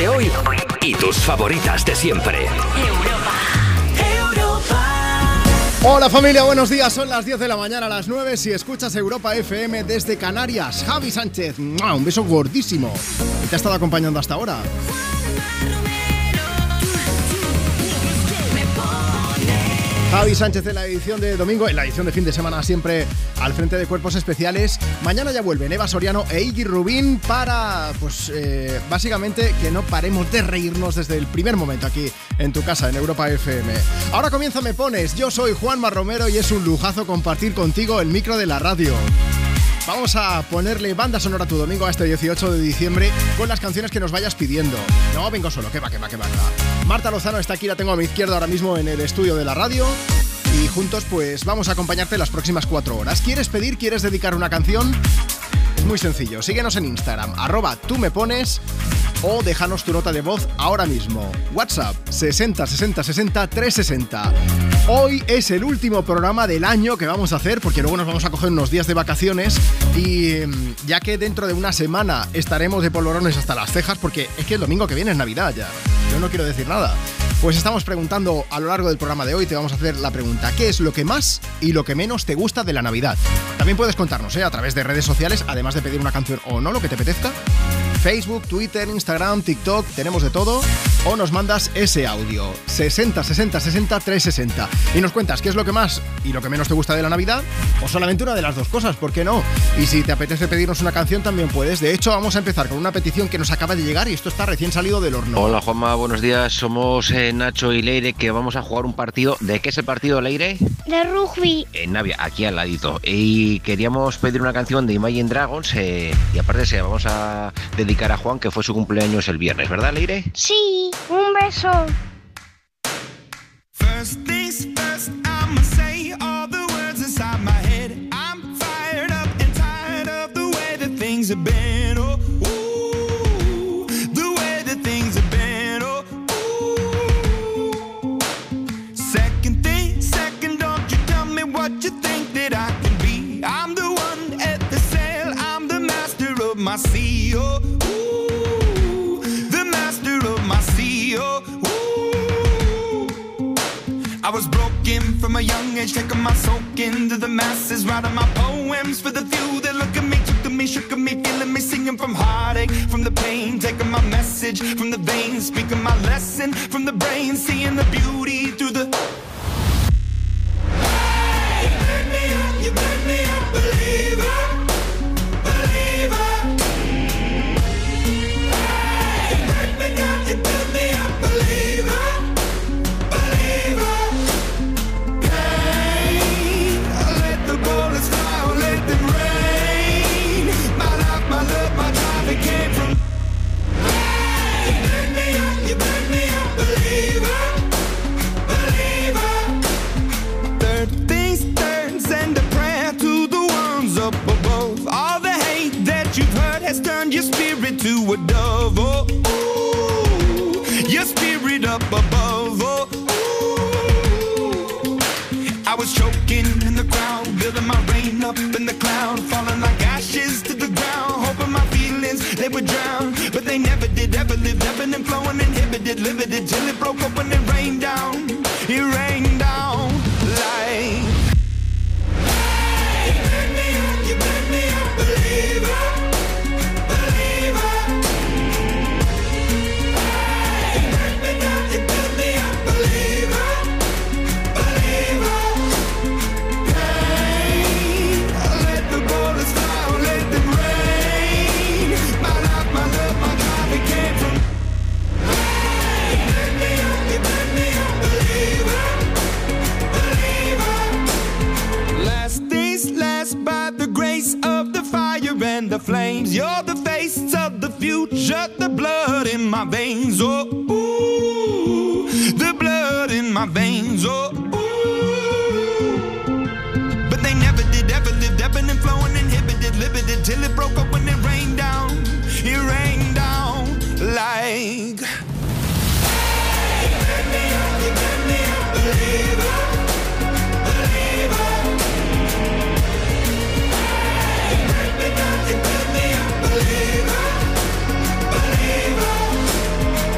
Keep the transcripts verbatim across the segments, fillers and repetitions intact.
hoy y tus favoritas de siempre. Hola familia, buenos días, son las diez de la mañana, a las nueve, si escuchas Europa F M desde Canarias. Javi Sánchez, un beso gordísimo. ¿Y te ha estado acompañando hasta ahora? Javi Sánchez en la edición de domingo, en la edición de fin de semana siempre al frente de Cuerpos Especiales. Mañana ya vuelven Eva Soriano e Iggy Rubín para, pues, eh, básicamente que no paremos de reírnos desde el primer momento aquí en tu casa, en Europa F M. Ahora comienza Me Pones, yo soy Juanma Romero y es un lujazo compartir contigo el micro de la radio. Vamos a ponerle banda sonora a tu domingo a este dieciocho de diciembre con las canciones que nos vayas pidiendo. No vengo solo, que va, que va, que va. Marta Lozano está aquí, la tengo a mi izquierda ahora mismo en el estudio de la radio. Y juntos pues vamos a acompañarte las próximas cuatro horas. ¿Quieres pedir, quieres dedicar una canción? Es muy sencillo, síguenos en Instagram, arroba tú me pones, o déjanos tu nota de voz ahora mismo. WhatsApp sesenta sesenta sesenta trescientos sesenta. Hoy es el último programa del año que vamos a hacer, porque luego nos vamos a coger unos días de vacaciones y ya que dentro de una semana estaremos de polvorones hasta las cejas, porque es que el domingo que viene es Navidad ya, yo no quiero decir nada. Pues estamos preguntando a lo largo del programa de hoy, te vamos a hacer la pregunta: ¿qué es lo que más y lo que menos te gusta de la Navidad? También puedes contarnos, ¿eh? a través de redes sociales, además de pedir una canción o no, lo que te apetezca. Facebook, Twitter, Instagram, TikTok, tenemos de todo. O nos mandas ese audio, sesenta sesenta sesenta trescientos sesenta, y nos cuentas qué es lo que más y lo que menos te gusta de la Navidad, o solamente una de las dos cosas, ¿por qué no? Y si te apetece pedirnos una canción también puedes. De hecho, vamos a empezar con una petición que nos acaba de llegar y esto está recién salido del horno. Hola Juanma, buenos días, somos eh, Nacho y Leire, que vamos a jugar un partido. ¿De qué es el partido, Leire? De rugby. En Navia, aquí al ladito. Y queríamos pedir una canción de Imagine Dragons eh, y aparte se la vamos a dedicar a Juan, que fue su cumpleaños el viernes, ¿verdad, Leire? Sí, un beso. First things first, I'ma say all the words inside my head. I'm fired up and tired of the way that things have been. Oh, ooh, the way that things have been. Oh, ooh. Second thing, second, don't you tell me what you think that I can be. I'm the one at the sail, I'm the master of my sea. Oh, ooh, the master of my sea. Oh, I was broken from a young age, taking my soak into the masses, writing my poems for the few that look at me, took to me, shook at me, feeling me, singing from heartache, from the pain, taking my message from the veins, speaking my lesson from the brain, seeing the beauty through the... Hey, you burn me up, you burn me up, believer, believer. Hey, you burn me down, you burn me up, believer. Has turned your spirit to a dove, oh, ooh, your spirit up above, oh, ooh. I was choking in the crowd, building my rain up in the cloud, falling like ashes to the ground, hoping my feelings, they would drown, but they never did, ever lived, ebbing and flowing, inhibited, limited, till it broke up when it rained down, it rained down like... Hey, you burn me up, you burn me up, believer. And the flames, you're the face of the future, the blood in my veins, oh, ooh, the blood in my veins, oh, ooh. But they never did, ever lived, ebbing and flowing, inhibited, limited, till it broke up when it rained down, it rained down like... Hey, you burn me up, you burn me up, believer, believer. Hey, you burn me down, you burn me up, believer, believer.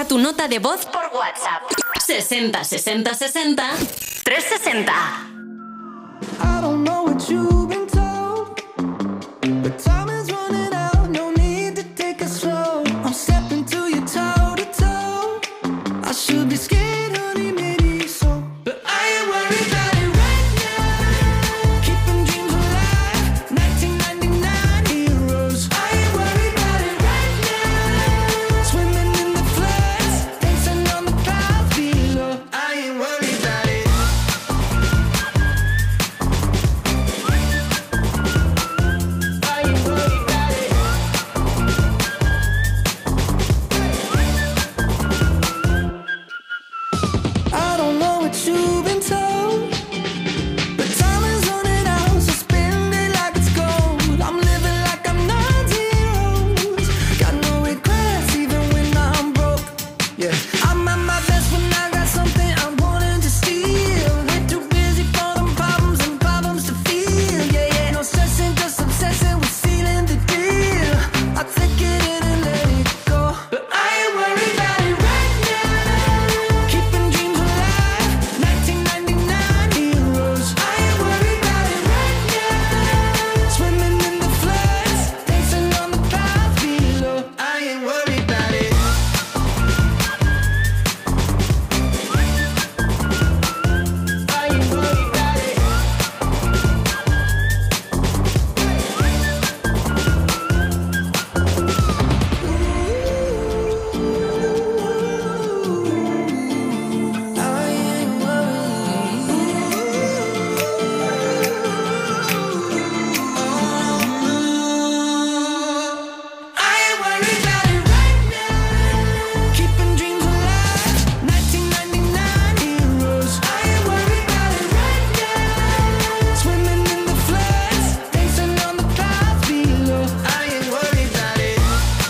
tu nota de voz por WhatsApp. sesenta sesenta sesenta trescientos sesenta. I don't know what you've been told, but time is running out, no need to take it slow. I'm stepping to you toe to toe. I should be scared, honey, maybe so, but I ain't worried about it right now. Keeping dreams alive, nineteen ninety-nine heroes. I ain't worried about it right now. Swimming in the floods, dancing on the clouds below. I ain't worried about it. I don't know what you've been told, but time is running out, so spend it like it's gold. I'm living like I'm nine zeros, got no regrets even when I'm broke. Yeah, I'm at my best when I got something I'm wanting to steal. Way too busy for them problems and problems to feel. Yeah, yeah, no stressing, just obsessing with sealing the deal. I take it in and let it go, but I ain't worried about it right now. Keeping dreams alive, nineteen ninety-nine heroes. I ain't worried about it right now. Swimming in the floods, dancing on the clouds below. I ain't worried about it. I ain't worried about it. I ain't worried about it right now. Keeping dreams alive, nineteen ninety-nine heroes. I ain't worried about it right now. Swimming in the floods, dancing on the clouds below. I ain't worried about it.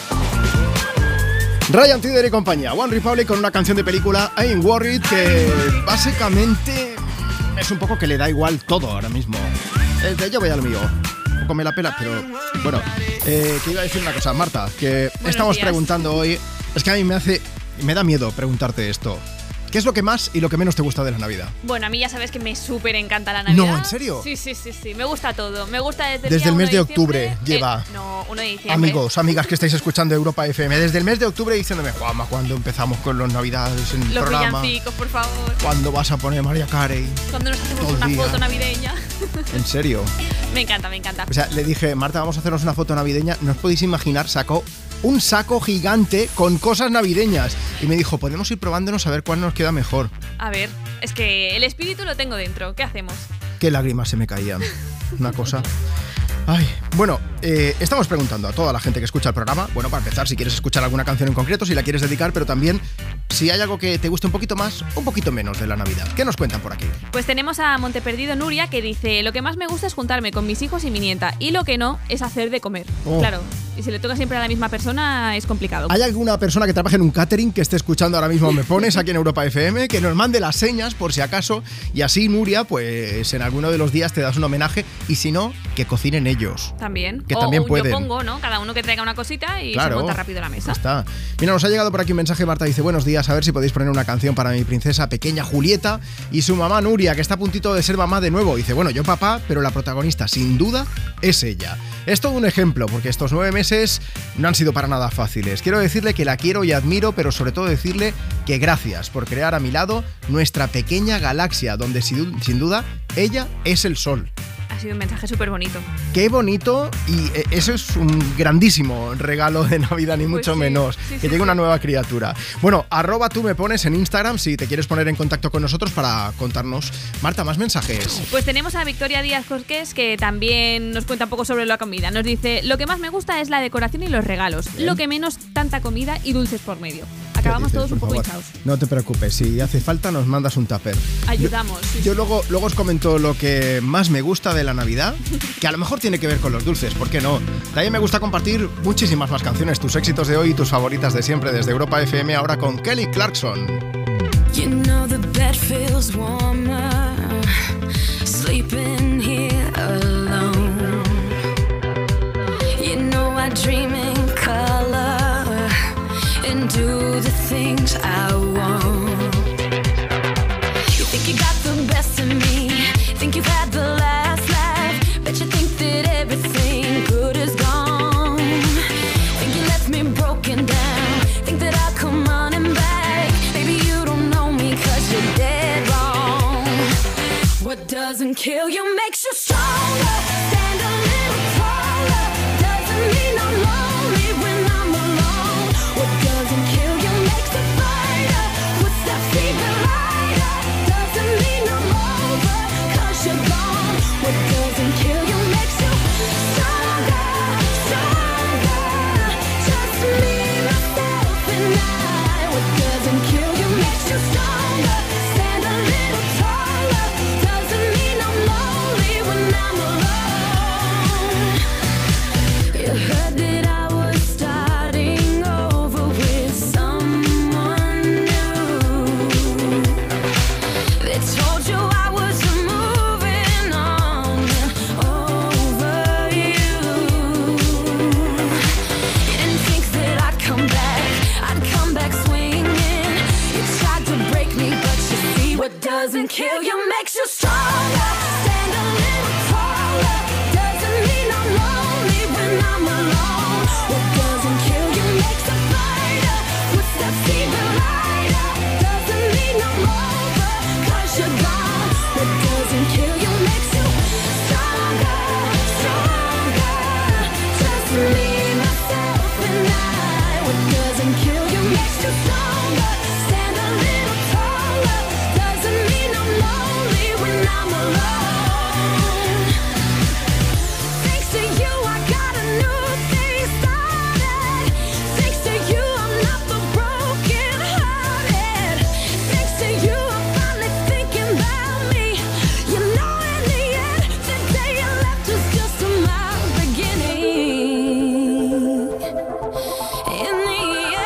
Ryan Tedder y compañía, One Republic con una canción de película, I Ain't Worried, que básicamente es un poco que le da igual todo ahora mismo. Eh, de yo voy a lo mío. Un poco me la pela, pero bueno, eh, que iba a decir una cosa, Marta, que estamos días. preguntando hoy, es que a mí me hace, me da miedo preguntarte esto. ¿Qué es lo que más y lo que menos te gusta de la Navidad? Bueno, a mí ya sabes que me súper encanta la Navidad. No, ¿en serio? Sí, sí, sí, sí. Me gusta todo. Me gusta desde el, Desde día el mes uno de diciembre, octubre lleva. Eh, no, uno de diciembre. Amigos, amigas que estáis escuchando Europa F M, desde el mes de octubre diciéndome, Juanma, ¿cuándo empezamos con los Navidades en el Los programa? villancicos, por favor. ¿Cuándo vas a poner María Carey? Cuando nos hacemos Todo el una día. foto navideña. ¿En serio? Me encanta, me encanta. O sea, le dije, Marta, vamos a hacernos una foto navideña. No os podéis imaginar, sacó un saco gigante con cosas navideñas. Y me dijo, podemos ir probándonos a ver cuál nos queda mejor. A ver, es que el espíritu lo tengo dentro. ¿Qué hacemos? Qué lágrimas se me caían. Una cosa. Ay, bueno, eh, estamos preguntando a toda la gente que escucha el programa, bueno, para empezar, si quieres escuchar alguna canción en concreto, si la quieres dedicar, pero también si hay algo que te guste un poquito más, un poquito menos de la Navidad. ¿Qué nos cuentan por aquí? Pues tenemos a Monteperdido Nuria, que dice: lo que más me gusta es juntarme con mis hijos y mi nieta, y lo que no es hacer de comer. Oh. Claro, y si le toca siempre a la misma persona es complicado. ¿Hay alguna persona que trabaje en un catering que esté escuchando ahora mismo Me Pones aquí en Europa F M? Que nos mande las señas por si acaso, y así, Nuria, pues en alguno de los días te das un homenaje, y si no, que cocinen ellos. También. Que o, también o pueden. Yo pongo, ¿no? Cada uno que traiga una cosita y Claro, se monta rápido la mesa. ya está. Mira, nos ha llegado por aquí un mensaje, Marta dice: buenos días, a ver si podéis poner una canción para mi princesa pequeña Julieta y su mamá Nuria, que está a puntito de ser mamá de nuevo. Dice, bueno, yo papá, pero la protagonista sin duda es ella. Es todo un ejemplo, porque estos nueve meses no han sido para nada fáciles. Quiero decirle que la quiero y admiro, pero sobre todo decirle que gracias por crear a mi lado nuestra pequeña galaxia, donde sin sin duda ella es el sol. Ha sido un mensaje súper bonito. Qué bonito, y eso es un grandísimo regalo de Navidad, ni Pues mucho sí, menos, sí, que sí, llegue sí. una nueva criatura. Bueno, arroba tú me pones en Instagram si te quieres poner en contacto con nosotros para contarnos. Marta, más mensajes. Pues tenemos a Victoria Díaz Corqués, que también nos cuenta un poco sobre la comida. Nos dice: lo que más me gusta es la decoración y los regalos. Bien. Lo que menos, tanta comida y dulces por medio. Acabamos ¿Qué dices, todos un por poco favor? hinchados. No te preocupes, si hace falta nos mandas un tupper. Ayudamos. sí, Yo sí. luego, luego os comento lo que más me gusta de la Navidad, que a lo mejor tiene que ver con los dulces, ¿por qué no? También me gusta compartir muchísimas más canciones, tus éxitos de hoy y tus favoritas de siempre desde Europa F M, ahora con Kelly Clarkson. You know the bed feels warmer, sleeping here alone. You know I dream in color and do the things doesn't kill you makes you stronger. Stand a little taller. Doesn't mean I'm lonely when I'm alone. What doesn't kill you makes a fighter. Footsteps even lighter. Doesn't mean I'm over, 'cause you're gone. What doesn't kill you makes you stronger, stronger. Just me, myself, and I. What doesn't kill you makes you stronger. Stand a little taller. Doesn't mean I'm lonely when I'm alone. You heard that I was starting over with someone new. They told you I was moving on over you. You didn't think that I'd come back, I'd come back swinging. You tried to break me, but you see what doesn't kill you makes you stronger. Stand a little taller. Doesn't mean I'm lonely when I'm alone. What doesn't kill you makes a fighter. Footsteps even lighter. Doesn't mean I'm over, 'cause you're gone. What doesn't kill you makes you stronger, stronger. Just me, myself, and I. What doesn't kill you makes you stronger. Stand a little taller. Doesn't mean I'm lonely when I'm alone. Thanks to you, I got a new day started. Thanks to you, I'm not the broken hearted. Thanks to you, I'm finally thinking about me. You know, in the end, the day you left was just my beginning. In the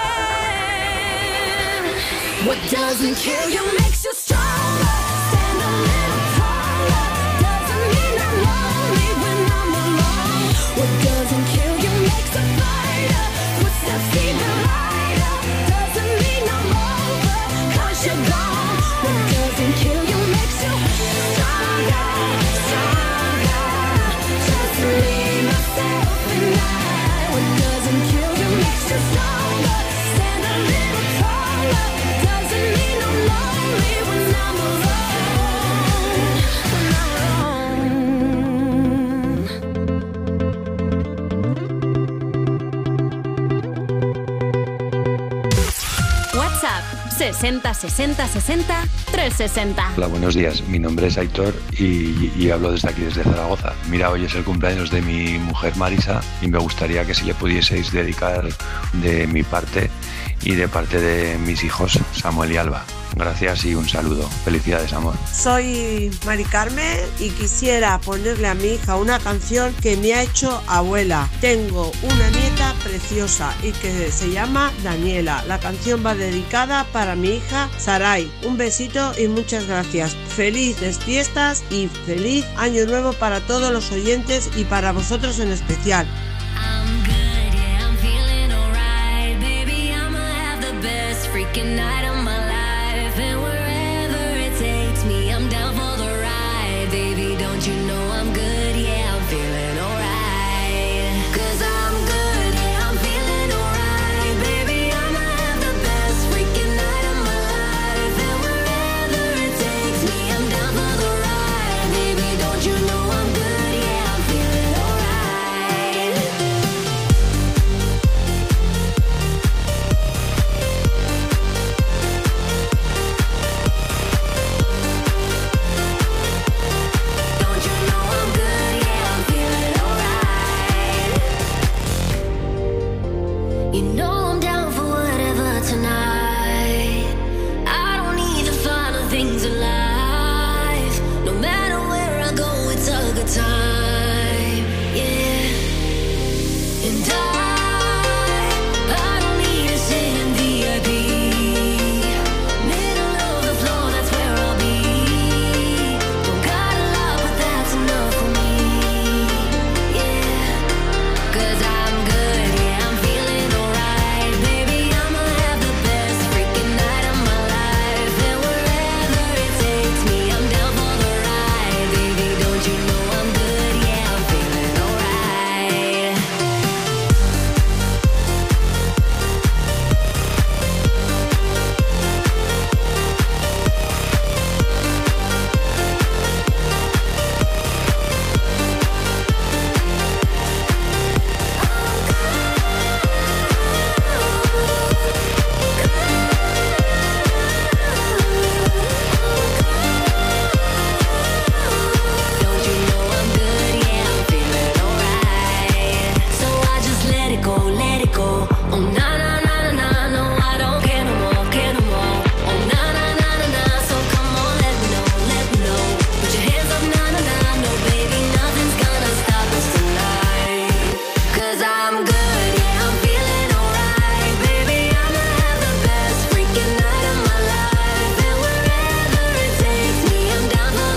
end, what doesn't kill you makes you stronger. Stand a little taller. Doesn't mean I'm lonely when I'm alone. What doesn't kill you makes a fighter. Footsteps even lighter. Doesn't mean I'm over, 'cause you're gone. What doesn't kill you makes you stronger, stronger. Just me, myself, and I. What doesn't kill you makes you stronger. Stand a little taller. Doesn't mean I'm lonely when I'm alone. When I'm alone. WhatsApp sesenta sesenta sesenta trescientos sesenta. Hola, buenos días. Mi nombre es Aitor y, y hablo desde aquí, desde Zaragoza. Mira, hoy es el cumpleaños de mi mujer Marisa y me gustaría que si le pudieseis dedicar de mi parte y de parte de mis hijos Samuel y Alba. Gracias y un saludo. Felicidades, amor. Soy Mari Carmen y quisiera ponerle a mi hija una canción que me ha hecho abuela. Tengo una nieta preciosa y que se llama Daniela. La canción va dedicada para mi hija Sarai. Un besito y muchas gracias. Felices fiestas y feliz año nuevo para todos los oyentes y para vosotros en especial. I'm good, yeah, I'm feeling alright. Baby, I'ma have the best freaking night of my life. And wherever it takes me, I'm down for the ride. Baby, don't you know I'm good, yeah, I'm feeling alright. 'Cause I'm good, yeah, I'm feeling alright. Baby, I'ma have the best freaking night of my life. And wherever it takes me, I'm down for the ride. Baby, don't you know I'm good, yeah, I'm feeling alright. Don't you know I'm good, yeah, I'm feeling alright. You know I'm down for whatever tonight. I don't need the final things in life. No matter where I go, it's a good time. Yeah. And I, I don't need to sit in V I P. Middle of the floor, that's where I'll be. Don't got a lot, but that's enough for me. Yeah. 'Cause I'm good, yeah, I'm feeling alright. Baby, I'ma have the best freaking night of my life. And wherever it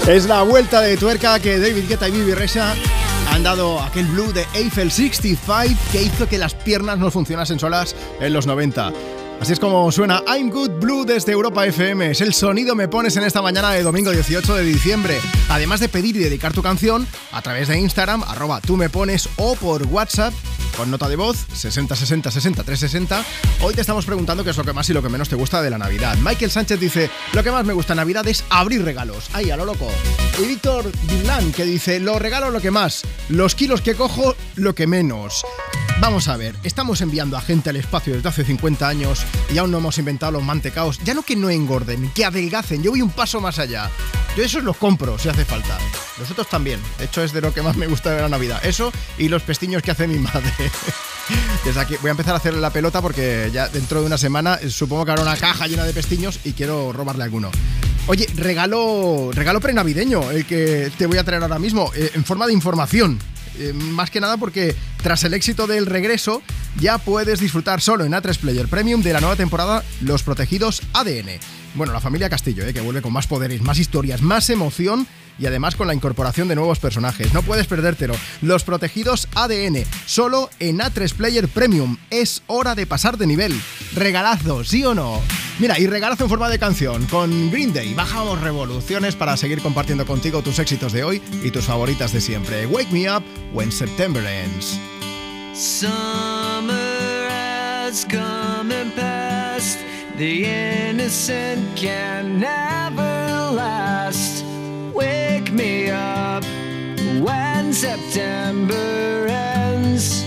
Es la vuelta de tuerca que David Guetta y Bibi Rexha han dado aquel blue de Eiffel sesenta y cinco que hizo que las piernas no funcionasen solas en los noventa. Así es como suena I'm Good Blue desde Europa F M. Es el sonido me pones en esta mañana de domingo dieciocho de diciembre. Además de pedir y dedicar tu canción a través de Instagram, arroba tú me pones, o por WhatsApp con nota de voz sesenta sesenta sesenta trescientos sesenta. Hoy te estamos preguntando qué es lo que más y lo que menos te gusta de la Navidad. Michael Sánchez dice, lo que más me gusta en Navidad es abrir regalos. Ahí, a lo loco. Y Víctor Vilán, que dice, los regalos lo que más, los kilos que cojo lo que menos. Vamos a ver, estamos enviando a gente al espacio desde hace cincuenta años y aún no hemos inventado los mantecaos. Ya no que no engorden, que adelgacen. Yo voy un paso más allá. Yo esos los compro si hace falta. Los otros también. De hecho, es de lo que más me gusta de la Navidad. Eso y los pestiños que hace mi madre. Desde aquí voy a empezar a hacerle la pelota porque ya dentro de una semana supongo que habrá una caja llena de pestiños y quiero robarle alguno. Oye, regalo, regalo prenavideño, el que te voy a traer ahora mismo, eh, en forma de información. Eh, más que nada porque tras el éxito del regreso ya puedes disfrutar solo en A tres Player Premium de la nueva temporada Los Protegidos A D N. Bueno, la familia Castillo, eh, que vuelve con más poderes, más historias, más emoción y además con la incorporación de nuevos personajes. No puedes perdértelo. Los Protegidos A D N, solo en A tres Player Premium. Es hora de pasar de nivel. Regalazo, ¿sí o no? Mira, y regalazo en forma de canción. Con Green Day bajamos revoluciones para seguir compartiendo contigo tus éxitos de hoy y tus favoritas de siempre. Wake Me Up When September Ends. Summer has come and passed. The innocent can never last. Wake me up when September ends.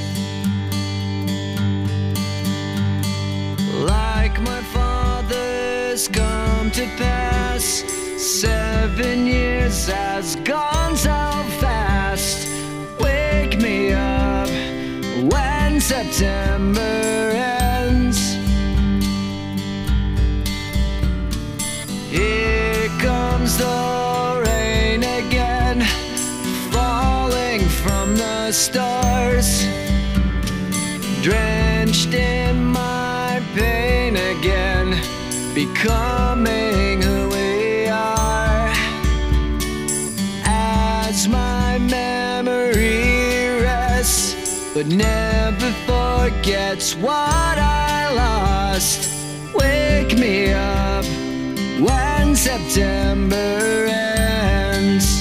Like my father's come to pass, seven years has gone so fast. Wake me up when September ends. Here comes the rain again, falling from the stars, drenched in my pain again, becoming who we are. As my memory rests, but never forgets what I lost. Wake me up when September ends.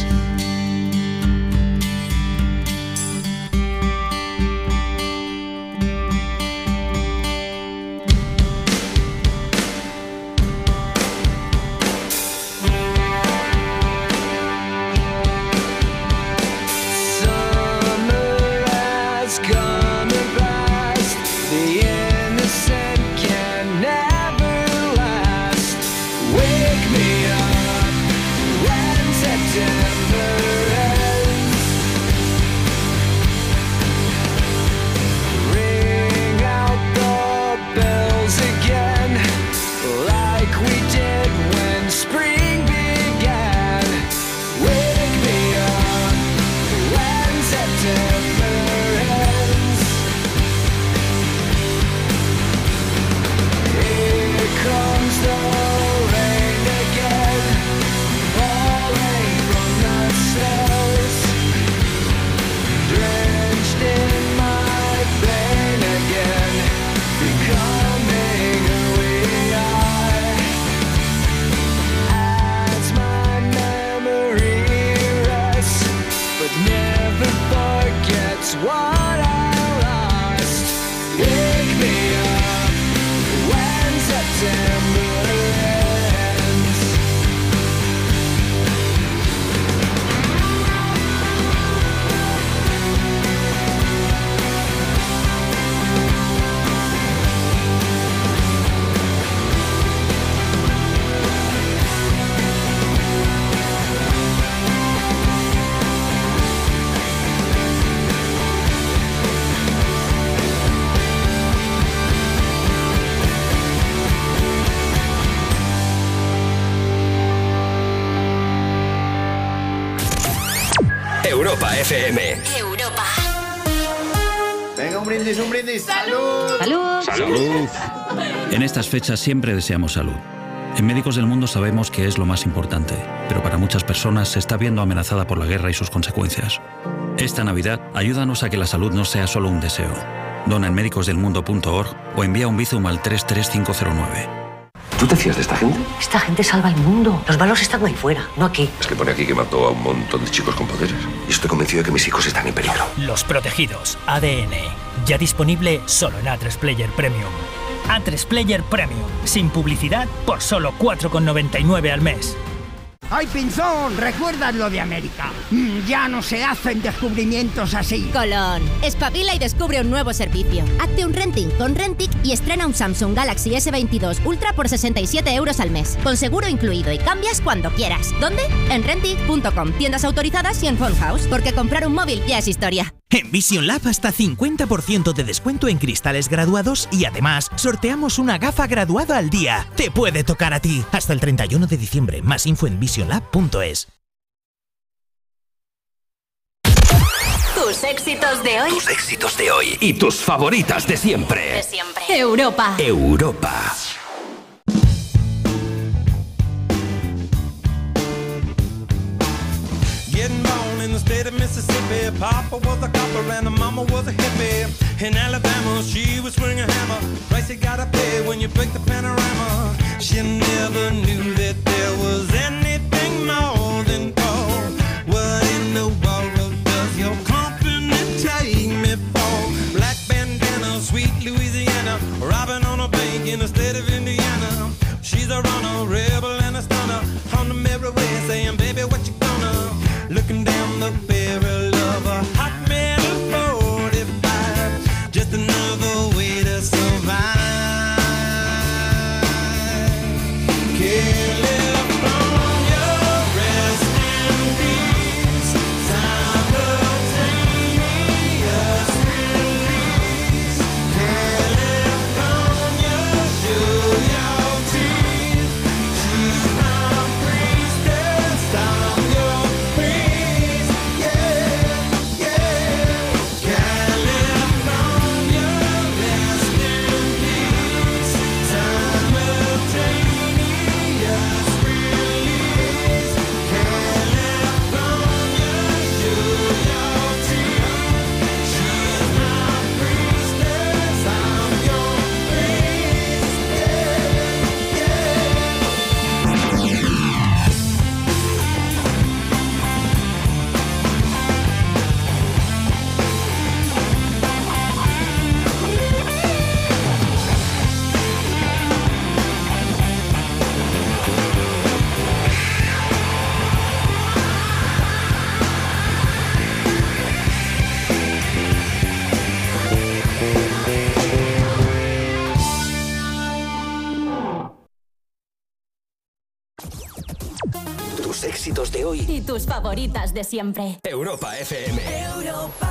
Summer has come and passed. The innocent can never last. Wake me up when September ends. Ring out the bells again, like we did when spring began. Wake me up when September ends. Here comes the rain again, falling from the stars, drenched in my pain again, becoming who we are. As my memory rests, but never forgets what I lost. Wake me up when September ends. Europa F M. Europa. Venga, un brindis, un brindis. ¡Salud! ¡Salud! Salud. En estas fechas siempre deseamos salud. En Médicos del Mundo sabemos que es lo más importante, pero para muchas personas se está viendo amenazada por la guerra y sus consecuencias. Esta Navidad, ayúdanos a que la salud no sea solo un deseo. Dona en médicos del mundo punto org o envía un Bizum al tres tres cinco cero nueve. ¿Tú te fías de esta gente? Esta gente salva el mundo. Los malos están ahí fuera, no aquí. Es que pone aquí que mató a un montón de chicos con poderes. Y estoy convencido de que mis hijos están en peligro. Los Protegidos, A D N. Ya disponible solo en A tres Player Premium. A tres Player Premium. Sin publicidad por solo cuatro con noventa y nueve al mes. ¡Ay, Pinzón! ¿Recuerdas lo de América? Mm, ya no se hacen descubrimientos así. Colón, espabila y descubre un nuevo servicio. Hazte un renting con Rentic y estrena un Samsung Galaxy ese veintidós Ultra por sesenta y siete euros al mes. Con seguro incluido y cambias cuando quieras. ¿Dónde? En rentic punto com, tiendas autorizadas y en Phone House, porque comprar un móvil ya es historia. En Vision Lab hasta cincuenta por ciento de descuento en cristales graduados y además sorteamos una gafa graduada al día. Te puede tocar a ti. Hasta el treinta y uno de diciembre. Más info en vision lab punto es. Tus éxitos de hoy. Tus éxitos de hoy y tus favoritas de siempre. De siempre. Europa. Europa. Getting born in the state of Mississippi. Papa was a copper and the mama was a hippie. In Alabama, she was swinging a hammer. Price you gotta pay when you break the panorama. She never knew that there was anything more than gold. What in the world does your company take me for? Black bandana, sweet Louisiana, robbing on a bank in the state of Indiana. She's a runner, rebel and a stunner. On the merry way saying, baby, what you gonna? Looking down the barrel of a hot metal forty-five, just another way to survive. California, rest in peace. Simultaneous release. California, show your teeth. She's my priestess, I'm your priest. Yeah, yeah. California, rest in peace. Simultaneous release. California, show your teeth. She's my priestess, I'm your priest. Yeah, yeah. Tus éxitos de hoy. Y tus favoritas de siempre. Europa F M. Europa.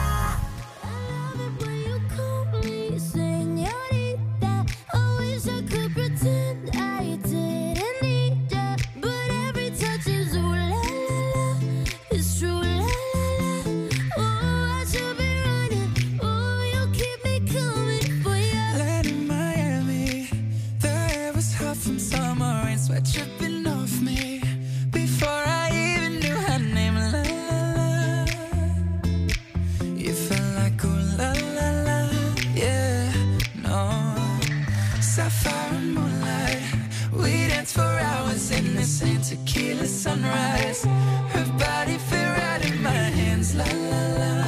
Señorita, I wish I could pretend I didn't need ya, but every touch is ooh la la la, it's true la la la. Oh, I should be running, oh, you keep me coming for ya. Land in Miami, the air was hot from summer rain, sweat dripping off me. Before I even knew her name, la la la. You felt like ooh la la la, yeah, no. Sapphire and moonlight, we danced for hours in the same tequila sunrise. Her body fit right in my hands, la la la.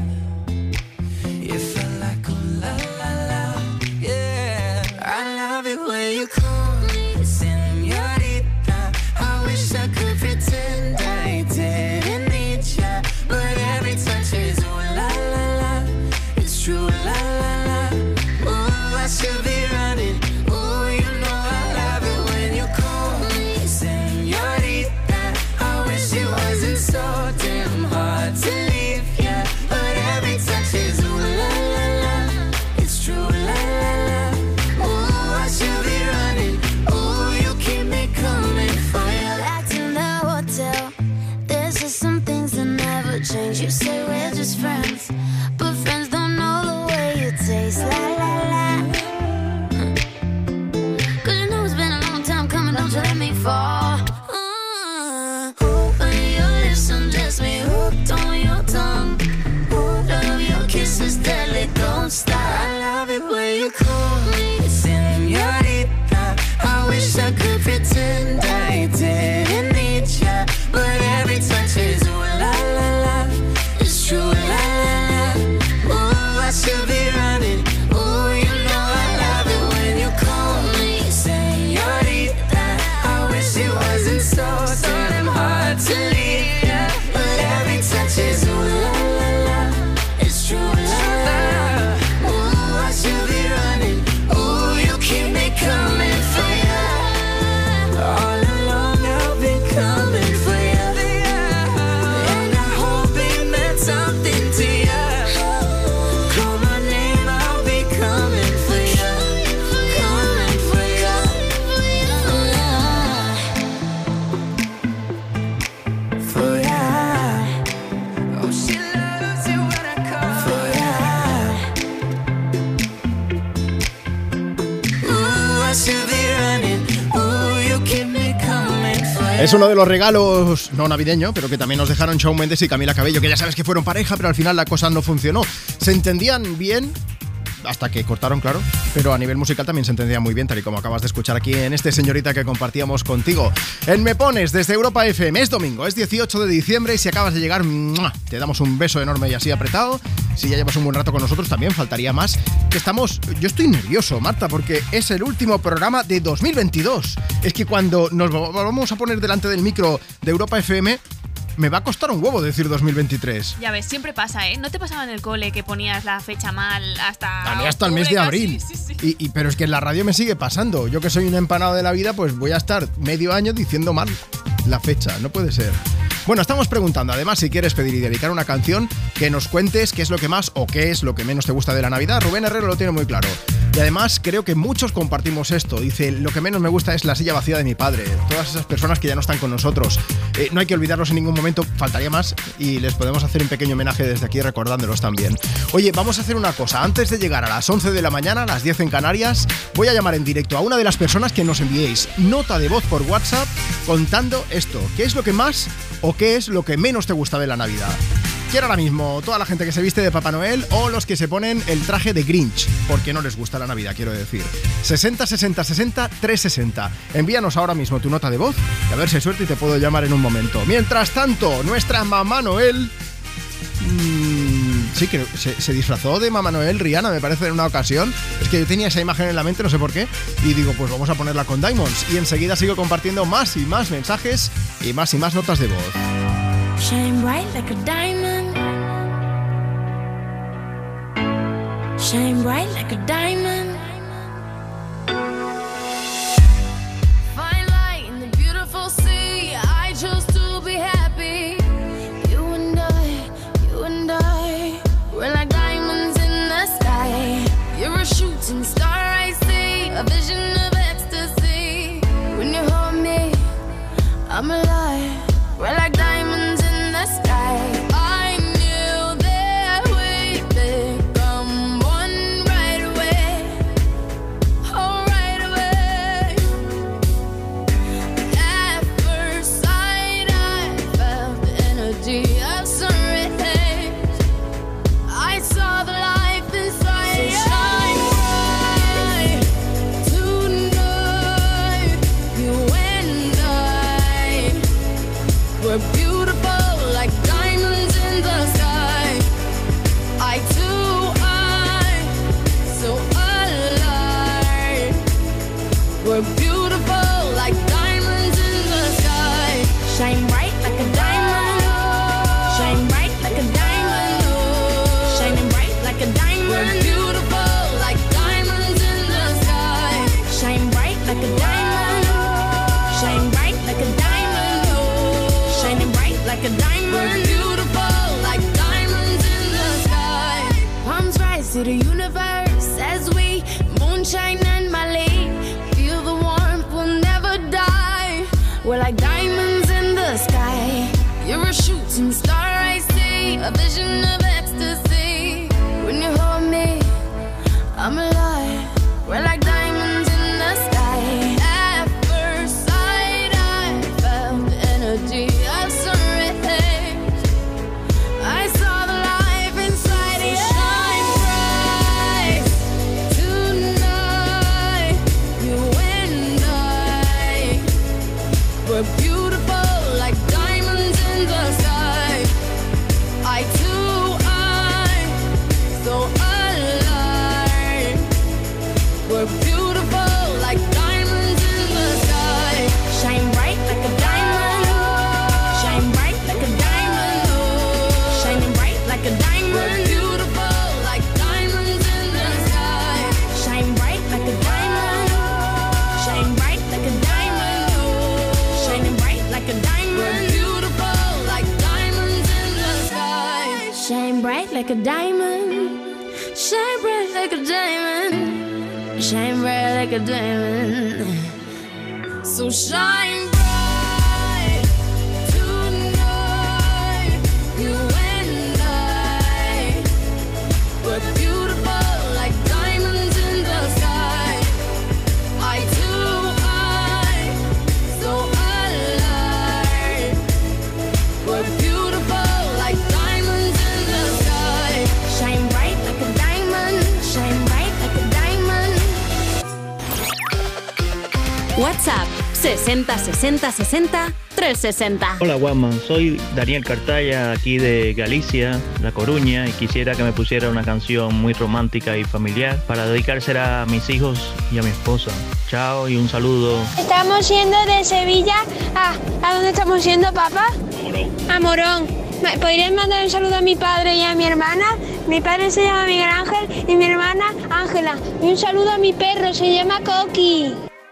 You felt like ooh la la la, yeah. I love it when you call me señorita. I wish I could pretend I didn't need ya, but every touch is ooh la la la, it's true la la la. Ooh, I should be running. Ooh, you know I love it when you call me señorita. I wish it wasn't so damn hard to leave ya, but every touch is ooh la la la, it's true la la la. Ooh, I should be running. Ooh, you keep me coming for ya. Back in the hotel, there's just some things that never change. You say we're just friends, but friends don't know the way you taste. La la la. Cause you know it's been a long time coming. don't you let me fall. Uh, when your lips undress me, hooked on your tongue. Love your kisses deadly, don't stop. I love it when you call me señorita. I wish I could pretend I didn't need ya, but every touch is ooh la la la. It's true, la la la. Ooh, I should be running. Ooh, you know I love it when you call me señorita. I wish it wasn't so, so damn hard to leave ya, but every touch is ooh la la la. It's true, la la la. Ooh, I should be running. Ooh, you keep me coming for ya. All along I've been coming for ya, and I hope it meant something to ya. Call my name, I'll be coming for ya, coming for ya, for ya. Oh, she loves you when I call for ya. Ooh, I should be running. Ooh, you keep me coming for ya. Es uno de los regalos, no navideño, pero que también nos dejaron Shawn Mendes y Camila Cabello, que ya sabes que fueron pareja, pero al final la cosa no funcionó. Se entendían bien hasta que cortaron, claro, pero a nivel musical también se entendía muy bien, tal y como acabas de escuchar aquí en este Señorita que compartíamos contigo. En Me Pones, desde Europa F M, es domingo, es dieciocho de diciembre y si acabas de llegar, ¡mua!, te damos un beso enorme y así apretado. Si ya llevas un buen rato con nosotros, también faltaría más. Que estamos, yo estoy nervioso, Marta, porque es el último programa de dos mil veintidós. Es que cuando nos vamos a poner delante del micro de Europa F M, me va a costar un huevo decir dos mil veintitrés. Ya ves, siempre pasa, ¿eh? ¿No te pasaba en el cole que ponías la fecha mal hasta... A mí hasta el mes de abril. Sí, sí, sí. Y, y, pero es que en la radio me sigue pasando. Yo que soy un empanado de la vida, pues voy a estar medio año diciendo mal la fecha. No puede ser. Bueno, estamos preguntando, además, si quieres pedir y dedicar una canción, que nos cuentes qué es lo que más o qué es lo que menos te gusta de la Navidad. Rubén Herrero lo tiene muy claro. Y además, creo que muchos compartimos esto. Dice, lo que menos me gusta es la silla vacía de mi padre. Todas esas personas que ya no están con nosotros. Eh, no hay que olvidarlos en ningún momento, faltaría más, y les podemos hacer un pequeño homenaje desde aquí recordándolos también. Oye, vamos a hacer una cosa. Antes de llegar a las once de la mañana, a las diez en Canarias, voy a llamar en directo a una de las personas que nos enviéis nota de voz por WhatsApp contando esto. ¿Qué es lo que más o qué es lo que menos te gusta de la Navidad? Quiero ahora mismo toda la gente que se viste de Papá Noel o los que se ponen el traje de Grinch, porque no les gusta la Navidad, quiero decir. sesenta sesenta sesenta trescientos sesenta. Envíanos ahora mismo tu nota de voz y a ver si hay suerte y te puedo llamar en un momento. Mientras tanto, nuestra Mamá Noel... Mmm, sí, que se, se disfrazó de Mamá Noel Rihanna, me parece, en una ocasión. Es que yo tenía esa imagen en la mente, no sé por qué, y digo, pues vamos a ponerla con Diamonds. Y enseguida sigo compartiendo más y más mensajes y más y más notas de voz. Shine bright like a diamond. Shine bright like a diamond. Fine light in the beautiful sea. I chose to be happy. You and I, you and I, we're like diamonds in the sky. You're a shooting star, I see, a vision of ecstasy. When you hold me, I'm alive. We're like diamonds in the sky. I knew that we'd become one right away. Oh, right away. At first sight, I felt the energy of sun rays. I saw the life inside. So shine bright tonight. You and I, we're beautiful like diamonds in the sky. I too, I, so alive. We're beautiful like diamonds in the sky. Shine bright like a diamond. Shine bright like a diamond. Shining bright like a diamond. We're beautiful like diamonds in the sky. Shine bright like a diamond. Shine bright like a diamond. Shining bright like a diamond. We're beautiful like diamonds in the sky. Palms rise to the universe as we moonshine and Malay. Feel the warmth, we'll never die. We're like diamonds in the sky. You're a shooting star, I see, a vision of ecstasy. When you hold me, I'm alive. We're like diamonds in the sky. At first We're beautiful like diamonds in the sky. Eye to eye, so alive. We're beautiful like diamonds in the sky. Shine bright like a diamond. Shine bright like a diamond. Shining bright like a diamond. We're beautiful like diamonds in the sky. Shine bright like a diamond. Shine bright like a diamond. Shining bright like a diamond. We're beautiful like diamonds in the sky. Shine bright like a diamond. Shine bright like a diamond. Shine bright like a diamond. So shine bright tonight. You and I. We're beautiful like diamonds in the sky. Eye to eye, so alive. We're beautiful like diamonds in the sky. Shine bright like a diamond. Shine bright like a diamond. WhatsApp sesenta sesenta sesenta trescientos sesenta. Hola Juanma, soy Daniel Cartaya, aquí de Galicia, La Coruña, y quisiera que me pusiera una canción muy romántica y familiar para dedicársela a mis hijos y a mi esposa. Chao y un saludo. Estamos yendo de Sevilla a... ¿A dónde estamos yendo, papá? A Morón. ¿Me ¿Podrías mandar un saludo a mi padre y a mi hermana? Mi padre se llama Miguel Ángel y mi hermana Ángela. Y un saludo a mi perro, se llama Coqui.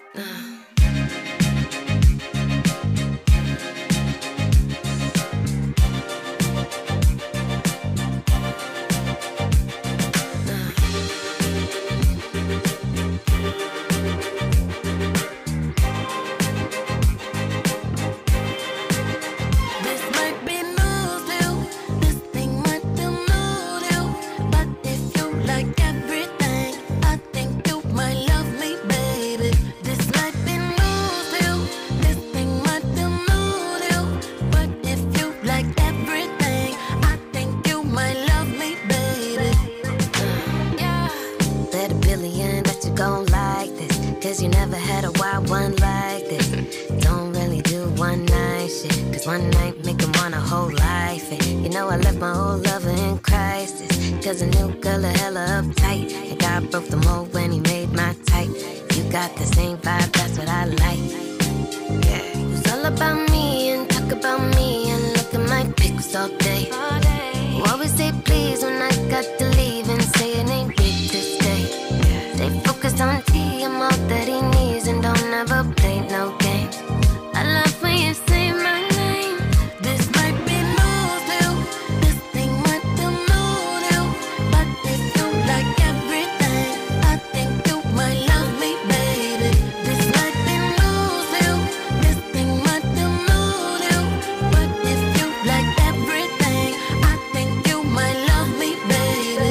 This might be new to you. This thing might be new to you. But if you like everything, I think you might love me, baby. This might be new to you. This thing might be new to you. But if you like everything, I think you might love me, baby. Yeah. Bet a billion that you gon' like this, cause you never had a wild one like this. Don't really do one night shit, cause one night make him want a whole life. And you know I left my old lover in crisis, cause a new girl a hella uptight. And God broke the mold when he made my type. You got the same vibe, that's what I like. Yeah. It's all about me and talk about me and look at my pics all day. Who always say please when I got to leave and say it ain't big to stay. Stay focused on T, I'm all that he needs and don't ever play no games. I love when you say my name. This might be new to you. This thing might be new to you. But if you like everything, I think you might love me, baby. This might be new to you. This thing might be new to you. But if you like everything, I think you might love me, baby.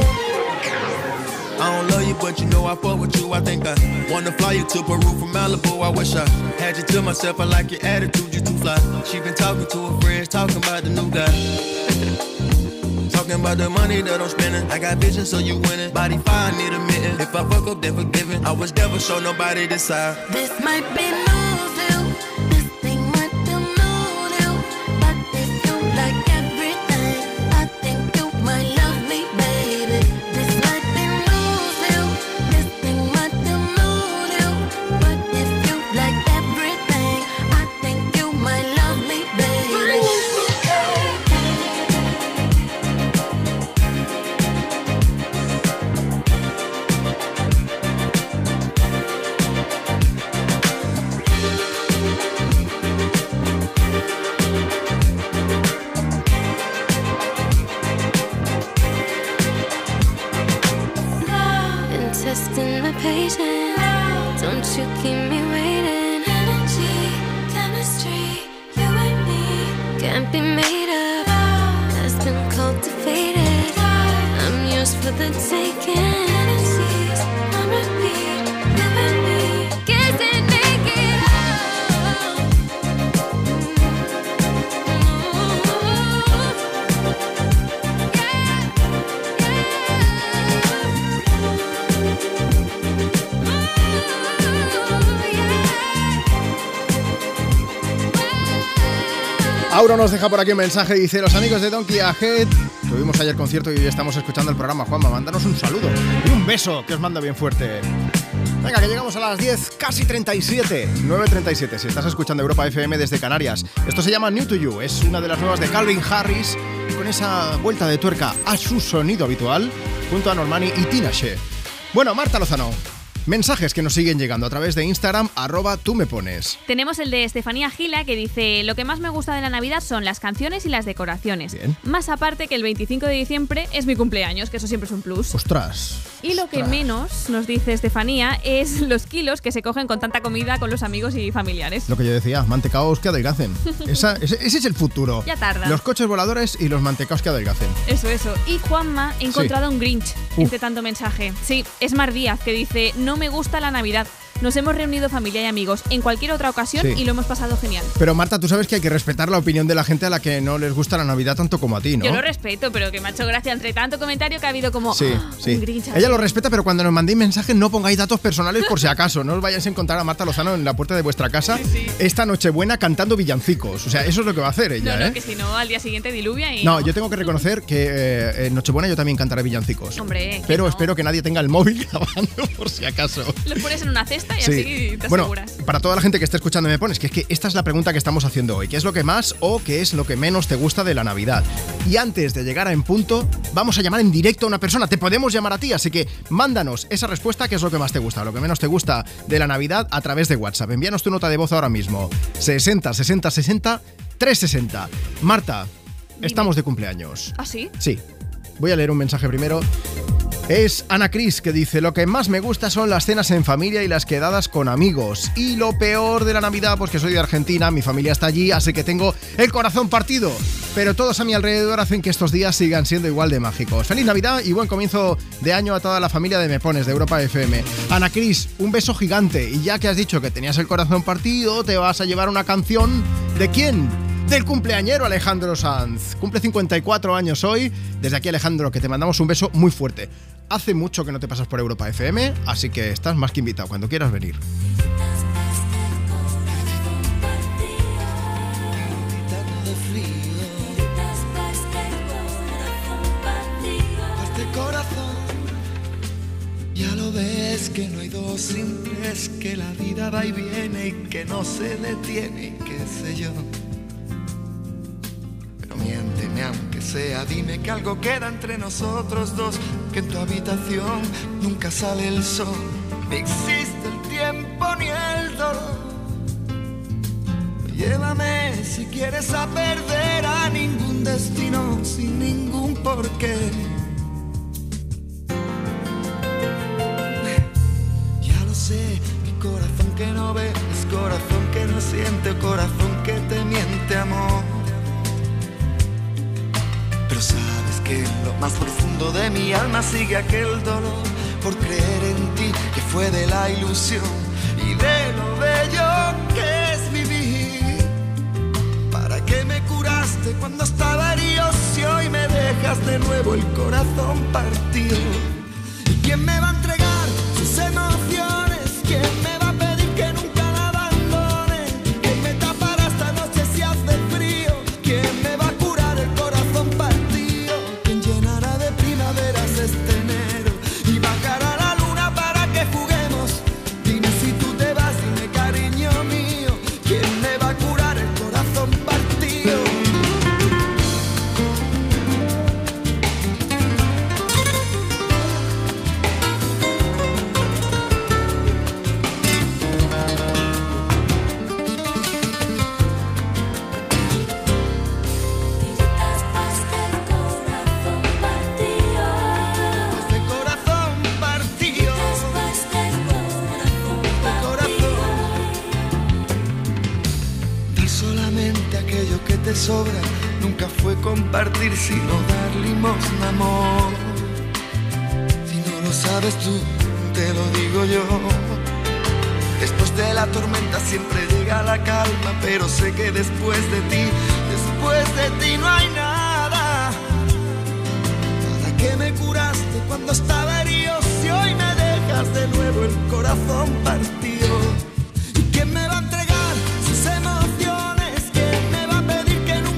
I don't love you, but you know I fuck with you. I think I wanna fly you to Peru from Malibu. I wish I had you to myself. I like your attitude, you too fly. She been talking to her friends, talking about the new guy. Talking about the money that I'm spending. I got vision, so you winning. Body fine, need a mitten. If I fuck up, then forgiven. I was never show nobody this side. This might be new to you. This thing might be new to you. But if you like everything, I think you might love me, baby. This might be new to you. This thing might be new to you. But if you like everything, I think you might love me, baby. Been testing my patience, don't you keep me waiting. Energy, chemistry, you and me can't be made up, has been cultivated. I'm yours for the taking. Fantasies on repeat, you and me kissing naked. Auro nos deja por aquí un mensaje, dice: los amigos de Donkey Ahead, tuvimos ayer concierto y hoy estamos escuchando el programa. Juanma, mándanos un saludo y un beso que os mando bien fuerte. Venga, que llegamos a las diez, casi treinta y siete, nueve treinta y siete, si estás escuchando Europa F M desde Canarias. Esto se llama New to You, es una de las nuevas de Calvin Harris, con esa vuelta de tuerca a su sonido habitual, junto a Normani y Tinashe. Bueno, Marta Lozano, mensajes que nos siguen llegando a través de Instagram, arroba tú me pones. Tenemos el de Estefanía Gila, que dice: lo que más me gusta de la Navidad son las canciones y las decoraciones. Bien. Más aparte que el veinticinco de diciembre es mi cumpleaños, que eso siempre es un plus. Ostras. Y lo que menos, nos dice Estefanía, es los kilos que se cogen con tanta comida con los amigos y familiares. Lo que yo decía, mantecaos que adelgacen. Esa, ese, ese es el futuro. Ya tarda. Los coches voladores y los mantecaos que adelgacen. Eso, eso. Y Juanma ha encontrado Sí. un Grinch Uf. entre tanto mensaje. Sí, es Mar Díaz, que dice: no me gusta la Navidad. Nos hemos reunido familia y amigos en cualquier otra ocasión Sí. y lo hemos pasado genial. Pero Marta, tú sabes que hay que respetar la opinión de la gente a la que no les gusta la Navidad tanto como a ti, ¿no? Yo lo respeto, pero que me ha hecho gracia entre tanto comentario que ha habido como Sí, ¡ah! sí. un Grinch. Ella lo respeta, pero cuando nos mandéis mensajes no pongáis datos personales por si acaso. No os vayáis a encontrar a Marta Lozano en la puerta de vuestra casa Sí, sí. esta Nochebuena cantando villancicos. O sea, eso es lo que va a hacer ella, No, no, ¿eh? que si no, al día siguiente diluvia y... No, yo tengo que reconocer que eh, en Nochebuena yo también cantaré villancicos. Hombre, que Pero no. espero que nadie tenga el móvil grabando por si acaso. Los pones en una cesta y Sí. así te Bueno, aseguras. para toda la gente que esté escuchando Me Pones, que es que esta es la pregunta que estamos haciendo hoy. ¿Qué es lo que más o qué es lo que menos te gusta de la Navidad? Y antes de llegar a En Punto, vamos a llamar en directo a una persona. Te podemos llamar a ti, así que mándanos esa respuesta, qué es lo que más te gusta, lo que menos te gusta de la Navidad a través de WhatsApp. Envíanos tu nota de voz ahora mismo. sesenta, sesenta, sesenta, trescientos sesenta. Marta, estamos de cumpleaños. ¿Ah, sí? Sí. Voy a leer un mensaje primero. Es Ana Cris, que dice: lo que más me gusta son las cenas en familia y las quedadas con amigos. Y lo peor de la Navidad, pues que soy de Argentina, mi familia está allí, así que tengo el corazón partido. Pero todos a mi alrededor hacen que estos días sigan siendo igual de mágicos. Feliz Navidad y buen comienzo de año a toda la familia de Me Pones, de Europa F M. Ana Cris, un beso gigante. Y ya que has dicho que tenías el corazón partido, te vas a llevar una canción. ¿De quién? Del cumpleañero Alejandro Sanz. Cumple cincuenta y cuatro años hoy. Desde aquí, Alejandro, que te mandamos un beso muy fuerte. Hace mucho que no te pasas por Europa F M, así que estás más que invitado cuando quieras venir. Parte corazón, ya lo ves que no hay dos sin tres, que la vida va y viene y que no se detiene, qué sé yo. Pero miénteme aunque sea, dime que algo queda entre nosotros dos, que en tu habitación nunca sale el sol, ni existe el tiempo ni el dolor. Llévame si quieres a perder a ningún destino sin ningún porqué. Ya lo sé, mi corazón que no ve es corazón que no siente, corazón que te miente, amor. Pero sabes que en lo más profundo de mi alma sigue aquel dolor por creer en ti, que fue de la ilusión y de lo bello que es vivir. ¿Para qué me curaste cuando estaba herido si hoy me dejas de nuevo el corazón partido? ¿Y quién me va a entregar sus emociones? ¿Quién me va a pedir que nunca la abandone? ¿Quién me tapará esta noche si hace frío? ¿Quién me va a curar el corazón partido? ¿Quién llenará de primaveras este enero y bajará la luna para que juguemos? Dime si tú te vas, dime cariño mío, ¿quién me va a curar el corazón partido? Este corazón partido, este corazón. Dar solamente aquello que te sobra nunca fue compartir, sino dar limosna, amor. Si no lo sabes tú, te lo digo yo. Después de la tormenta siempre llega la calma, pero sé que después de ti, después de ti no hay nada. ¿Para qué me curaste cuando estaba herido si hoy me dejas de nuevo el corazón partido? ¿Y quién me va a entregar sus emociones? ¿Quién me va a pedir que nunca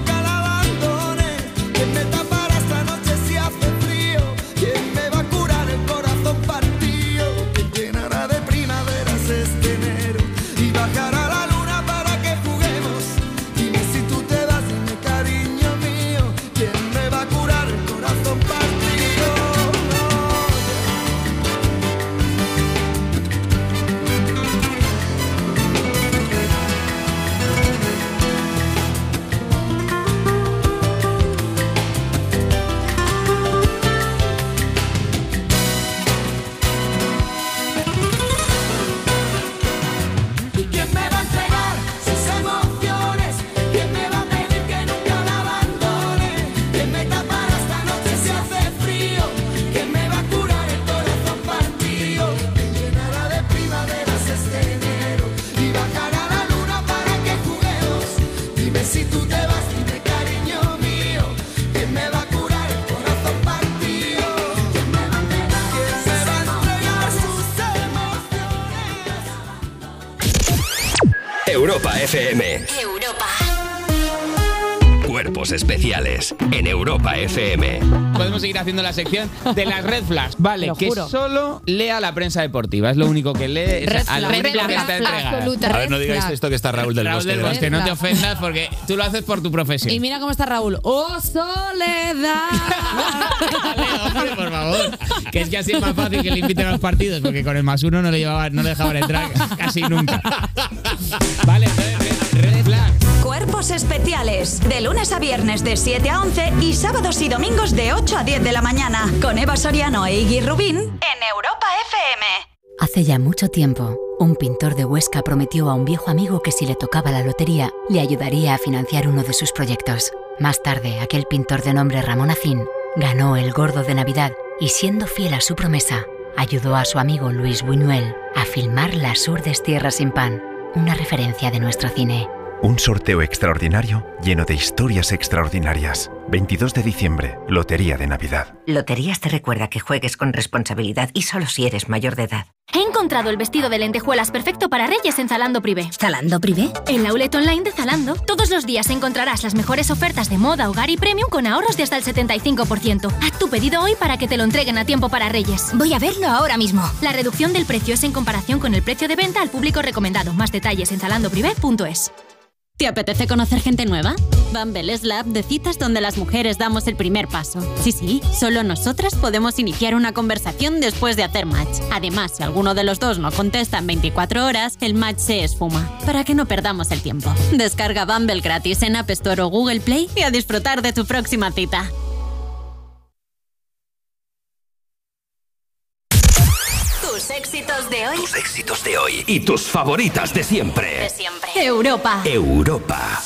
F M. Europa. Cuerpos especiales en Europa F M. Podemos seguir haciendo la sección de las red flags. Vale, Lo que juro. solo lea la prensa deportiva. Es lo único que lee. Es Red al flag, único red que flag, está entregada. absoluta. A ver, no Red digáis flag. esto que está Raúl del Raúl Bosque. del de Bosque, verdad. no te ofendas porque tú lo haces por tu profesión. Y mira cómo está Raúl. ¡Oh, soledad! Hombre, por favor. Que es que así es más fácil que le inviten a los partidos, porque con el más uno no le, llevaba, no le dejaban entrar casi nunca. Vale, entonces, red, red flag. Cuerpos especiales. De lunes a viernes de siete a once y sábados y domingos de ocho a diez de la mañana. Con Eva Soriano e Iggy Rubín en Europa F M. Hace ya mucho tiempo, un pintor de Huesca prometió a un viejo amigo que si le tocaba la lotería, le ayudaría a financiar uno de sus proyectos. Más tarde, aquel pintor de nombre Ramón Acín ganó el Gordo de Navidad y, siendo fiel a su promesa, ayudó a su amigo Luis Buñuel a filmar Las Urdes Tierras sin Pan, una referencia de nuestro cine. Un sorteo extraordinario lleno de historias extraordinarias. veintidós de diciembre, Lotería de Navidad. Loterías te recuerda que juegues con responsabilidad y solo si eres mayor de edad. He encontrado el vestido de lentejuelas perfecto para Reyes en Zalando Privé. ¿Zalando Privé? En la outlet online de Zalando, todos los días encontrarás las mejores ofertas de moda, hogar y premium con ahorros de hasta el setenta y cinco por ciento. Haz tu pedido hoy para que te lo entreguen a tiempo para Reyes. Voy a verlo ahora mismo. La reducción del precio es en comparación con el precio de venta al público recomendado. Más detalles en zalando privé punto es. ¿Te apetece conocer gente nueva? Bumble es la app de citas donde las mujeres damos el primer paso. Sí, sí, solo nosotras podemos iniciar una conversación después de hacer match. Además, si alguno de los dos no contesta en veinticuatro horas, el match se esfuma. Para que no perdamos el tiempo. Descarga Bumble gratis en App Store o Google Play y a disfrutar de tu próxima cita. Tus éxitos de hoy. Tus éxitos de hoy y tus favoritas de siempre. De siempre. Europa. Europa.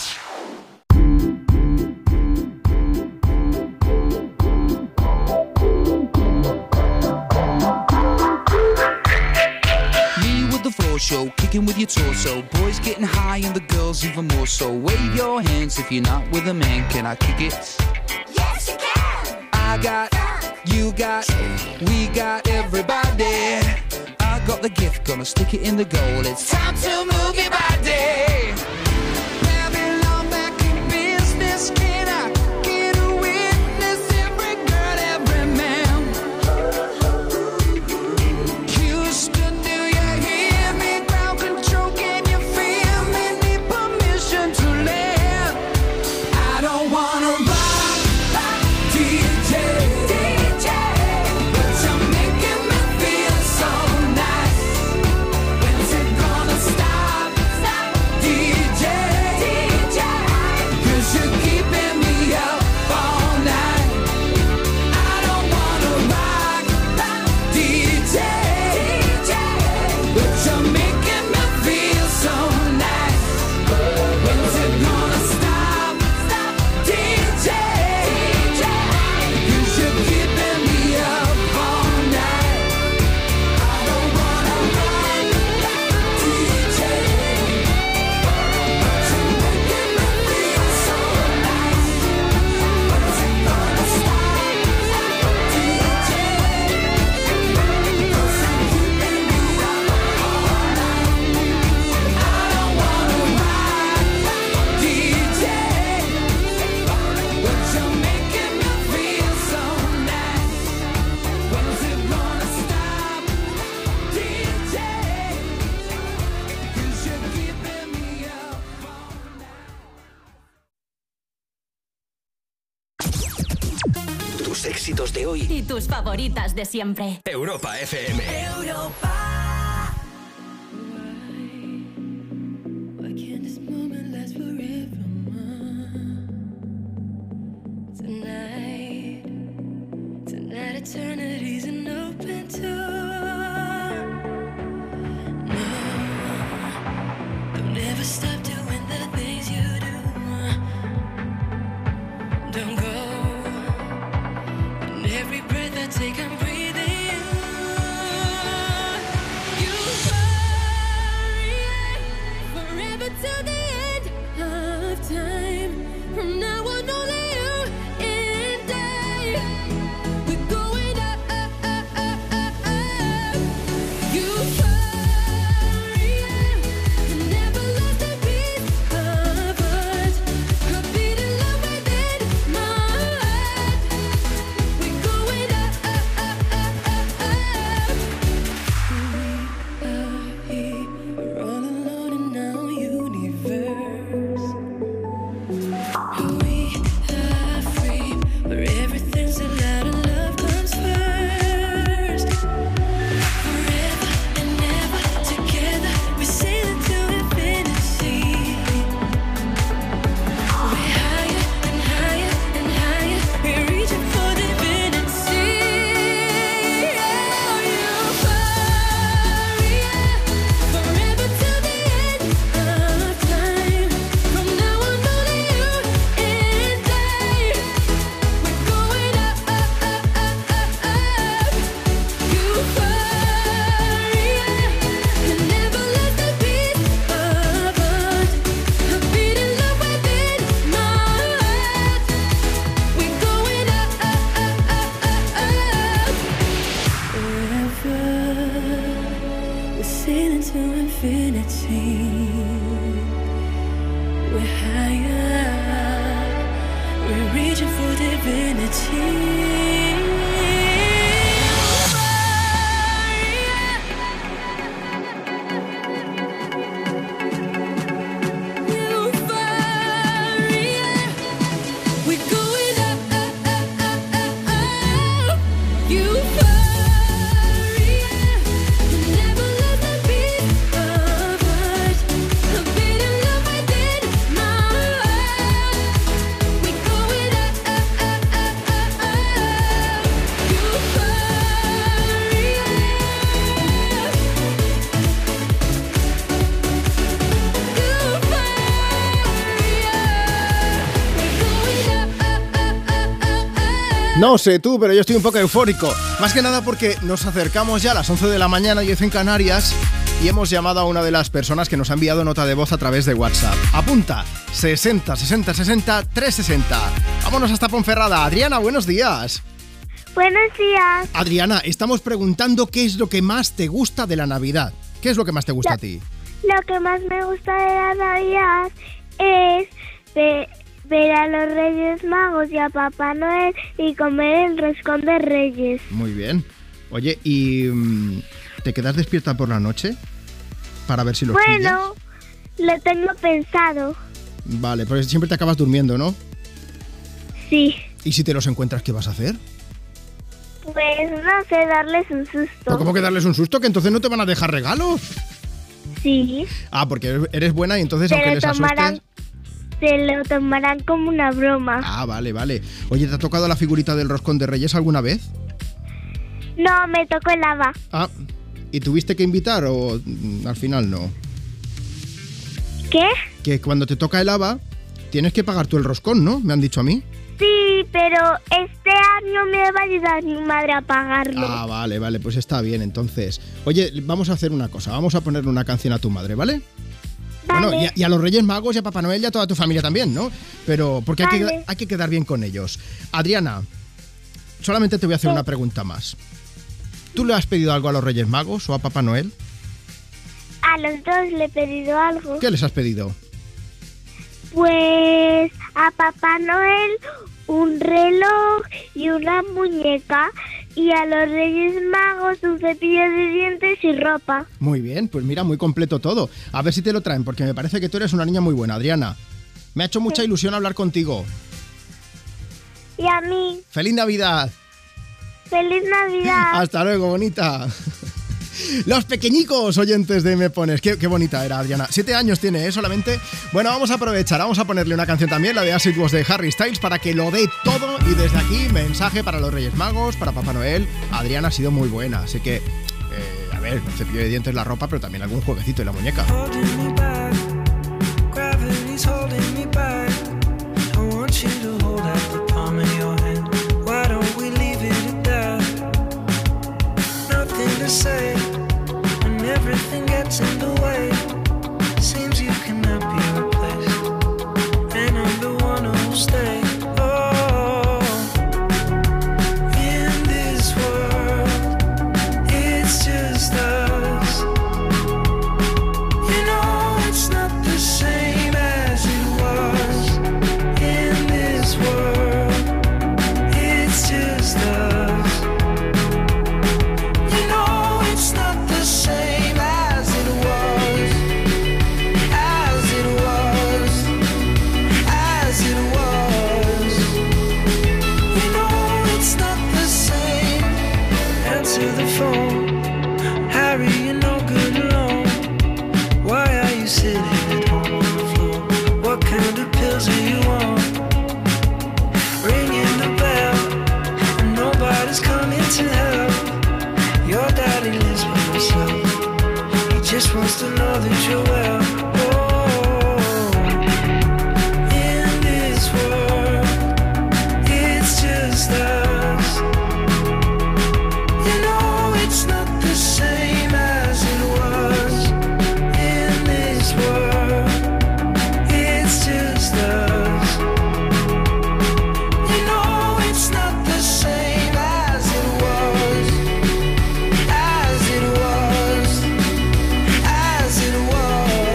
Me with the floor show, kicking with your torso. Boys getting high and the girls even more so. Wave your hands if you're not with a man. Can I kick it? Yes, you can. I got, you got, we got everybody. I got the gift, gonna stick it in the goal. It's time to move your body. Babylon back in business. Can I get a witness? Every girl, every man. Houston, do you hear me? Ground control, can you feel me? Need permission to land. I don't wanna rock, rock, D J, D J, but you're making me feel so nice. When's it gonna stop, stop, D J, D J, 'cause you're keeping me up all night. I don't wanna rock, rock, D J, D J, but you're making me feel so nice. When's it gonna stop, stop, D J, D J, 'cause you're keeping me up all night. I don't wanna rock, rock, D J, but you're making me feel so nice. When's it gonna stop, stop, D J, 'cause you're keeping me up all night. I don't wanna rock, rock, D J, but you're making me feel so nice. When's it gonna stop, D J, 'cause you're keeping me up all night. Tus éxitos de hoy. Y tus favoritas de siempre. Europa F M. Why can't this moment last forever? Tonight, tonight eternity's an open door. No, don't ever stop doing the things you do. Don't go. And every breath I take, I'm breathing. we're higher. We're reaching for divinity. No sé tú, pero yo estoy un poco eufórico. Más que nada porque nos acercamos ya a las once de la mañana, diez en Canarias, y hemos llamado a una de las personas que nos ha enviado nota de voz a través de WhatsApp. Apunta, sesenta, sesenta, sesenta, trescientos sesenta. Vámonos hasta Ponferrada. Adriana, buenos días. Buenos días. Adriana, estamos preguntando qué es lo que más te gusta de la Navidad. ¿Qué es lo que más te gusta lo, a ti? Lo que más me gusta de la Navidad es ver, ver a los Reyes Magos y a Papá Noel y comer el roscón de Reyes. Muy bien. Oye, ¿y te quedas despierta por la noche para ver si los pillas? Bueno, lo tengo pensado. Vale, pero siempre te acabas durmiendo, ¿no? Sí. ¿Y si te los encuentras, qué vas a hacer? Pues no sé, darles un susto. ¿Pero cómo que darles un susto? ¿Que entonces no te van a dejar regalos? Sí. Ah, porque eres buena y entonces Se aunque lo les tomarán, asustes... Se lo tomarán como una broma. Ah, vale, vale. Oye, ¿te ha tocado la figurita del roscón de Reyes alguna vez? No, me tocó el haba. Ah, ¿y tuviste que invitar o mm, al final no? ¿Qué? Que cuando te toca el haba tienes que pagar tú el roscón, ¿no? Me han dicho a mí. Sí, pero este año me va a ayudar mi madre a pagarlo. Ah, vale, vale, pues está bien entonces. Oye, vamos a hacer una cosa, vamos a ponerle una canción a tu madre, ¿vale? Vale. Bueno, y a, y a los Reyes Magos y a Papá Noel y a toda tu familia también, ¿no? Pero porque hay, Vale. que, hay que quedar bien con ellos. Adriana, solamente te voy a hacer Sí. una pregunta más. ¿Tú le has pedido algo a los Reyes Magos o a Papá Noel? A los dos le he pedido algo. ¿Qué les has pedido? Pues a Papá Noel un reloj y una muñeca, y a los Reyes Magos un cepillo de dientes y ropa. Muy bien, pues mira, muy completo todo. A ver si te lo traen, porque me parece que tú eres una niña muy buena, Adriana. Me ha hecho mucha ilusión hablar contigo. Y a mí, ¡Feliz Navidad! ¡feliz Navidad! Hasta luego, bonita. Los pequeñicos oyentes de Me Pones. Qué, qué bonita era, Adriana. Siete años tiene, ¿eh? Solamente. Bueno, vamos a aprovechar. Vamos a ponerle una canción también, la de As It Was de Harry Styles, para que lo dé todo. Y desde aquí, mensaje para los Reyes Magos, para Papá Noel. Adriana ha sido muy buena. Así que, eh, a ver, el cepillo de dientes, la ropa, pero también algún jueguecito en la muñeca. Gravity's holding me back. I want you to hold out the palm of your hand. Why don't we leave it at that? Nothing to say when everything gets in the way. Seems you cannot be replaced, and I'm the one who'll stay. Oh, in this world, it's just us. You know it's not the same as it was. In this world, it's just us. You know it's not the same as it was. As it was. As it was. You know it's not the same. Answer the phone. Harry, you're no good alone. Why are you sitting at home on the floor? What kind of pills are you on? Ringing the bell, and nobody's coming to help. Your daddy lives by himself. He just wants to know that you're well. Oh, in this world, it's just us. You know it's not the same as it was. In this world, it's just us. You know it's not the same as it was. As it was. As it was.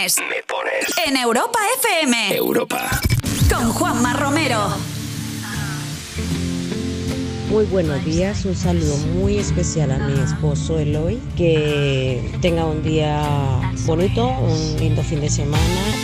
pones. Me pones. En Europa F M. Europa. Con Juanma Romero. Muy buenos días, un saludo muy especial a mi esposo Eloy, que tenga un día bonito, un lindo fin de semana.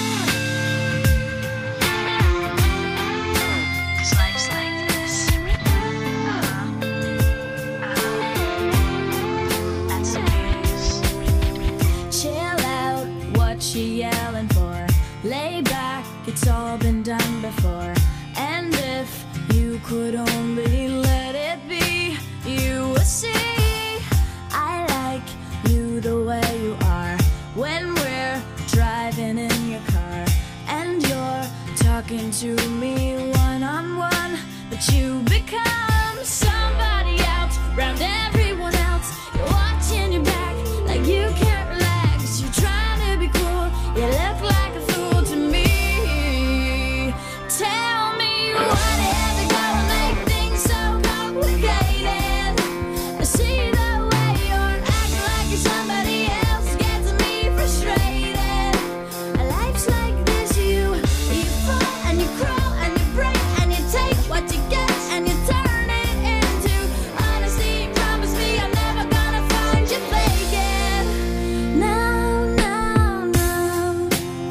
Chill out, what you yelling for? Lay back, it's all been done before. And if you could only let it be, you would see I like you the way you are. When we're driving in your car and you're talking to me one on one, but you become somebody else round everyone else. You're watching your back like you can't relax. You're trying to be cool, you look like a fool to me. Tell me what is it gonna make things so complicated? I see the way you're acting like you're somebody else gets me frustrated. Life's like this, you you fall and you crawl and you break and you take what you get and you turn it into honesty. Promise me I'm never gonna find you faking. No, no, no.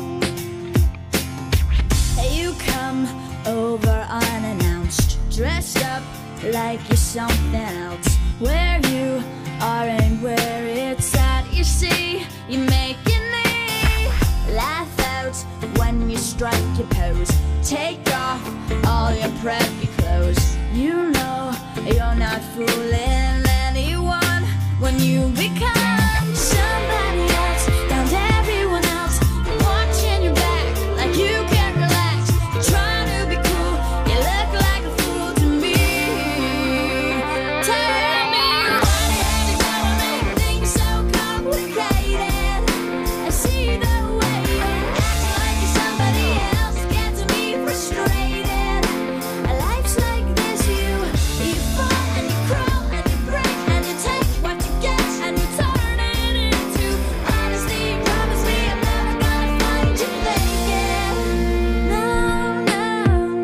You come over unannounced, dressed up like you're something else. Where you are and where it's at, you see, you make me laugh out when you strike your pose. Take off all your preppy clothes. You know you're not fooling anyone when you become somebody else round everyone else. You're watching your back like you can't relax. You're trying to be cool, you look like a fool to me. Tell me what is it gonna make things so complicated? I see the way you're acting like you're somebody else gets me frustrated. Life's like this, you you fall and you crawl and you break and you take what you get and you turn it into honesty. Promise me I'm never gonna find you faking. No, no,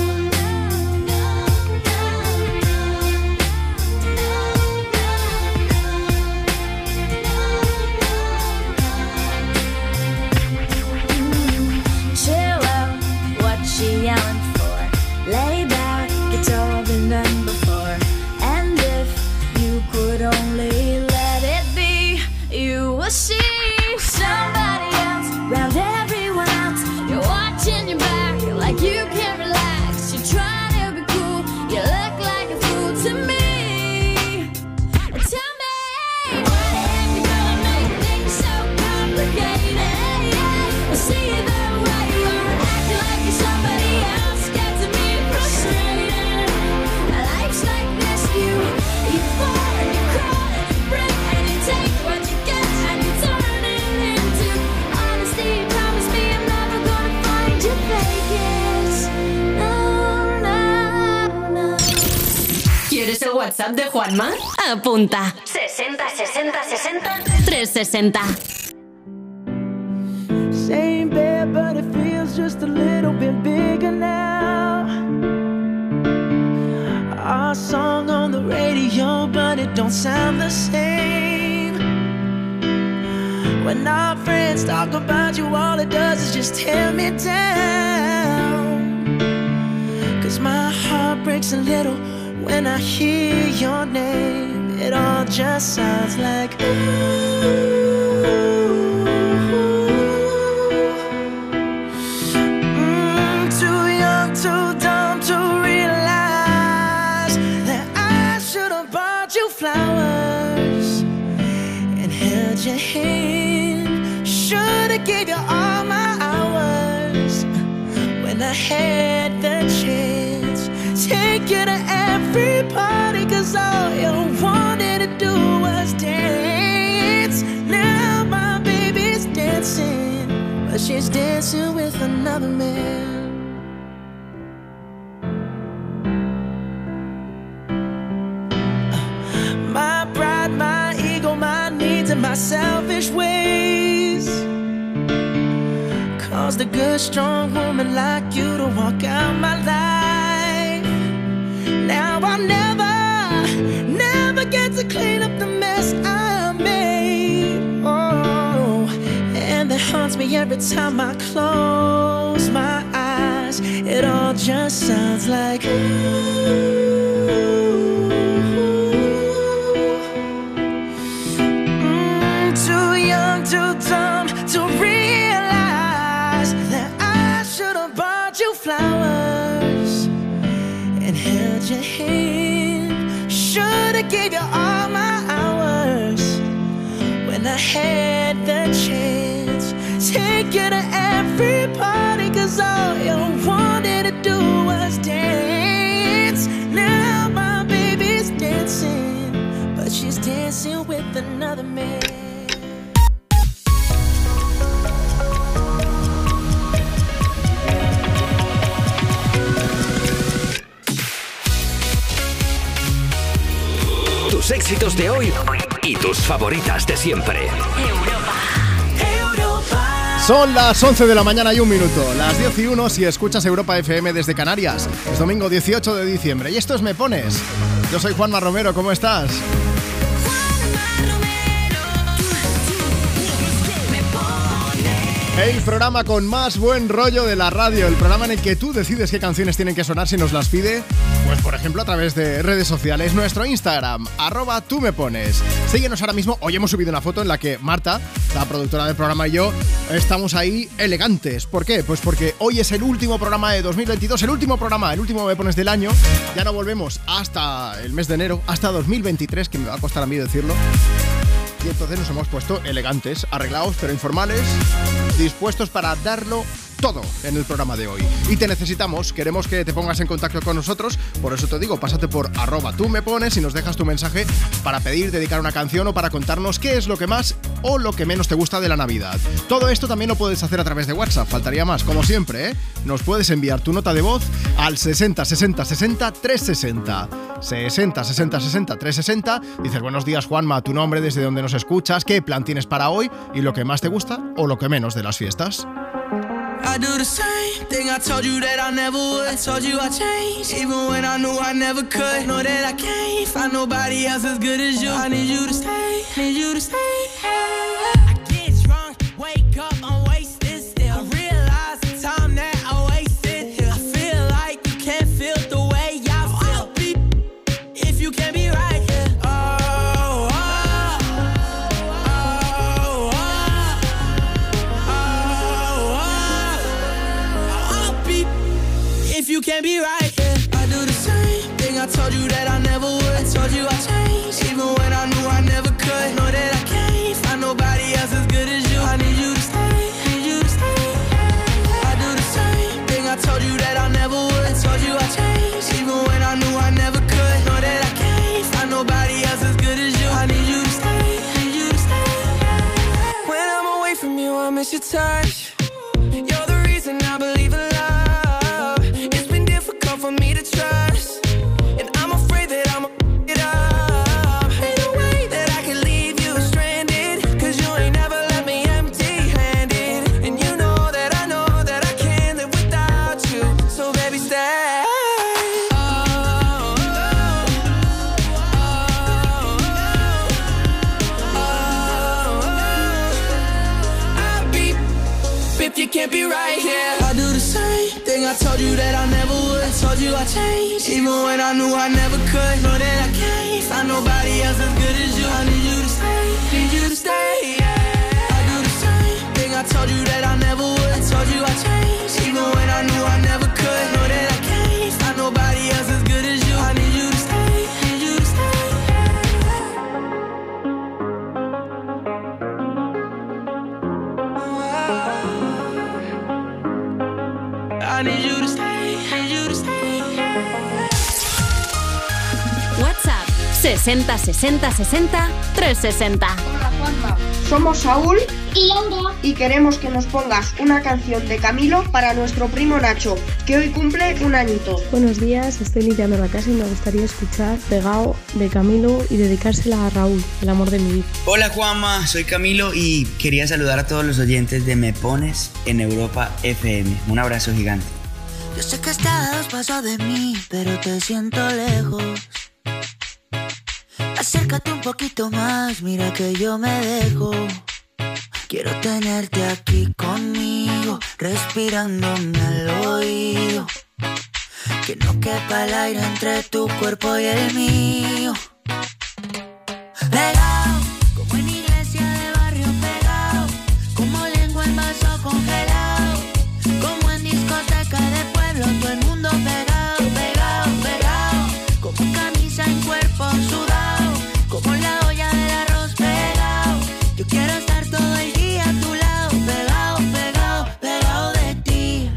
chill out, what you yelling for? Lay back, it's all been done before. And if you could only let it be, you will see somebody else round everyone else. You're watching your back like you can't relax. You're trying to be cool, you look like a fool to me. Tell me, what is it gonna make things so complicated? I see the way you're acting like you're somebody else gets me frustrated. Life's like this, you you fall and you crawl and you break and you take what you get and you turn it into honesty. Promise me I'm never gonna find you faking. No, no, no. ¿Quieres el WhatsApp de Juanma? Apunta. sesenta sesenta sesenta trescientos sesenta. Same bed, but it feels just a little bit bigger now. Our song on the radio, but it don't sound the same. When our friends talk about you, all it does is just tear me down. Cause my heart breaks a little when I hear your name. It all just sounds like ooh. Too dumb to realize that I should have bought you flowers and held your hand. Should have gave you all my hours when I had the chance. Take you to every party, cause all you wanted to do was dance. Now my baby's dancing, but she's dancing with another man. My pride, my ego, my needs, and my selfish ways good, strong woman like you to walk out my life. Now I'll never, never get to clean up the mess I made. Oh, and that haunts me every time I close my eyes. It all just sounds like ooh. Too dumb to realize that I should have bought you flowers and held your hand. Should have gave you all my hours when I had the chance. Take you to every party, cause all you wanted to do was dance. Now my baby's dancing, but she's dancing with another man. Tus éxitos de hoy y tus favoritas de siempre. Son las once de la mañana y un minuto, las diez y uno si escuchas Europa F M desde Canarias. Es domingo dieciocho de diciembre y esto es Me Pones. Yo soy Juanma Romero, ¿cómo estás? El programa con más buen rollo de la radio, el programa en el que tú decides qué canciones tienen que sonar si nos las pide, pues por ejemplo a través de redes sociales, nuestro Instagram, arroba tú me pones. Síguenos ahora mismo, hoy hemos subido una foto en la que Marta, la productora del programa, y yo estamos ahí elegantes. ¿Por qué? Pues porque hoy es el último programa de dos mil veintidós, el último programa, el último Me Pones del año. Ya no volvemos hasta el mes de enero, hasta dos mil veintitrés, que me va a costar a mí decirlo. Y entonces nos hemos puesto elegantes, arreglados pero informales, dispuestos para darlo todo en el programa de hoy. Y te necesitamos, queremos que te pongas en contacto con nosotros, por eso te digo, pásate por arroba tú me pones y nos dejas tu mensaje para pedir, dedicar una canción o para contarnos qué es lo que más o lo que menos te gusta de la Navidad. Todo esto también lo puedes hacer a través de WhatsApp, faltaría más, como siempre, ¿eh? Nos puedes enviar tu nota de voz al sesenta sesenta sesenta trescientos sesenta. sesenta sesenta sesenta trescientos sesenta. Dices, buenos días Juanma, tu nombre, desde donde nos escuchas, qué plan tienes para hoy y lo que más te gusta o lo que menos de las fiestas. I do the same thing I told you that I never would. I told you I changed, even when I knew I never could. Know that I can't find nobody else as good as you. I need you to stay, need you to stay. I get drunk, wake up, I'm wasted still. I realize the time that I wasted here. I feel like you can't feel the way I feel. I'll be if you can't be right here. Oh, oh, oh, oh, oh. If you can't be right, yeah. I do the same thing I told you that I never would. I told you I changed, even when I knew I never could. Know that I can't find nobody else as good as you. I need you to stay, need you to stay. I do the same thing I told you that I never would. I told you I changed, even when I knew I never could. Know that I can't find nobody else as good as you. I need you to stay, need you to stay. When I'm away from you, I miss your touch. You're the reason I believe in love. For me to trust, and I'm afraid that I'm gonna get up. Ain't no way that I can leave you stranded, cause you ain't never left me empty-handed. And you know that I know that I can't live without you. So baby stay. Oh, oh, oh, oh, I'll be if you can't be right here. I do the same thing I told you that I never would. I told you I changed, even when I knew I never could. Know that I can't find nobody else as good as you. I need you to stay, need you to stay, yeah. I do the same thing I told you that I never would. I told you I changed, even when I knew I never could. Know that I can't find nobody else as good as you. I need you to stay, need you to stay, yeah. I need you to stay. WhatsApp sesenta sesenta sesenta trescientos sesenta. Hola Juanma, somos Saúl y Laura. Y queremos que nos pongas una canción de Camilo para nuestro primo Nacho, que hoy cumple un añito. Buenos días, estoy limpiando la casa y me gustaría escuchar Pegao de Camilo y dedicársela a Raúl, el amor de mi vida. Hola Juanma, soy Camilo y quería saludar a todos los oyentes de Me Pones en Europa F M. Un abrazo gigante. Yo sé que estás a dos pasos de mí, pero te siento lejos. Acércate un poquito más, mira que yo me dejo. Quiero tenerte aquí conmigo, respirándome al oído. Que no quepa el aire entre tu cuerpo y el mío. Pegao, como en iglesia de barrio pegao, como lengua en vaso congelado, como en discoteca de pueblo, todo el mundo pegao, pegao, pegao, como camisa en cuerpo sudado, como la olla del arroz pegao. Yo quiero estar todo el día a tu lado, pegao, pegao, pegao de ti.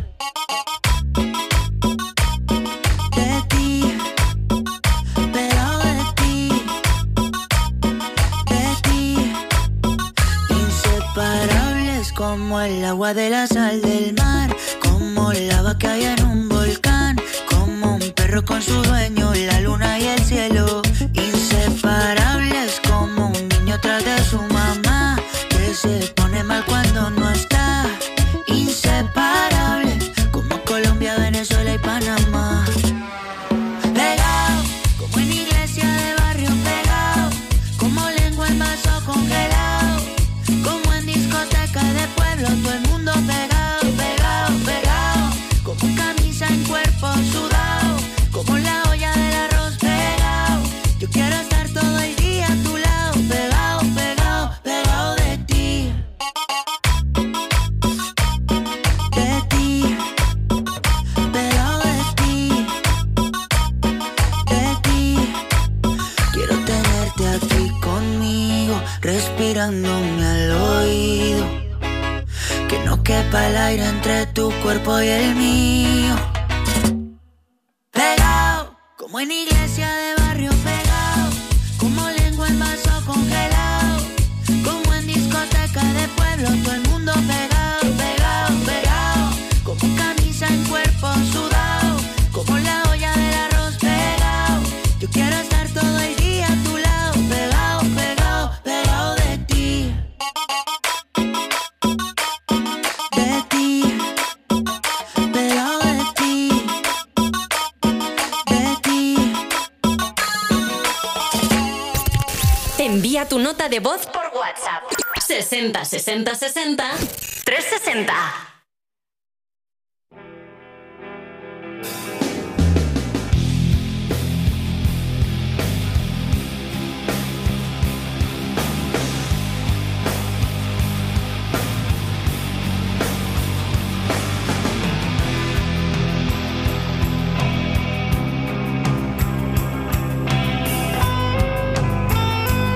De ti, pegao de ti. De ti. Inseparables como el agua de la sal del mar, como lava que hay en un volcán, como un perro con su dueño, la luna y el cielo. Inseparables como un niño tras de su mamá, que se pone mal cuando no está. Inseparables como Colombia, Venezuela y Panamá. Pegao, como en iglesia de barrio pegao, como lengua en vaso congelado, como en discoteca de pueblo, todo el mundo pegao, pegao, pegao, como camisa en cuerpo sudado, como la olla del arroz pegao. Yo quiero estar todo el día a tu lado, pegao, pegao, pegao de ti. De ti, pegao de ti. De ti. Quiero tenerte aquí conmigo, respirándome al oído. Que no quepa el aire entre tu cuerpo y el mío. Pegao, como en iglesia de barrio pegao, como lengua en vaso congelado, como en discoteca de pueblo, todo el mundo pegao, pegao, pegao, como camisa en cuerpo sudado, como la olla del arroz pegao. Yo quiero estar todo el día a tu lado, pegao, pegao, pegao de ti. De ti, pegao de ti. De ti. Envía tu nota de voz por WhatsApp. sesenta sesenta sesenta trescientos sesenta.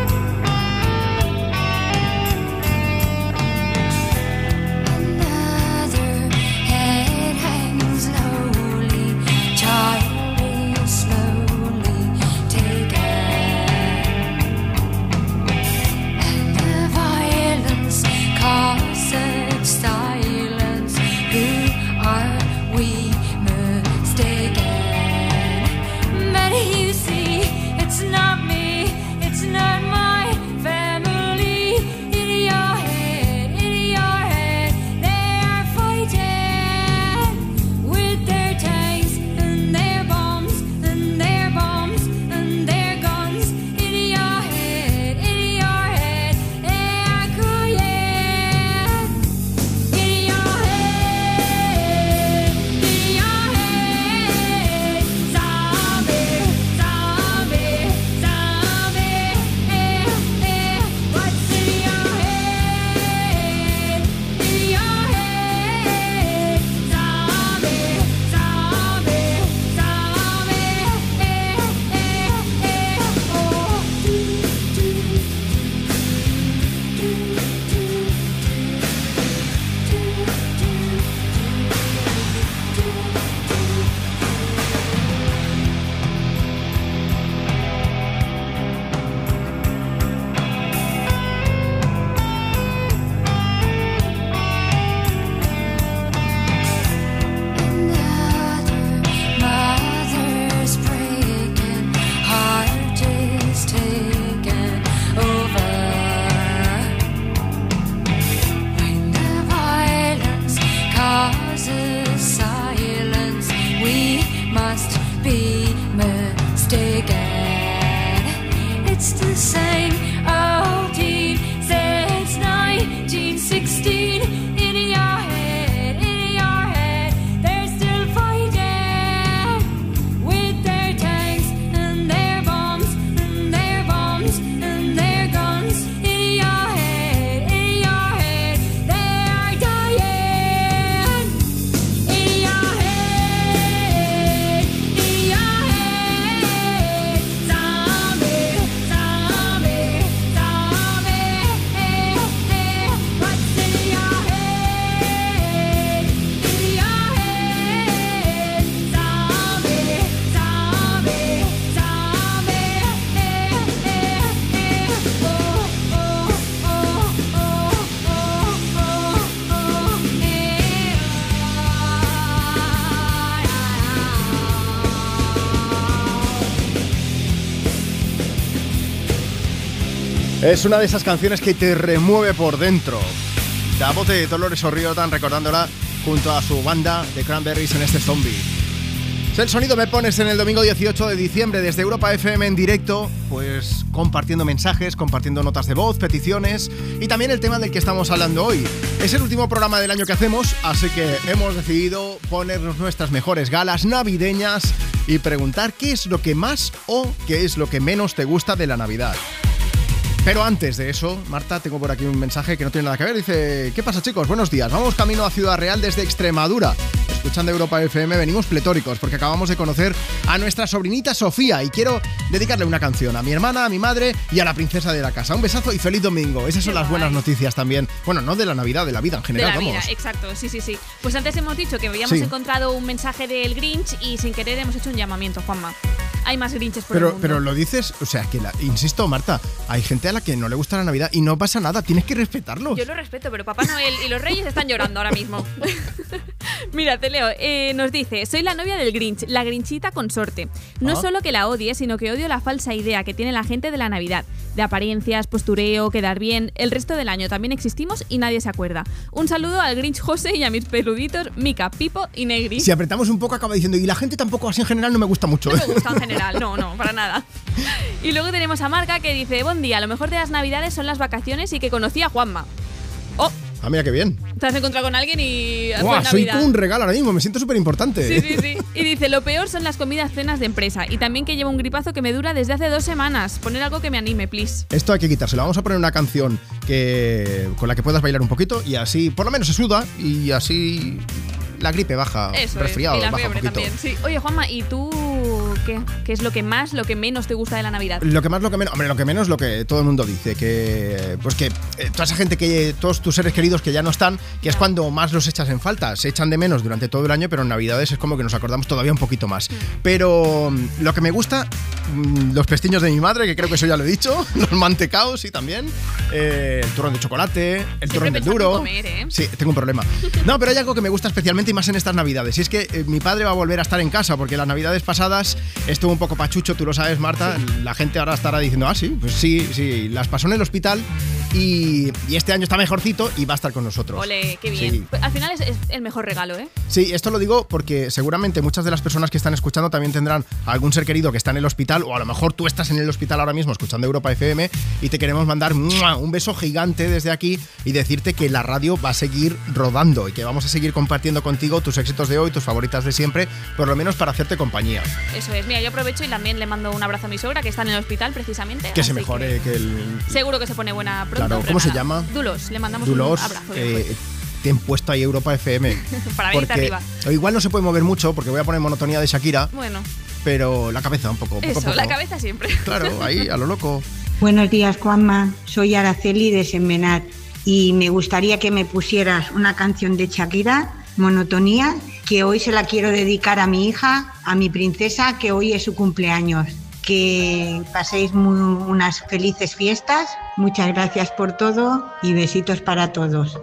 Now Es una de esas canciones que te remueve por dentro. La voz de Dolores O'Riordan recordándola junto a su banda de Cranberries en este Zombie. Es el sonido Me Pones en el domingo dieciocho de diciembre desde Europa F M en directo, pues compartiendo mensajes, compartiendo notas de voz, peticiones y también el tema del que estamos hablando hoy. Es el último programa del año que hacemos, así que hemos decidido ponernos nuestras mejores galas navideñas y preguntar qué es lo que más o qué es lo que menos te gusta de la Navidad. Pero antes de eso, Marta, tengo por aquí un mensaje que no tiene nada que ver. Dice, ¿qué pasa, chicos? Buenos días. Vamos camino a Ciudad Real desde Extremadura. Escuchando Europa F M, venimos pletóricos porque acabamos de conocer a nuestra sobrinita Sofía y quiero dedicarle una canción a mi hermana, a mi madre y a la princesa de la casa. Un besazo y feliz domingo. Esas son las buenas noticias también. Bueno, no de la Navidad, de la vida en general, de la vamos. vida, exacto, sí, sí, sí. Pues antes hemos dicho que habíamos Sí. encontrado un mensaje del Grinch y sin querer hemos hecho un llamamiento, Juanma. Hay más Grinches por el Pero, mundo. pero lo dices, o sea, que la, insisto, Marta, hay gente a la que no le gusta la Navidad y no pasa nada, tienes que respetarlo. Yo lo respeto, pero Papá Noel y los Reyes están llorando ahora mismo. Mira, te leo. Eh, nos dice, soy la novia del Grinch, la Grinchita consorte. No Ah. solo que la odie, sino que odio la falsa idea que tiene la gente de la Navidad. De apariencias, postureo, quedar bien. El resto del año también existimos y nadie se acuerda. Un saludo al Grinch José y a mis peluditos Mica, Pipo y Negri. Si apretamos un poco acaba diciendo, y la gente tampoco así en general no me gusta mucho. No me gusta en general, no, no, para nada. Y luego tenemos a Marca que dice, buen día, lo mejor de las Navidades son las vacaciones y que conocí a Juanma. Oh, Ah, mira qué bien. te has encontrado con alguien y fue Buah, soy Navidad. como un regalo ahora mismo, me siento súper importante. Sí, sí, sí. Y dice, lo peor son las comidas cenas de empresa y también que llevo un gripazo que me dura desde hace dos semanas. Poner algo que me anime, please. Esto hay que quitárselo. Vamos a poner una canción que con la que puedas bailar un poquito y así por lo menos se suda y así la gripe baja, Eso resfriado es. Y la baja un fiebre poquito. también. Sí. Oye, Juanma, ¿y tú qué? ¿Qué es lo que más, lo que menos te gusta de la Navidad? Lo que más, lo que menos, hombre, lo que menos lo que todo el mundo dice, que pues que eh, toda esa gente que todos tus seres queridos que ya no están, que es cuando más los echas en falta, se echan de menos durante todo el año, pero en Navidades es como que nos acordamos todavía un poquito más. Pero mm, lo que me gusta, mm, los pestiños de mi madre, que creo que eso ya lo he dicho, los mantecaos sí también, eh, el turrón de chocolate, el Siempre turrón del pensando en duro. comer, ¿eh? Sí, tengo un problema. No, pero hay algo que me gusta especialmente y más en estas Navidades. Y es que eh, mi padre va a volver a estar en casa porque las Navidades pasadas estuvo un poco pachucho, tú lo sabes, Marta. Sí. La gente ahora estará diciendo, ah, sí, pues sí, sí. Las pasó en el hospital y, y este año está mejorcito y va a estar con nosotros. Ole, qué bien. Sí. Pues al final es, es el mejor regalo, ¿eh? Sí, esto lo digo porque seguramente muchas de las personas que están escuchando también tendrán algún ser querido que está en el hospital o a lo mejor tú estás en el hospital ahora mismo escuchando Europa F M y te queremos mandar ¡mua! Un beso gigante desde aquí y decirte que la radio va a seguir rodando y que vamos a seguir compartiendo contigo tus éxitos de hoy, tus favoritas de siempre, por lo menos para hacerte compañía. Eso es. Mira, yo aprovecho y también le mando un abrazo a mi suegra que está en el hospital precisamente. Que se así mejore, que, que el... Seguro que se pone buena pronto. Claro, pero ¿cómo se nada. llama? Dulos, le mandamos Dulos, un abrazo. eh, te han puesto ahí Europa F M. Para venirte porque arriba. igual no se puede mover mucho porque voy a poner monotonía de Shakira, Bueno, pero la cabeza un poco. poco a eso, poco. la cabeza siempre. Claro, ahí a lo loco. Buenos días, Juanma. Soy Araceli de Sembenat y me gustaría que me pusieras una canción de Shakira, Monotonía, que hoy se la quiero dedicar a mi hija, a mi princesa, que hoy es su cumpleaños. Que paséis muy, unas felices fiestas. Muchas gracias por todo y besitos para todos.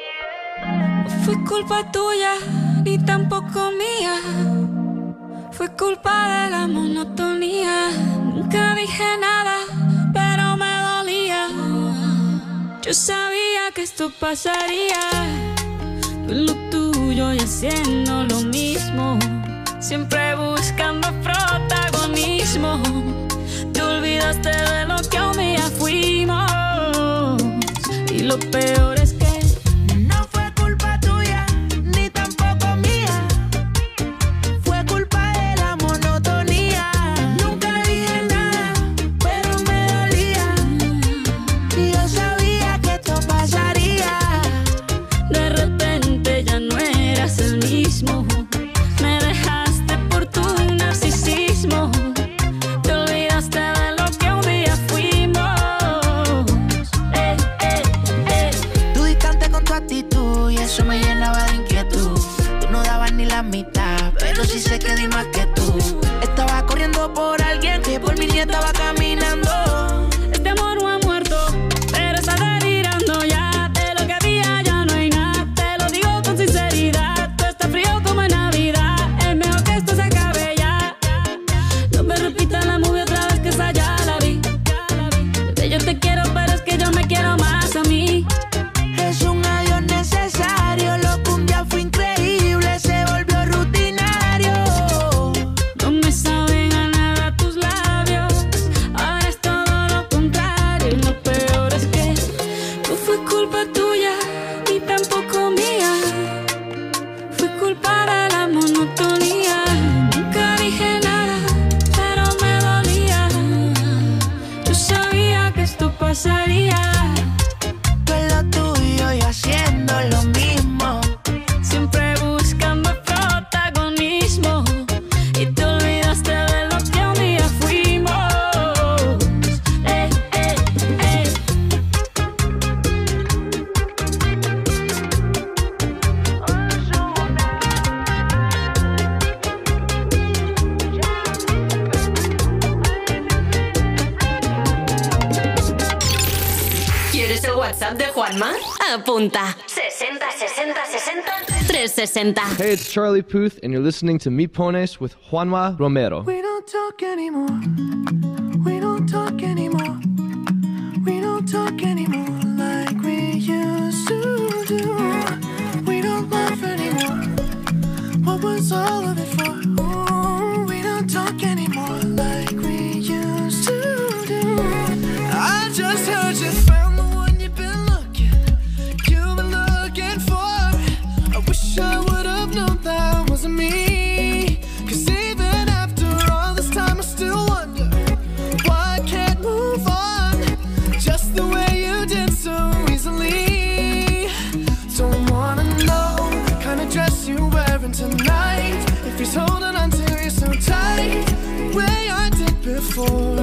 Fue culpa tuya, ni tampoco mía. Fue culpa de la monotonía. Nunca dije nada, pero me dolía. Yo sabía que esto pasaría. Tú en lo tuyo y haciendo lo mismo. Siempre buscando protagonismo. Te olvidaste de lo que un día fuimos. Y lo peor es que no fue culpa tuya, ni tampoco mía. Fue culpa de la monotonía. Nunca dije nada, pero me dolía. Y yo sabía que esto pasaría. De repente ya no eras el mismo. Me dejaste por tu narcisismo. Te olvidaste de lo que un día fuimos. Eh, eh, eh. Tú distante con tu actitud y eso me llenaba de inquietud. Tú no dabas ni la mitad, pero sí sé que di más que tú. Estaba corriendo por alguien que por mí ni estaba caminando. Este amor no ha muerto, pero está delirando ya. De lo que había ya no hay nada. Te lo digo con sinceridad. Tú estás frío como en Navidad. Es mejor que esto se acabe ya. No me repitas la movie otra vez, que esa ya la vi. Bebé, yo te quiero, pero WhatsApp de Juanma? Apunta. sesenta sesenta sesenta trescientos sesenta. Hey, it's Charlie Puth, and you're listening to Me Pones with Juanma Romero. We don't talk anymore. We don't talk anymore. We don't talk anymore like we used to do. We don't laugh anymore. What was all of it for? Ooh, we don't talk anymore like we used to do. I just heard you found the one you've been looking, you've been looking for. I wish I would have known that wasn't me. Cause even after all this time I still wonder why I can't move on just the way you did so easily. Don't wanna know the kind of dress you're wearing tonight, if he's holding on to you so tight the way I did before.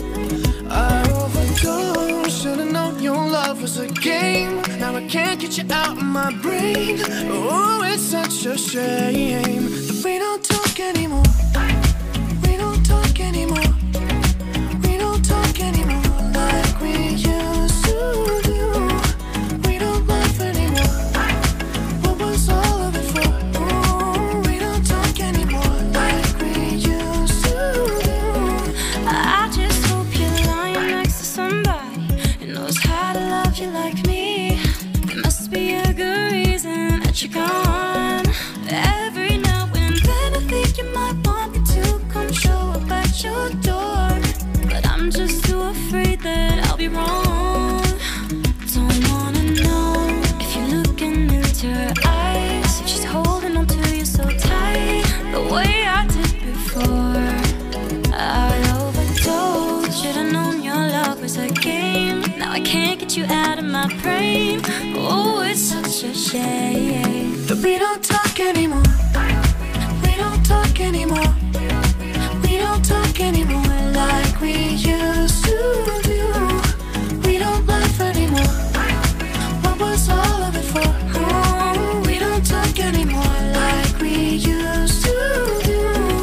I overdosed, should've known your love was a game. Now I can't get you out of my brain. Oh, it's such a shame that we don't talk anymore. We don't talk anymore. We don't talk anymore like we used to do. We don't laugh anymore. What was all of it for? Oh, we don't talk anymore like we used to do. I just hope you're lying next to somebody who knows how to love you like me. There must be a good reason that you're gone. Every now and then I think you might want me to come show up at your door, but I'm just too afraid that I'll be wrong. Don't wanna know if you're looking into her eyes, if she's holding on to you so tight the way I did before. I overdosed, should've known your love was a game. Now I can't get you out of my brain. Oh, it's such a shame that we don't talk anymore. We don't talk anymore. We don't talk anymore like we used to do. We don't laugh anymore. What was all of it for? Oh, we don't talk anymore like we used to do.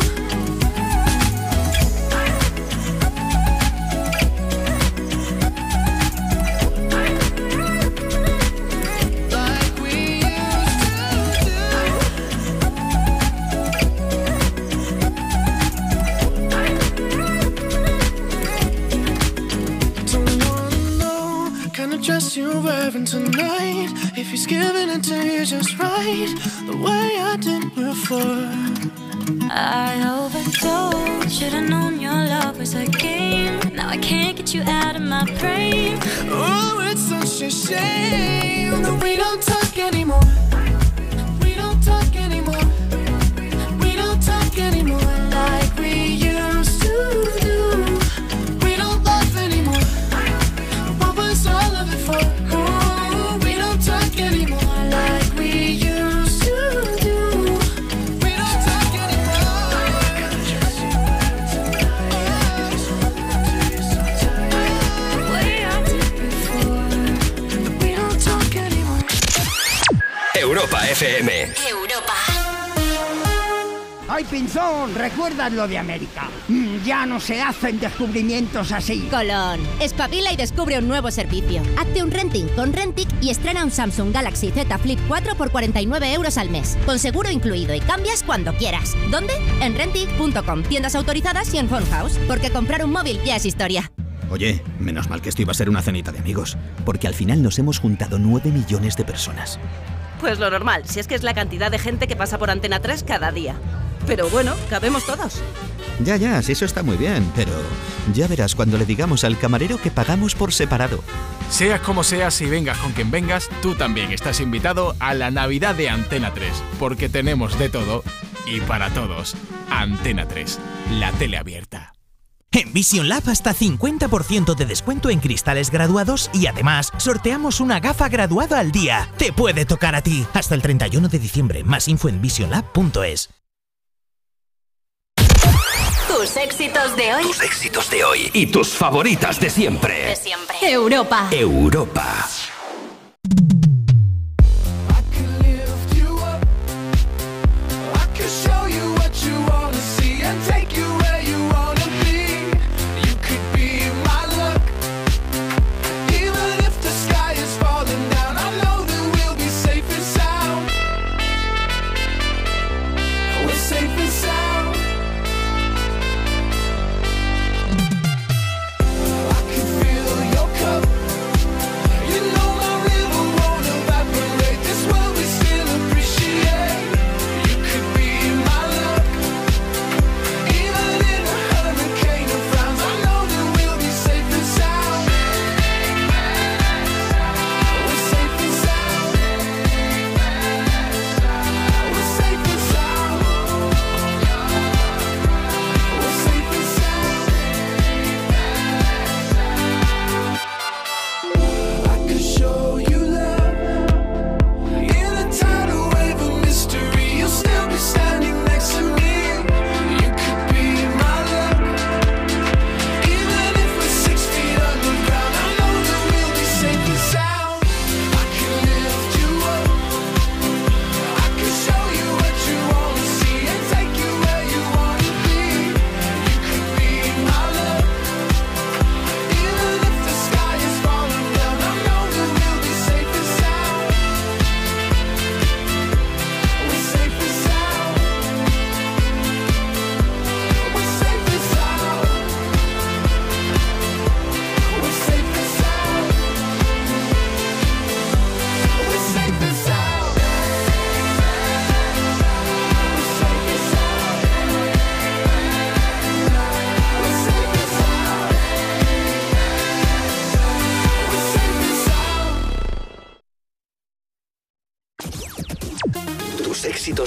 Dress you're wearing tonight, if he's giving it to you just right the way I did before. I overdosed, should've known your love was a game. Now I can't get you out of my brain. Oh, it's such a shame that we don't talk anymore. We don't talk anymore. We don't talk anymore like we used to do. We don't laugh anymore. What was all of it for? Oh, we don't talk anymore like we used to do. We don't talk anymore. The way I did before. We don't talk anymore. Europa F M. Europa. ¡Ay, Pinzón! ¿Recuerdas lo de América? Mm, ya no se hacen descubrimientos así. Colón, espabila y descubre un nuevo servicio. Hazte un renting con Rentic y estrena un Samsung Galaxy Z Flip cuatro por cuarenta y nueve euros al mes, con seguro incluido, y cambias cuando quieras. ¿Dónde? En rentic punto com, tiendas autorizadas y en Phone House, porque comprar un móvil ya es historia. Oye, menos mal que esto iba a ser una cenita de amigos, porque al final nos hemos juntado nueve millones de personas. Pues lo normal, si es que es la cantidad de gente que pasa por Antena tres cada día. Pero bueno, cabemos todos. Ya, ya, sí, eso está muy bien, pero ya verás cuando le digamos al camarero que pagamos por separado. Seas como seas y vengas con quien vengas, tú también estás invitado a la Navidad de Antena tres, porque tenemos de todo y para todos. Antena tres, la tele abierta. En Vision Lab hasta cincuenta por ciento de descuento en cristales graduados y además sorteamos una gafa graduada al día. Te puede tocar a ti. Hasta el treinta y uno de diciembre. Más info en vision lab punto es. Tus éxitos de hoy. Tus éxitos de hoy y tus favoritas de siempre. De siempre. Europa. Europa. Even if the sky is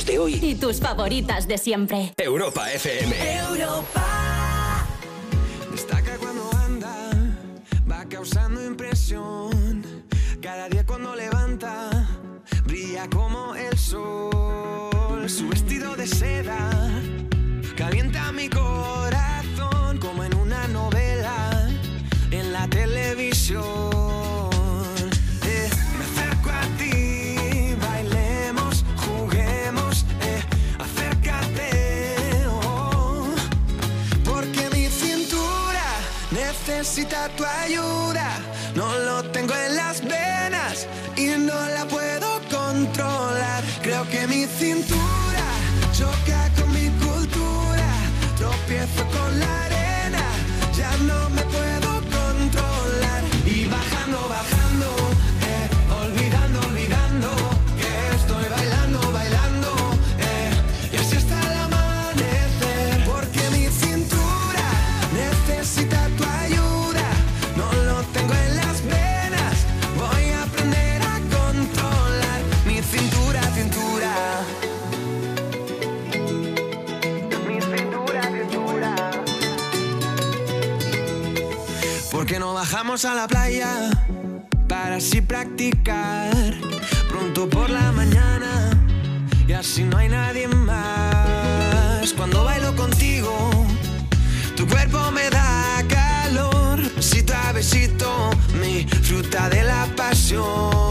de hoy y tus favoritas de siempre. Europa F M. Europa. Destaca cuando anda, va causando impresión. Cada día cuando levanta, brilla como el sol. Su vestido de seda calienta mi corazón como en una novela en la televisión. Eh, me acerco a ti, bailemos, juguemos, eh, acércate, oh, porque mi cintura necesita tu ayuda. No lo tengo en las venas y no la puedo controlar. Creo que mi cintura choca con mi cultura. Tropiezo con la arena, ya no me puedo controlar. Y bajando, bajando, eh, olvidando, olvidando que estoy bailando, bailando, eh, y así hasta el amanecer. Porque mi cintura necesita tu ayuda. No lo tengo en las venas, voy a aprender a controlar mi cintura, cintura. Mi cintura, cintura. ¿Por qué no bajamos a la playa para así practicar pronto por la mañana y así no hay nadie más? Cuando bailo contigo, tu cuerpo me da calor. Besito a besito, mi fruta de la pasión.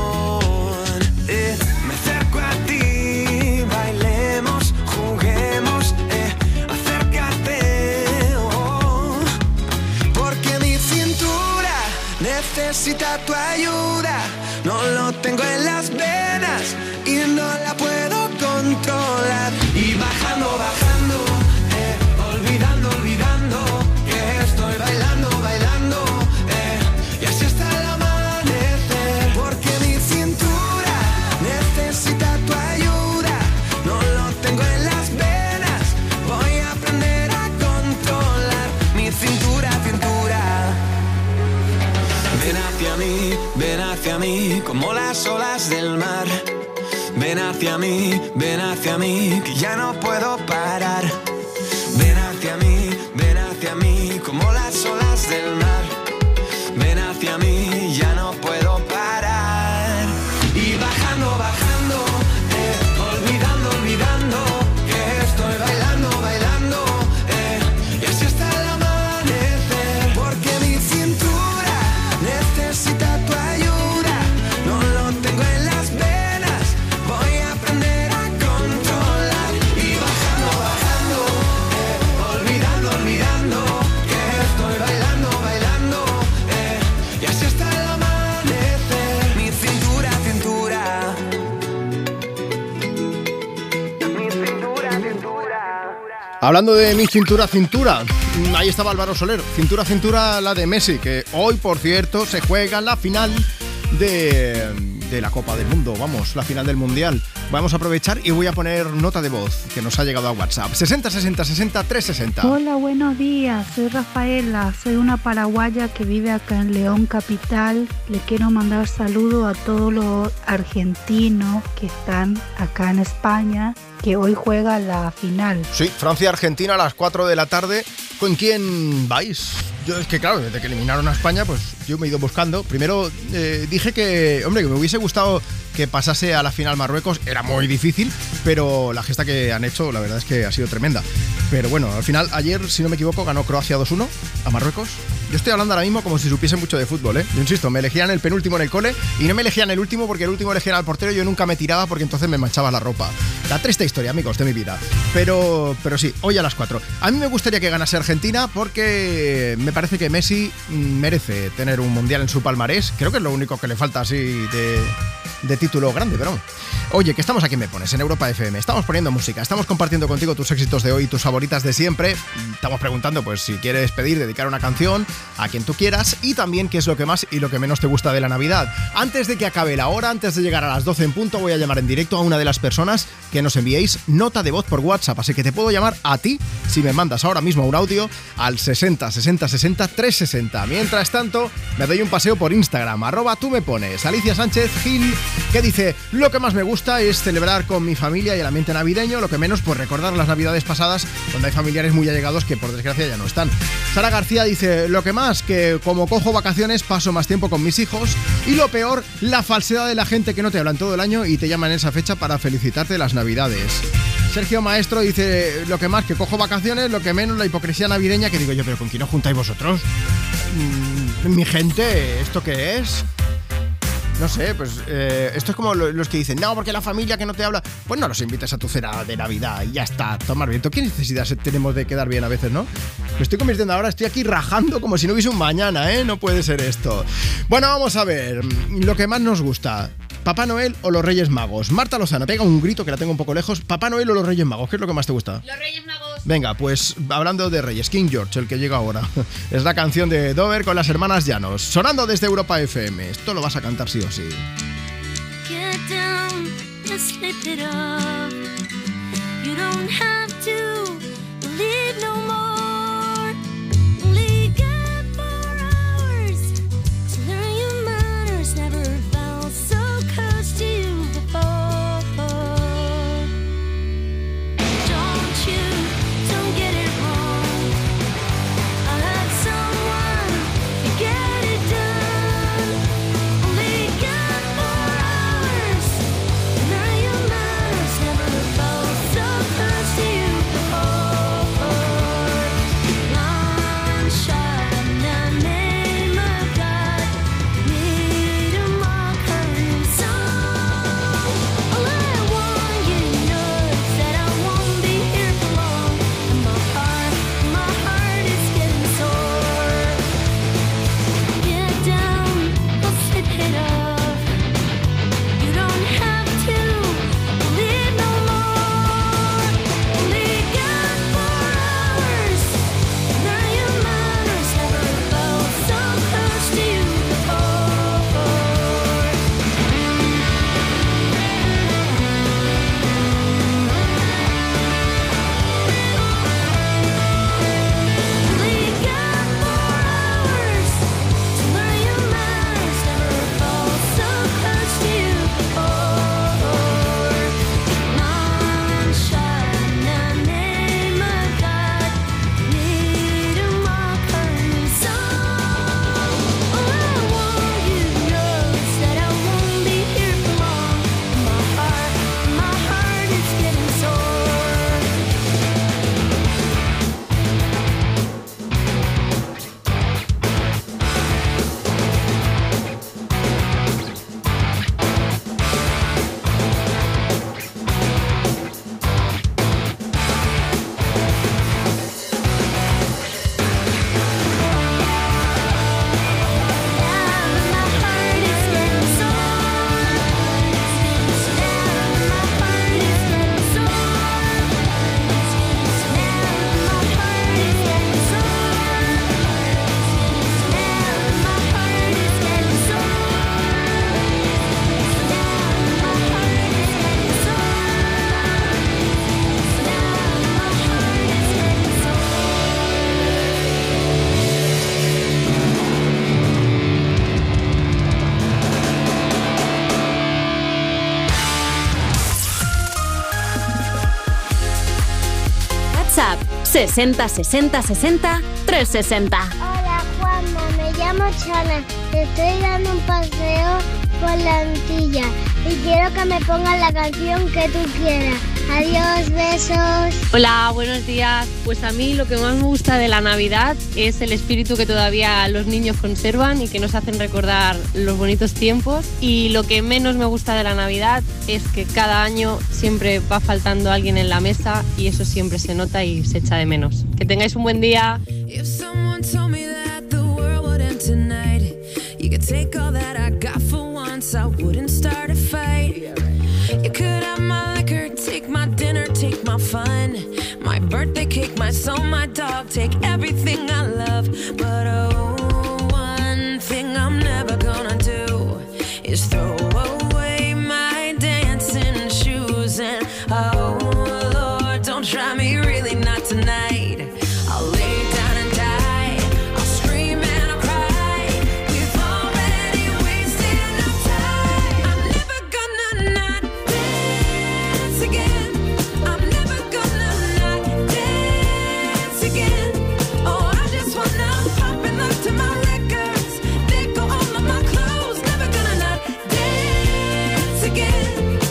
Eh, me acerco a ti, bailemos, juguemos, eh, acércate, oh, porque mi cintura necesita tu ayuda. No lo tengo en las venas y no la puedo controlar. Y bajando, bajando, eh, olvidando, olvidando que estoy bailando, bailando, eh, y así hasta el amanecer. Porque mi cintura necesita tu ayuda. No lo tengo en las venas, voy a aprender a controlar mi cintura, cintura. Ven hacia mí, ven hacia mí, como las olas del mar. Ven hacia mí, ven hacia mí, que ya no puedo parar. Ven hacia mí, ven hacia mí, como las olas del mar. Ven hacia mí, ya no puedo parar. Y bajando, bajando, eh, olvidando, olvidando que estoy bailando, bailando, eh, y así hasta el amanecer. Porque mi cintura necesita tu ayuda. No lo tengo en las venas, voy a aprender a controlar. Y bajando, bajando, eh, olvidando, olvidando que estoy bailando, bailando, eh, y así hasta el amanecer. Mi cintura, cintura. Mi cintura, cintura. Hablando de mi cintura, cintura, ahí estaba Álvaro Soler. Cintura, cintura, la de Messi, que hoy, por cierto, se juega la final de, de la Copa del Mundo. Vamos, la final del Mundial. Vamos a aprovechar y voy a poner nota de voz que nos ha llegado a WhatsApp. sesenta sesenta sesenta trescientos sesenta. Hola, buenos días. Soy Rafaela. Soy una paraguaya que vive acá en León Capital. Le quiero mandar saludos a todos los argentinos que están acá en España, que hoy juega la final. Sí, Francia-Argentina a las cuatro de la tarde. ¿Con quién vais? Yo es que claro, desde que eliminaron a España, pues yo me he ido buscando. Primero eh, dije que, hombre, que me hubiese gustado que pasase a la final Marruecos. Era muy difícil, pero la gesta que han hecho, la verdad es que ha sido tremenda. Pero bueno, al final, ayer, si no me equivoco, ganó Croacia dos uno a Marruecos. Yo estoy hablando ahora mismo como si supiese mucho de fútbol, ¿eh? Yo insisto, me elegían el penúltimo en el cole y no me elegían el último porque el último elegían al portero y yo nunca me tiraba porque entonces me manchaba la ropa. La triste historia, amigos, de mi vida. Pero, pero sí, hoy a las cuatro. A mí me gustaría que ganase Argentina porque me parece que Messi merece tener un mundial en su palmarés. Creo que es lo único que le falta así de, de título grande, pero... Oye, que estamos aquí en Me Pones, en Europa F M. Estamos poniendo música, estamos compartiendo contigo tus éxitos de hoy y tus favoritos favoritas de siempre. Estamos preguntando pues si quieres pedir, dedicar una canción a quien tú quieras y también qué es lo que más y lo que menos te gusta de la Navidad. Antes de que acabe la hora, antes de llegar a las doce en punto, voy a llamar en directo a una de las personas que nos enviéis nota de voz por WhatsApp, así que te puedo llamar a ti si me mandas ahora mismo un audio al sesenta sesenta sesenta trescientos sesenta. Mientras tanto, me doy un paseo por Instagram, arroba tú me pones. Alicia Sánchez Gil, que dice: lo que más me gusta es celebrar con mi familia y el ambiente navideño, lo que menos pues recordar las navidades pasadas donde hay familiares muy allegados que por desgracia ya no están. Sara García dice: lo que más, que como cojo vacaciones paso más tiempo con mis hijos, y lo peor, la falsedad de la gente que no te hablan todo el año y te llaman en esa fecha para felicitarte las navidades. Sergio Maestro dice: lo que más, que cojo vacaciones, lo que menos, la hipocresía navideña, que digo yo, pero ¿con quién os juntáis vosotros? Mm, mi gente, ¿esto qué es? No sé, pues eh, esto es como los que dicen: no, porque la familia que no te habla, pues no los invites a tu cena de Navidad y ya está, tomar viento. ¿Qué necesidad tenemos de quedar bien a veces, no? Me estoy convirtiendo ahora, estoy aquí rajando como si no hubiese un mañana, ¿eh? No puede ser esto. Bueno, vamos a ver, lo que más nos gusta: ¿Papá Noel o los Reyes Magos? Marta Lozano, pega un grito que la tengo un poco lejos. ¿Papá Noel o los Reyes Magos? ¿Qué es lo que más te gusta? Los Reyes Magos. Venga, pues hablando de Reyes, King George, el que llega ahora. Es la canción de Dover con las hermanas Llanos, sonando desde Europa F M. Esto lo vas a cantar sí o sí. Get down, let's slip it up. You don't have to leave no more. Only got four hours to learn your manners. Never felt so close to you before. Don't you, don't get it wrong. I'll have someone to get it done. Only got four hours to learn your manners. Never felt so close to you before. Long shot in the name of God. Need a mockery song. All I want you to know is that I won't be here for long. And my heart, my heart is getting sore. Get down, let's hit it up. You don't have to leave no more. Only got four hours to learn your manners. Never felt so close to you before. Only got four hours to learn your manners. Never felt so close to you before. Long shot in the name of God. Need a mockery song. All I want you to know is that I won't be here for long. My heart, my heart is getting sore. WhatsApp sesenta sesenta sesenta trescientos sesenta. Hola Juanma, me llamo Chana, te estoy dando un paseo por la Antilla y quiero que me pongas la canción que tú quieras. Adiós, besos. Hola, buenos días. Pues a mí lo que más me gusta de la Navidad es el espíritu que todavía los niños conservan y que nos hacen recordar los bonitos tiempos. Y lo que menos me gusta de la Navidad es que cada año siempre va faltando alguien en la mesa y eso siempre se nota y se echa de menos. Que tengáis un buen día. If someone told me that the world would end tonight, you could take all that I got for once, I wouldn't start a fight. You could have my liquor, take my dinner, take my fun, my birthday cake, my soul, my dog, take everything I love. But oh, one thing I'm never gonna do is throw away my dancing shoes. And oh Lord, don't try me, really not tonight. I'll lay down and die, I'll scream and I'll cry. We've already wasted enough time. I'm never gonna not dance again. I'm never gonna not dance again. Oh, I just wanna pop and look to my records. They go all of my clothes. Never gonna not dance again.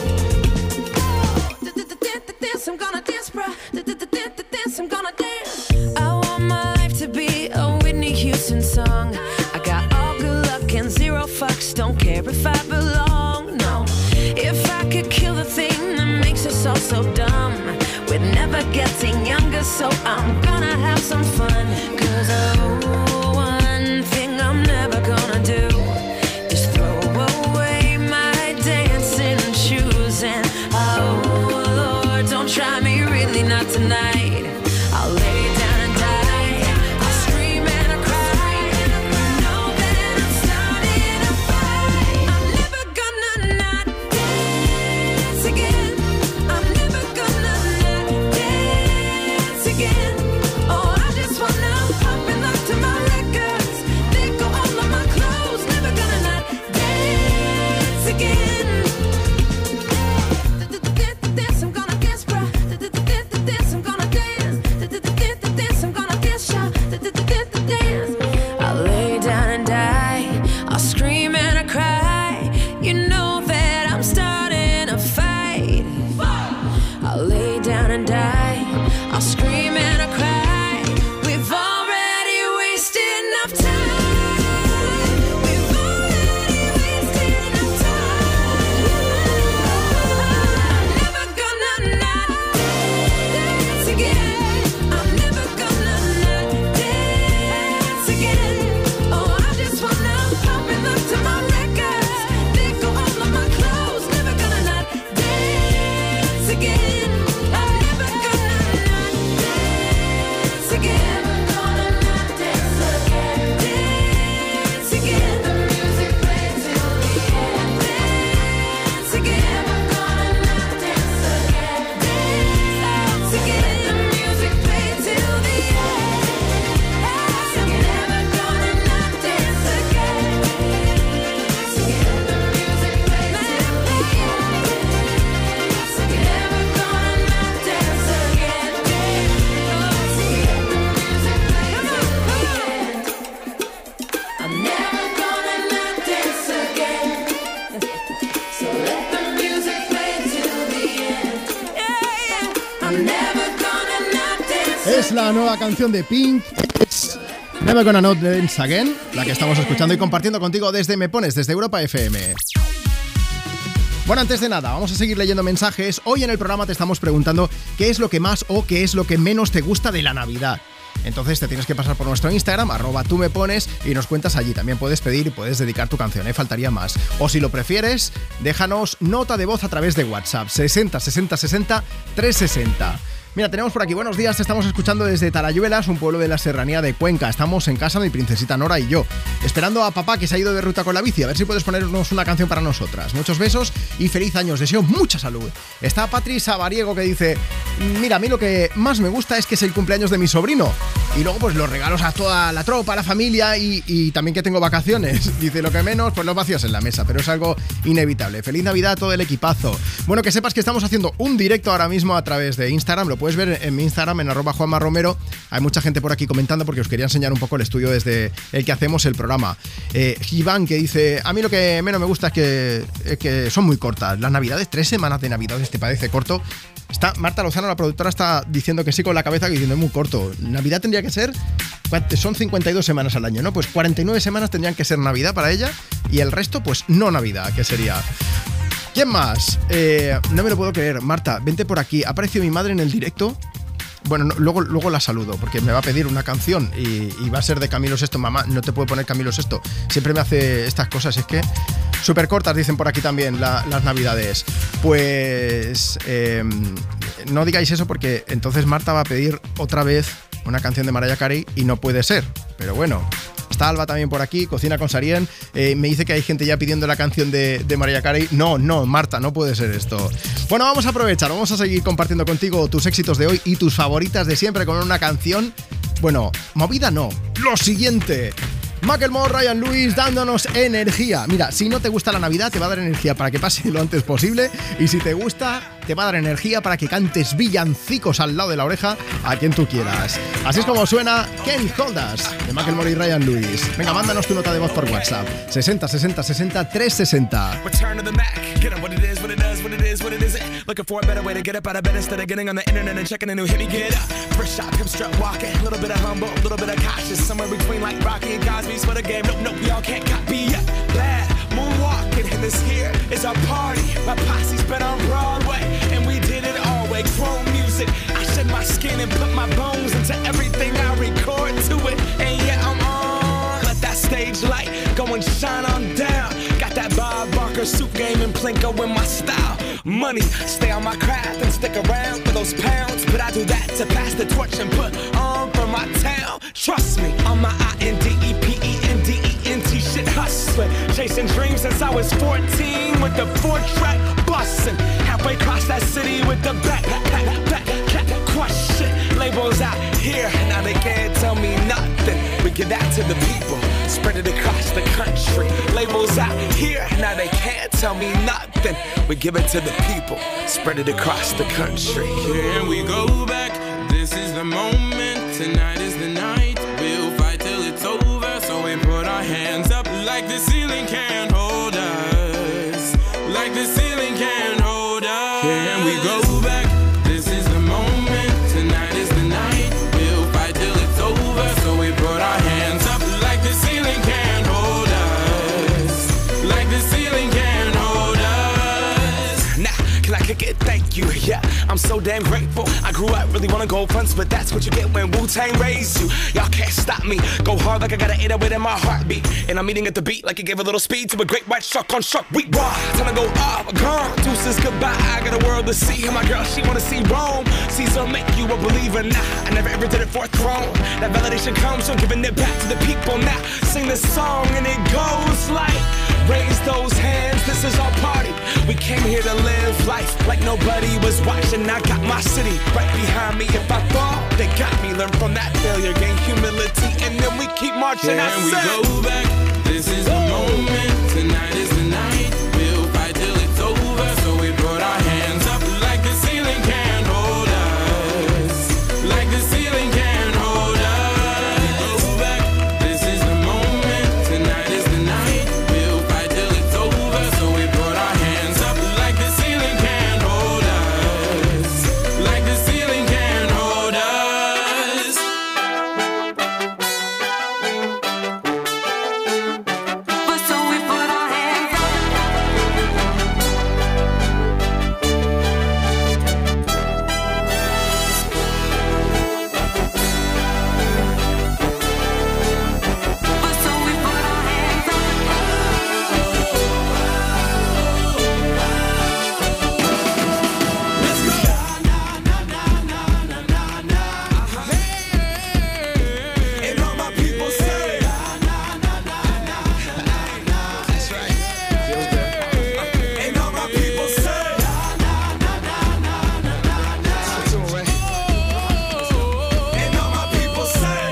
Dance, I'm gonna dance, bruh. Dance, I'm gonna dance. I want my life to be a Whitney Houston song. I got all good luck and zero fucks. Don't care if I belong, no. If I could kill the thing that makes us all so dumb, we're never getting younger, so I'm gonna have some fun. Cause oh, one thing I'm never gonna do is throw away my dancing shoes. And oh Lord, don't try me, really not tonight. I'll lay down and die, I'll scream and I'll cry. Know that I'm starting a fight. I'm never gonna not dance again. I'm never gonna not dance again. Oh, I just wanna pop and look to my records. They go all of my clothes. Never gonna not dance again. Dance, I'm gonna dance, bruh. Dance, I'm gonna dance. Dance, I'm gonna dance, y'all. Dance. I'll lay down and die, I'll scream and I cry. You know that I'm starting a fight. I'll lay down and die, I'll scream and I cry. We've already wasted enough time. We've already wasted enough time. I'm never gonna not dance again. I'm never gonna not dance again. Oh, I just wanna pop and look to my records. They go all of my clothes. Never gonna not dance again. I'm never gonna not dance again. Never gonna not dance again. Dance again. The music plays till the end. Dance again. Never gonna not dance again. Dance again. The music plays till the end. I'm never gonna not dance again. Dance again. The music plays till the end. Never gonna not dance again. Dance again. The music plays till the end. I'm never gonna not dance again. So let the music play till the end. Yeah, yeah. I'm never gonna not dance. Es la nueva canción de Pink. Es Never Gonna Not Dance Again, la que estamos escuchando y compartiendo contigo desde Me Pones, desde Europa F M. Bueno, antes de nada, vamos a seguir leyendo mensajes. Hoy en el programa te estamos preguntando qué es lo que más o qué es lo que menos te gusta de la Navidad. Entonces te tienes que pasar por nuestro Instagram, arroba tú me pones, y nos cuentas allí. También puedes pedir y puedes dedicar tu canción, ¿eh? Faltaría más. O si lo prefieres, déjanos nota de voz a través de WhatsApp, sesenta sesenta sesenta trescientos sesenta. Mira, tenemos por aquí, buenos días, te estamos escuchando desde Talayuelas, un pueblo de la serranía de Cuenca. Estamos en casa mi princesita Nora y yo, esperando a papá que se ha ido de ruta con la bici, a ver si puedes ponernos una canción para nosotras. Muchos besos y feliz año, os deseo mucha salud. Está Patri Sabariego que dice, mira, a mí lo que más me gusta es que es el cumpleaños de mi sobrino. Y luego pues los regalos a toda la tropa, a la familia y, y también que tengo vacaciones. Dice, lo que menos, pues los vacíos en la mesa, pero es algo inevitable. Feliz Navidad a todo el equipazo. Bueno, que sepas que estamos haciendo un directo ahora mismo a través de Instagram, lo puedes ver en mi Instagram, en arroba Juanma Romero. Hay mucha gente por aquí comentando porque os quería enseñar un poco el estudio desde el que hacemos el programa. Eh, Iván, que dice, a mí lo que menos me gusta es que, es que son muy cortas. Las navidades, tres semanas de navidades, ¿te parece corto? Está Marta Lozano, la productora, está diciendo que sí con la cabeza, diciendo es muy corto. Navidad tendría que ser, son cincuenta y dos semanas al año, ¿no? Pues cuarenta y nueve semanas tendrían que ser Navidad para ella y el resto, pues no Navidad, que sería... ¿Quién más? Eh, no me lo puedo creer. Marta, vente por aquí. Ha aparecido mi madre en el directo. Bueno, no, luego, luego la saludo porque me va a pedir una canción y, y va a ser de Camilo Sesto. Mamá, no te puedo poner Camilo Sesto. Siempre me hace estas cosas. Es que súper cortas, dicen por aquí también la, las navidades. Pues eh, no digáis eso porque entonces Marta va a pedir otra vez una canción de Mariah Carey y no puede ser. Pero bueno, está Alba también por aquí, Cocina con Sarien. Eh, me dice que hay gente ya pidiendo la canción de, de Mariah Carey. No, no, Marta, no puede ser esto. Bueno, vamos a aprovechar, vamos a seguir compartiendo contigo tus éxitos de hoy y tus favoritas de siempre con una canción. Bueno, movida no. Lo siguiente. Macklemore, Ryan Lewis dándonos energía. Mira, si no te gusta la Navidad, te va a dar energía para que pase lo antes posible. Y si te gusta, te va a dar energía para que cantes villancicos al lado de la oreja a quien tú quieras. Así es como suena Can't Hold Us de Macklemore y Ryan Lewis. Venga, mándanos tu nota de voz por WhatsApp. sesenta sesenta sesenta trescientos sesenta. Return to the Mac. Get up what it is, what it does, what it is, what it isn't. Looking for a better way to get up out of bed instead of getting on the internet and checking a new hit. Me get up. First shot, come strut walking. A little bit of humble, a little bit of cautious. Somewhere between like Rocky and Cosby's for the game. Nope, nope, y'all can't copy yet. Bad moonwalking, and this here is our party. My posse's been on Broadway, and we did it all way. Chrome music. I shed my skin and put my bones into everything I record to it. And yeah, I'm on. Let that stage light go and shine on down. Got that Bob Barker suit game and Plinko in my style. Money, stay on my craft and stick around for those pounds. But I do that to pass the torch and put on for my town. Trust me, on my I N D E P E N D E N T shit hustling. Chasing dreams since I was fourteen with the four track bustin'. Halfway across that city with the back, back, back, back, crush shit. Labels out here, now they can't tell me nothing. We give that to the people, spread it across the country. Labels out here, now they can't tell me nothing. We give it to the people, spread it across the country. Here we go back, this is the moment, tonight is the night. We'll fight till it's over, so we put our hands up like the ceiling can't hold us. Like the ceiling can't hold us. Here we go back, this is the moment, tonight is the night. We'll fight till it's over, so we put our hands up like the ceiling can't hold us. Like the ceiling can't hold us. Nah, can I kick it? Thank you, yeah. I'm so damn grateful. I grew up really wanna go fronts, but that's what you get when Wu-Tang raised you. Y'all can't stop me. Go hard like I got an eight oh eight in my heartbeat. And I'm eating at the beat like it gave a little speed to a great white shark on shark. We raw. Time to go off, gone. Deuces goodbye. I got a world to see. And my girl, she wanna see Rome. Caesar make you a believer. Nah, I never ever did it for a throne. That validation comes from giving it back to the people. Now sing this song and it goes like, raise those hands, this is our party. We came here to live life like nobody was watching. I got my city right behind me. If I fall, they got me. Learn from that failure, gain humility, and then we keep marching. Can we go back? This is the moment, tonight is the night. We'll fight till it's over, so we put our hands up like the ceiling can't hold us. Like the ceiling can't hold us. Go back, this is the moment, tonight is the night. We'll fight till it's over, so we put our hands up like the ceiling can't hold us. Like the ceiling can't hold us. But so we put our hands up. But so we put our hands up. And all my people say, that's right. Feels good. And all my people say, and all my people say,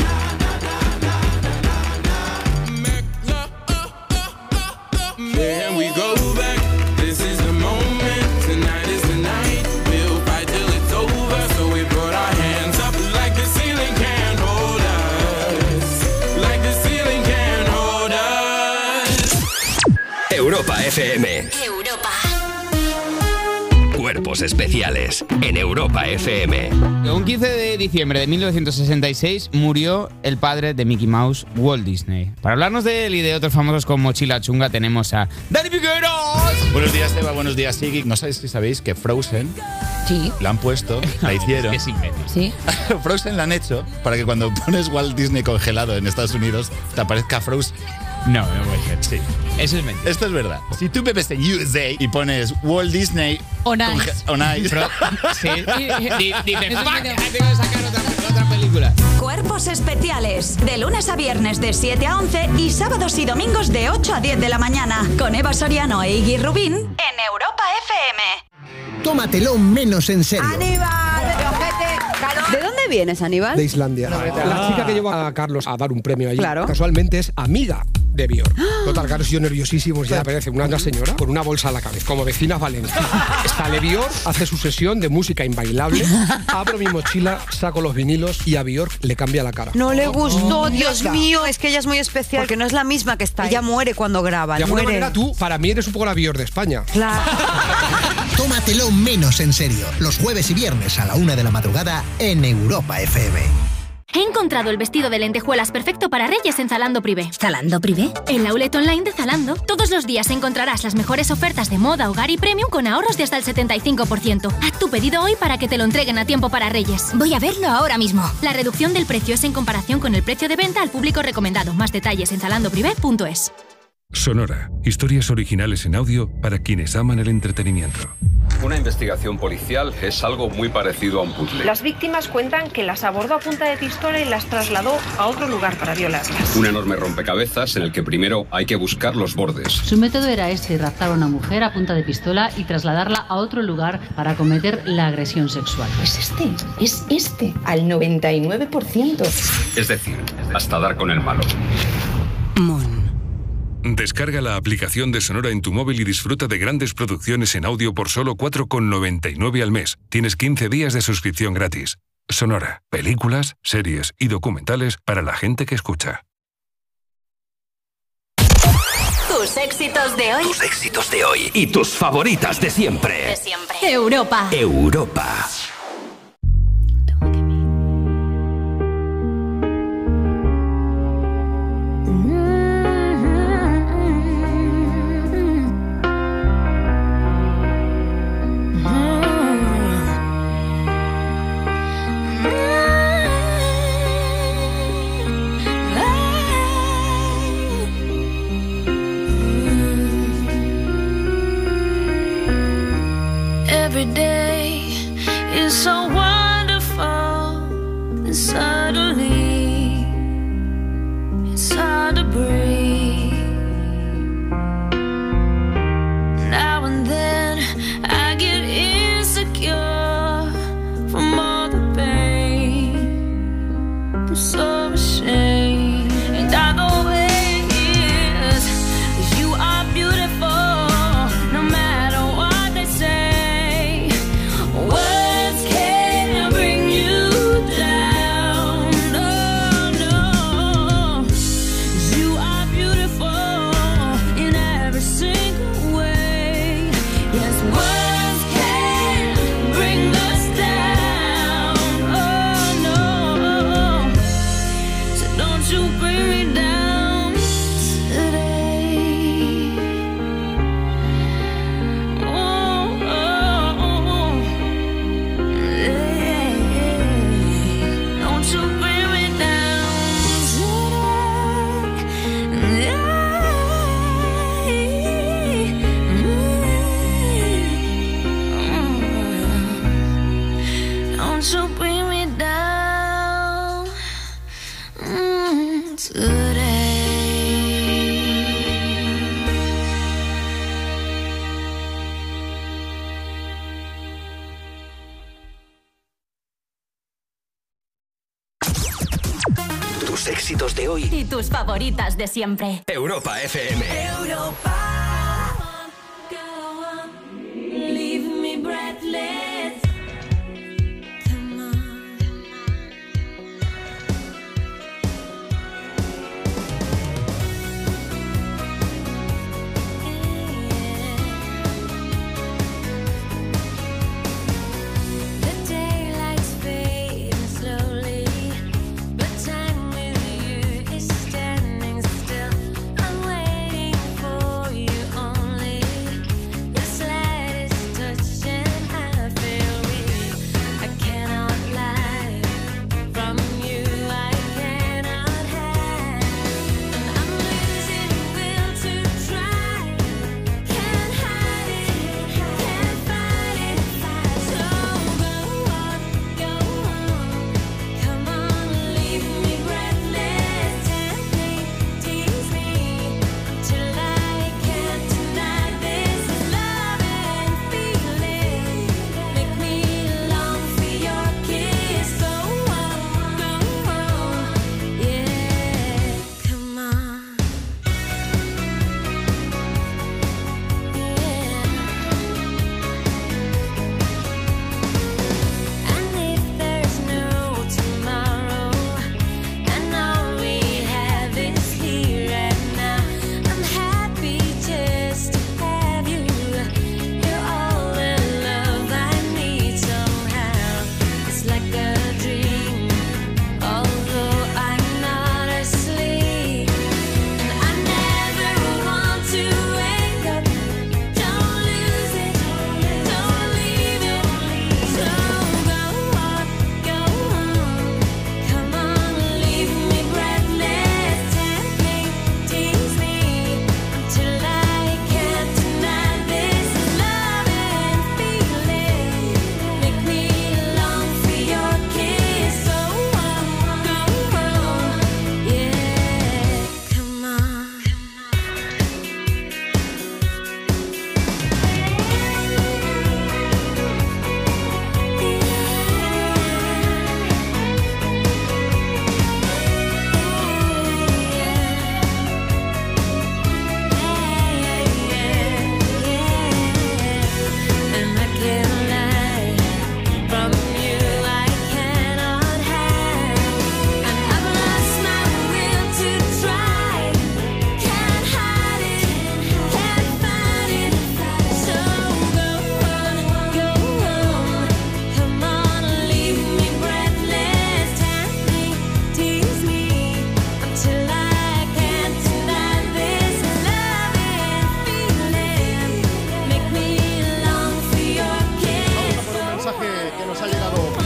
Can we go back? This is the moment, tonight is the night. We'll fight till it's over, so we put our hands up like the ceiling can't hold us. Like the ceiling can't hold us. Europa F M. Europa. Cuerpos especiales en Europa F M. Un quince de diciembre de mil novecientos sesenta y seis murió el padre de Mickey Mouse, Walt Disney. Para hablarnos de él y de otros famosos con mochila chunga tenemos a Dani Piqueros. Buenos días, Eva. Buenos días, Siggy. No sabéis si sabéis que Frozen Sí. la han puesto, la hicieron. Es imbécil. Sí. Frozen la han hecho para que cuando pones Walt Disney congelado en Estados Unidos te aparezca Frozen. No, no puede ser. Sí. Eso es mentira. Esto es verdad. Si tú bebes en U S A y pones Walt Disney On con Ice. ge- on Ice. Pero, sí. Di- Dices, Eso fuck, me- tengo que sacar otra, otra película. Cuerpos especiales. De lunes a viernes de siete a once y sábados y domingos de ocho a diez de la mañana. Con Eva Soriano e Iggy Rubín en Europa F M. Tómatelo menos en serio. ¿De dónde vienes, Aníbal? De Islandia. La chica que lleva a Carlos a dar un premio allí, Claro. casualmente es amiga de Bior. Total, Carlos y yo nerviosísimos, ya aparece una, una señora con una bolsa a la cabeza, como vecinas Valencia. Sale Bior, hace su sesión de música inbailable, abro mi mochila, saco los vinilos y a Bior le cambia la cara. No le gustó, Oh, Dios nada. mío, es que ella es muy especial, porque no es la misma que está. Ella muere cuando graba, De alguna muere. manera tú, para mí eres un poco la Bior de España. Claro. Tómatelo menos en serio. Los jueves y viernes a la una de la madrugada en Europa F M. He encontrado el vestido de lentejuelas perfecto para Reyes en Zalando Privé. ¿Zalando Privé? En la outlet online de Zalando, todos los días encontrarás las mejores ofertas de moda, hogar y premium con ahorros de hasta el setenta y cinco por ciento. Haz tu pedido hoy para que te lo entreguen a tiempo para Reyes. Voy a verlo ahora mismo. La reducción del precio es en comparación con el precio de venta al público recomendado. Más detalles en zalando privé punto es. Sonora. Historias originales en audio para quienes aman el entretenimiento. Una investigación policial es algo muy parecido a un puzzle. Las víctimas cuentan que las abordó a punta de pistola y las trasladó a otro lugar para violarlas. Un enorme rompecabezas en el que primero hay que buscar los bordes. Su método era este, raptar a una mujer a punta de pistola y trasladarla a otro lugar para cometer la agresión sexual. Es este, es este, al noventa y nueve por ciento. Es decir, hasta dar con el malo. Descarga la aplicación de Sonora en tu móvil y disfruta de grandes producciones en audio por solo cuatro con noventa y nueve al mes. Tienes quince días de suscripción gratis. Sonora. Películas, series y documentales para la gente que escucha. Tus éxitos de hoy. Tus éxitos de hoy y tus favoritas de siempre. De siempre. Europa. Europa. Every day is so wonderful, and suddenly it's hard to breathe. Now and then I get insecure from all the pain. I'm so ashamed, and I go ways. You are beautiful, no matter what they say. Words can't bring you down. No, no. You are beautiful in every single way. Yes, words can't bring us down. Oh, no. So don't you bring me down today. Oh, oh, oh. Yeah. Don't you bring me down today. Don't you bring me down mm, today. Tus éxitos de hoy. Y tus favoritas de siempre. Europa F M. Leave me breathless. Come on. The daylight's fading slowly, but time with you is standing still. I'm waiting for you.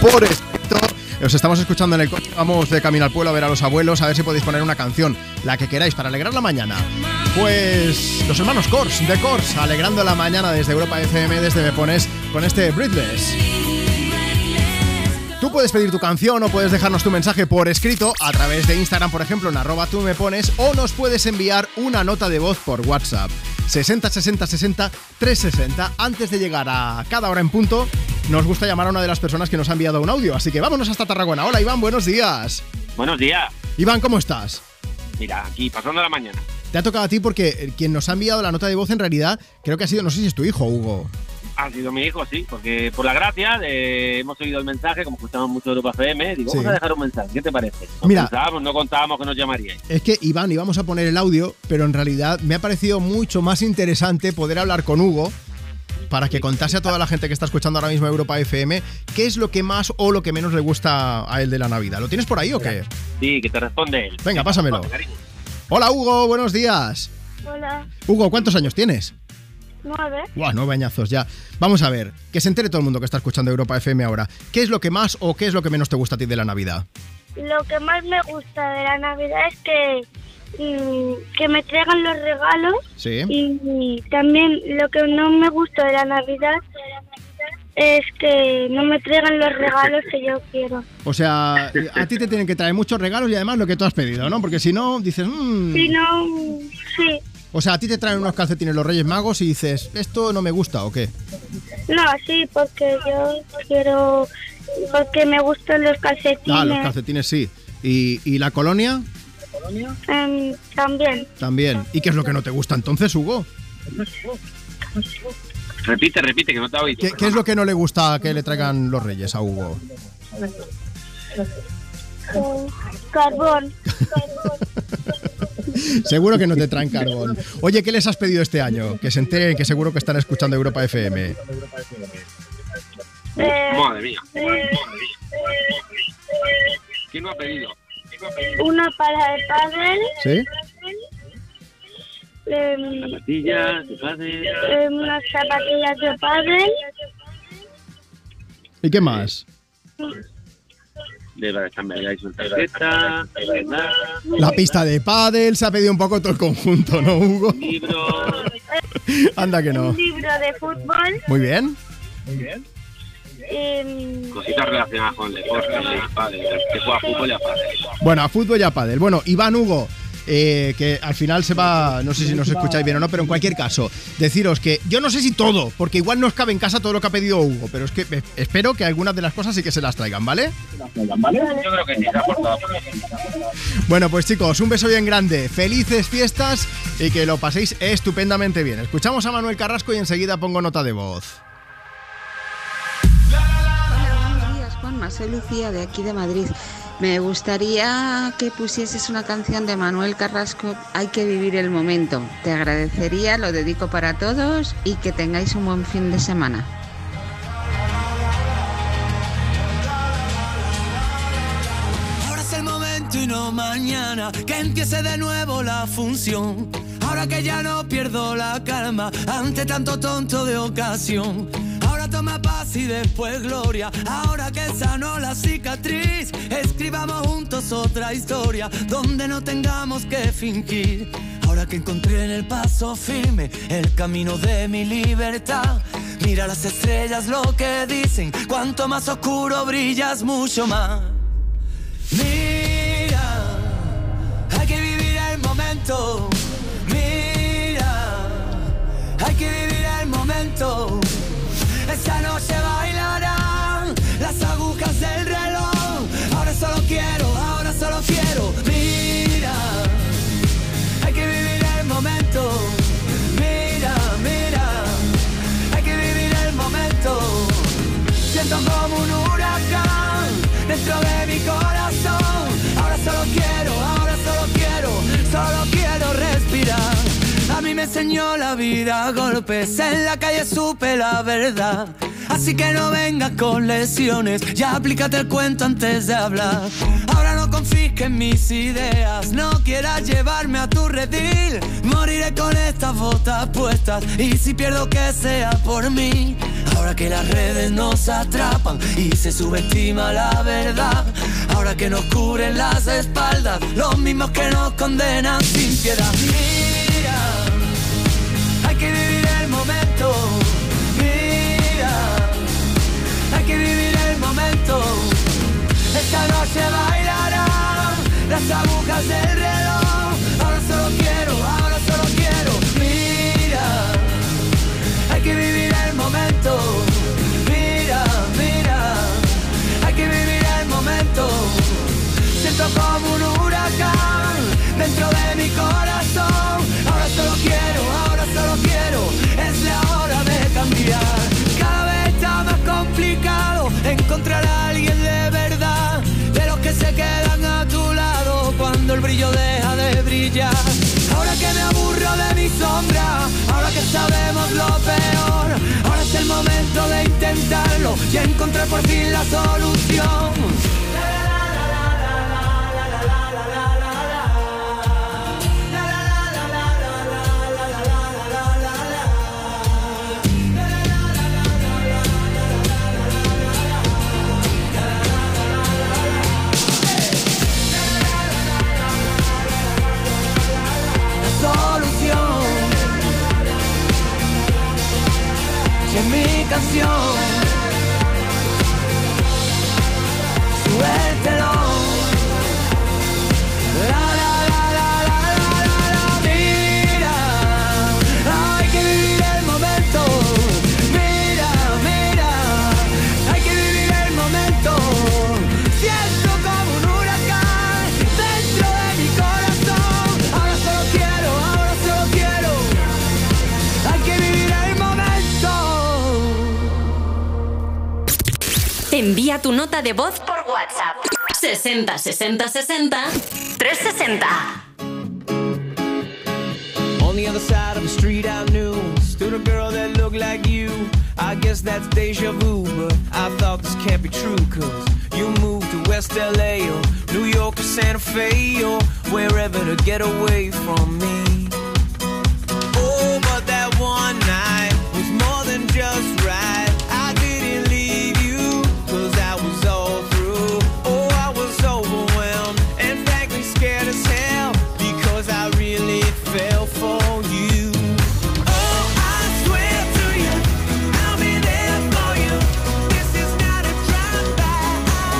por escrito. Os estamos escuchando en el coche, vamos de camino al pueblo a ver a los abuelos, a ver si podéis poner una canción, la que queráis, para alegrar la mañana. Pues los hermanos Kors, de Kors, alegrando la mañana desde Europa F M, desde Me Pones, con este Breathless. Tú puedes pedir tu canción o puedes dejarnos tu mensaje por escrito a través de Instagram, por ejemplo, en arroba tú me pones, o nos puedes enviar una nota de voz por WhatsApp. sesenta sesenta sesenta trescientos sesenta. Antes de llegar a cada hora en punto, nos gusta llamar a una de las personas que nos ha enviado un audio, así que vámonos hasta Tarragona. Hola Iván, buenos días. Buenos días. Iván, ¿cómo estás? Mira, aquí pasando la mañana. Te ha tocado a ti porque quien nos ha enviado la nota de voz en realidad creo que ha sido, no sé si es tu hijo, Hugo. Ha sido mi hijo, sí, porque por la gracia de, hemos oído el mensaje, como escuchamos mucho de Europa F M, digo, Sí. vamos a dejar un mensaje, ¿qué te parece? No Mira. pensábamos, no contábamos que nos llamaríais. Es que, Iván, íbamos a poner el audio, pero en realidad me ha parecido mucho más interesante poder hablar con Hugo para que contase a toda la gente que está escuchando ahora mismo Europa F M qué es lo que más o lo que menos le gusta a él de la Navidad. ¿Lo tienes por ahí o qué? Sí, que te responde él. Venga, pásamelo. Hola, Hugo, buenos días. Hola, Hugo, ¿cuántos años tienes? nueve. Buah, nueve añazos ya. Vamos a ver, que se entere todo el mundo que está escuchando Europa F M ahora. ¿Qué es lo que más o qué es lo que menos te gusta a ti de la Navidad? Lo que más me gusta de la Navidad es que, mm, que me traigan los regalos. Sí. Y, y también lo que no me gusta de la Navidad es que no me traigan los regalos que yo quiero. O sea, a ti te tienen que traer muchos regalos y además lo que tú has pedido, ¿no? Porque si no, dices... Mmm. Si no, sí. O sea, a ti te traen unos calcetines los Reyes Magos y dices, ¿esto no me gusta o qué? No, sí, porque yo quiero... Porque me gustan los calcetines. Ah, los calcetines sí. ¿Y, y la colonia? Em, también. También. ¿Y qué es lo que no te gusta entonces, Hugo? Repite, repite, que no te ha oído. ¿Qué, qué es lo que no le gusta que le traigan los Reyes a Hugo? Eh, carbón. Seguro que no te traen carbón. Oye, ¿qué les has pedido este año? Que se enteren, que seguro que están escuchando Europa F M. Eh, Madre mía. eh, ¿Quién no ha pedido? una pala de pádel. ¿Sí? em, Zapatillas, de padre. em, unas zapatillas de pádel. ¿Y qué más? De cambiar su tarjeta, ¿verdad? La pista de pádel, se ha pedido un poco todo el conjunto, ¿no, Hugo? Libros. Anda que no. Un libro de fútbol. Muy bien. Muy bien. em, Cositas relacionadas con el deporte, y padre, que juega fútbol y a padre. Bueno, a fútbol y a pádel. Bueno, Iván, Hugo, eh, que al final se va, no sé si nos escucháis bien o no, pero en cualquier caso, deciros que yo no sé si todo, porque igual no os cabe en casa todo lo que ha pedido Hugo, pero es que eh, espero que algunas de las cosas sí que se las traigan, ¿vale? ¿Vale? Yo creo que sí, se ha portado. Bueno, pues chicos, un beso bien grande, felices fiestas y que lo paséis estupendamente bien. Escuchamos a Manuel Carrasco y enseguida pongo nota de voz. Hola, buenos días, Juanma. Soy Lucía, de aquí de Madrid. Me gustaría que pusieses una canción de Manuel Carrasco, Hay que vivir el momento. Te agradecería, lo dedico para todos y que tengáis un buen fin de semana. Ahora es el momento y no mañana, que empiece de nuevo la función. Ahora que ya no pierdo la calma ante tanto tonto de ocasión. Ahora toma paz y después gloria. Ahora que sanó la cicatriz, escribamos juntos otra historia donde no tengamos que fingir. Ahora que encontré en el paso firme el camino de mi libertad, mira las estrellas lo que dicen, cuanto más oscuro brillas mucho más. Mira, hay que vivir el momento. Mira, hay que vivir el momento. Esta noche bailarán las agujas del reloj. Ahora solo quiero, ahora solo quiero. Mira, hay que vivir el momento. Mira, mira, hay que vivir el momento. Siento como un huracán dentro de mi corazón. Ahora solo quiero, ahora solo quiero, solo quiero respirar. A mí me enseñó la vida a golpes, en la calle supe la verdad. Así que no vengas con lesiones, ya aplícate el cuento antes de hablar. Ahora no confisques mis ideas, no quieras llevarme a tu redil. Moriré con estas botas puestas y si pierdo que sea por mí. Ahora que las redes nos atrapan y se subestima la verdad. Ahora que nos cubren las espaldas los mismos que nos condenan sin piedad. Mira, hay que vivir el momento. Mira, hay que vivir el momento. Esta noche bailarán las agujas del reloj. Ahora solo quiero, ahora solo quiero. Mira, hay que vivir el momento. Mira, mira, hay que vivir el momento. Siento como un huracán dentro de mi corazón. Ahora solo quiero, ahora solo quiero. Es la hora de cambiar. Cada vez está más complicado encontrar a alguien de verdad, de los que se quedan a tu lado cuando el brillo deja de brillar. Ahora que me aburro de mi sombra, ahora que sabemos lo peor, ahora es el momento de intentarlo y encontrar por fin la solución. Si es mi canción, suéltelo. La, la, la, la, la, la, la, mira, hay que vivir el momento. Mira, mira, hay que vivir el momento. Siento como un huracán dentro de mi corazón. Ahora solo quiero, ahora solo quiero. Hay que vivir el momento. Envía tu nota de voz por WhatsApp. sesenta sesenta sesenta trescientos sesenta. On the other side of the street I knew stood a girl that looked like you. I guess that's deja vu, but I thought this can't be true, cause you moved to West L A or New York or Santa Fe or wherever to get away from me. Oh, but that one night was more than just right. I didn't leave you, cause I was all through. Oh, I was overwhelmed and frankly scared as hell, because I really fell for you. Oh, I swear to you, I'll be there for you. This is not a drive-by.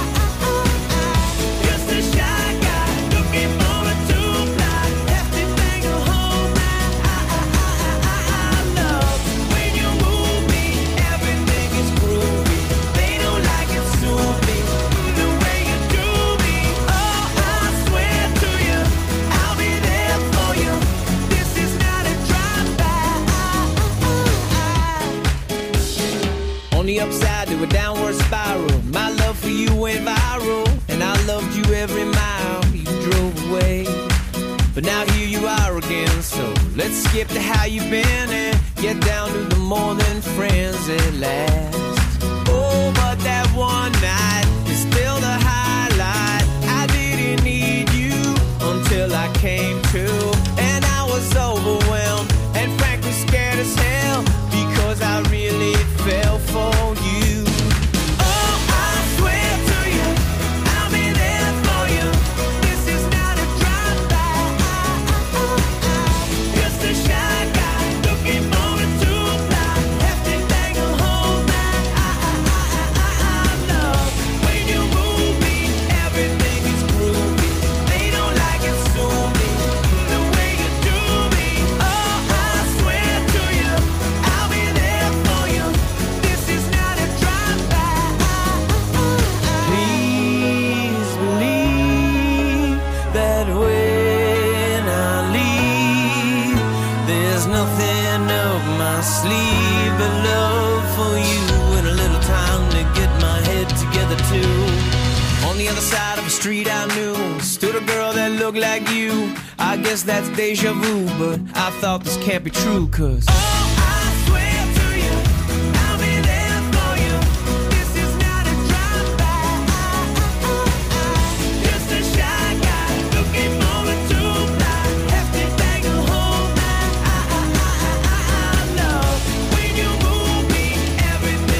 Just a shy guy looking for a two-fly. Hefty thing to hold my I love when you move me. Everything is groovy. They don't like it, sue me. The way you do me. Oh, I swear to you, I'll be there for you. This is not a drive-by. On the upside to a downward spiral, my love for you went viral, and I loved you every mile you drove away. But now here you are again, so let's skip to how you've been and get down to the more than friends at last. Oh, but that one night is still the highlight. I didn't need you until I came to, and I was overwhelmed and frankly scared as hell, because I really fell for you. Oh, I swear to you, I'll be there for you. This is not a drive-by. Just a shy guy looking for a two-fly. Hefty thing to hold my love. When you move me, everything is groovy. They don't like it, sue me. The way you do me. Oh, I swear to you, I'll be there for you. This is not a drive-by. Please believe that when I leave, there's nothing up my sleeve but love for you and a little time to get my head together too. On the other side of the street I knew stood a girl that looked like you. I guess that's deja vu, but I thought this can't be true, cause everything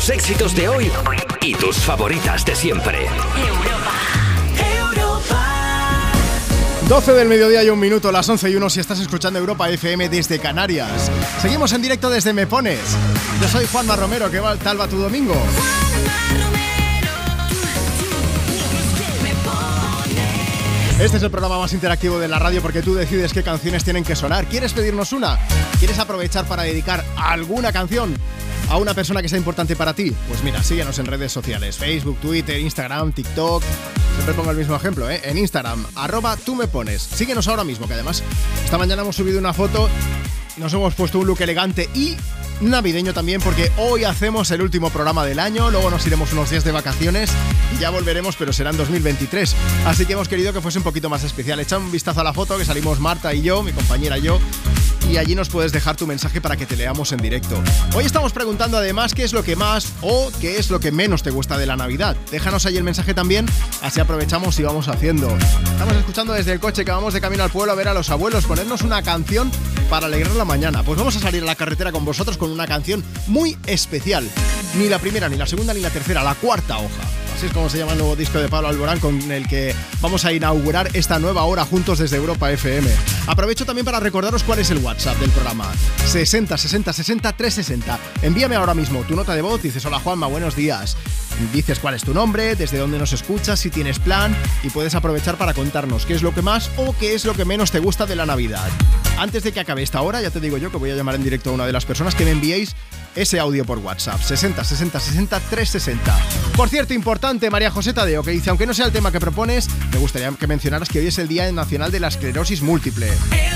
Los éxitos de hoy y tus favoritas de siempre. doce del mediodía y un minuto, las once y uno si estás escuchando Europa F M desde Canarias. Seguimos en directo desde Me Pones. Yo soy Juanma Romero, ¿qué tal va tu domingo? Este es el programa más interactivo de la radio porque tú decides qué canciones tienen que sonar. ¿Quieres pedirnos una? ¿Quieres aprovechar para dedicar alguna canción a una persona que sea importante para ti? Pues mira, síguenos en redes sociales, Facebook, Twitter, Instagram, TikTok. Siempre pongo el mismo ejemplo, ¿eh? En Instagram, arroba tú me pones. Síguenos ahora mismo, que además esta mañana hemos subido una foto, nos hemos puesto un look elegante y navideño también, porque hoy hacemos el último programa del año, luego nos iremos unos días de vacaciones y ya volveremos, pero será en dos mil veintitrés. Así que hemos querido que fuese un poquito más especial. Echa un vistazo a la foto, que salimos Marta y yo, mi compañera y yo, y allí nos puedes dejar tu mensaje para que te leamos en directo. Hoy estamos preguntando además qué es lo que más o qué es lo que menos te gusta de la Navidad. Déjanos ahí el mensaje también, así aprovechamos y vamos haciendo. Estamos escuchando desde el coche que vamos de camino al pueblo a ver a los abuelos, ponernos una canción para alegrar la mañana. Pues vamos a salir a la carretera con vosotros con una canción muy especial. Ni la primera, ni la segunda, ni la tercera, la cuarta hoja. Así es como se llama el nuevo disco de Pablo Alborán, con el que vamos a inaugurar esta nueva hora juntos desde Europa F M. Aprovecho también para recordaros cuál es el WhatsApp del programa. sesenta sesenta sesenta trescientos sesenta. Envíame ahora mismo tu nota de voz, dices: hola Juanma, buenos días. Dices cuál es tu nombre, desde dónde nos escuchas, si tienes plan, y puedes aprovechar para contarnos qué es lo que más o qué es lo que menos te gusta de la Navidad. Antes de que acabe esta hora, ya te digo yo que voy a llamar en directo a una de las personas que me enviéis ese audio por WhatsApp. sesenta sesenta sesenta trescientos sesenta. Por cierto, importante, María José Tadeo, que dice: aunque no sea el tema que propones, me gustaría que mencionaras que hoy es el Día Nacional de la Esclerosis Múltiple.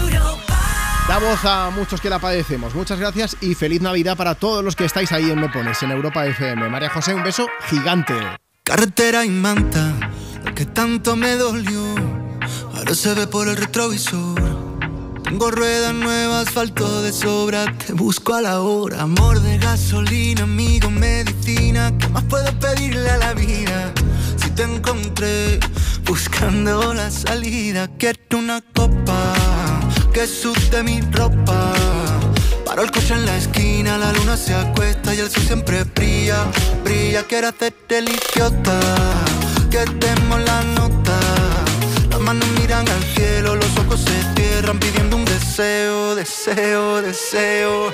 Da voz a muchos que la padecemos. Muchas gracias y feliz Navidad para todos los que estáis ahí en Me Pones, en Europa F M. María José, un beso gigante. Carretera y manta, lo que tanto me dolió, ahora se ve por el retrovisor. Tengo ruedas nuevas, asfalto de sobra, te busco a la hora. Amor de gasolina, amigo, medicina, ¿qué más puedo pedirle a la vida? Si te encontré buscando la salida, quiero una copa que sude mi ropa. Paro el coche en la esquina, la luna se acuesta y el sol siempre brilla, brilla. Quiero hacerte el idiota, que demos la nota. Las manos miran al cielo, los ojos se cierran pidiendo un deseo, deseo, deseo.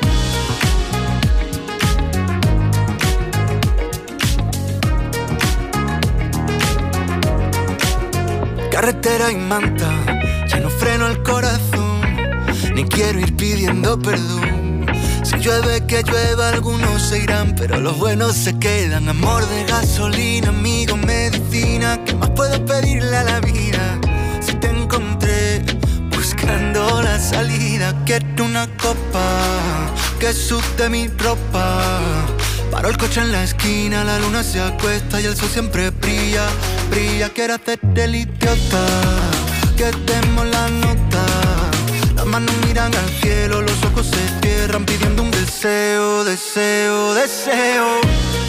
Carretera y manta, ya no freno el corazón, ni quiero ir pidiendo perdón. Si llueve que llueva, algunos se irán, pero los buenos se quedan. Amor de gasolina, amigo, medicina, ¿qué más puedo pedirle a la vida? Si te encontré buscando la salida, quiero una copa que sude mi ropa. Paro el coche en la esquina, la luna se acuesta y el sol siempre brilla, brilla. Quiero hacerte el idiota, que demos la nota. Las manos miran al cielo, los ojos se cierran pidiendo un deseo, deseo, deseo.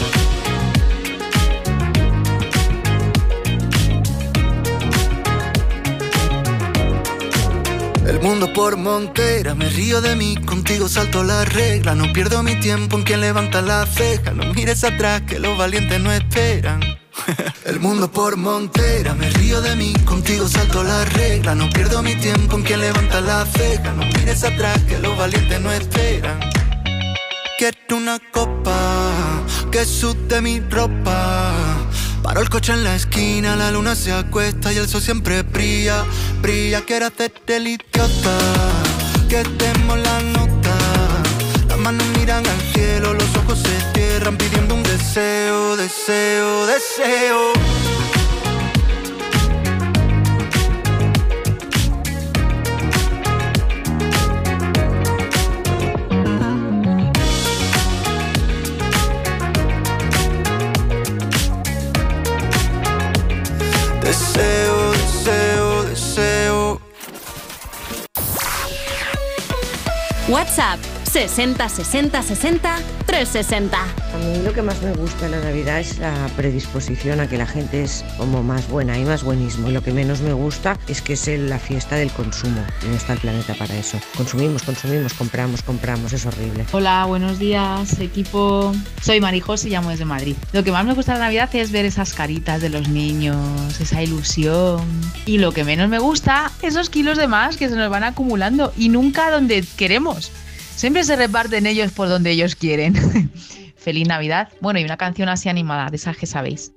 El mundo por montera, me río de mí, contigo salto la regla. No pierdo mi tiempo en quien levanta la ceja. No mires atrás que los valientes no esperan. El mundo por montera, me río de mí, contigo salto la regla. No pierdo mi tiempo en quien levanta la ceja. No mires atrás que los valientes no esperan. Quiero una copa que sude mi ropa. Paro el coche en la esquina, la luna se acuesta y el sol siempre brilla, brilla. Quiero hacerte el idiota, que demos la nota. Las manos miran al cielo, los ojos se cierran pidiendo un deseo, deseo, deseo. Deseo, deseo, deseo. WhatsApp sesenta sesenta sesenta trescientos sesenta. A mí lo que más me gusta en la Navidad es la predisposición a que la gente es como más buena y más buenismo. Y lo que menos me gusta es que es la fiesta del consumo. Y no está el planeta para eso. Consumimos, consumimos, compramos, compramos. Es horrible. Hola, buenos días, equipo. Soy Marijos y llamo desde Madrid. Lo que más me gusta de la Navidad es ver esas caritas de los niños, esa ilusión. Y lo que menos me gusta, esos kilos de más que se nos van acumulando y nunca donde queremos. Siempre se reparten ellos por donde ellos quieren. Feliz Navidad. Bueno, y una canción así animada, de esas que sabéis.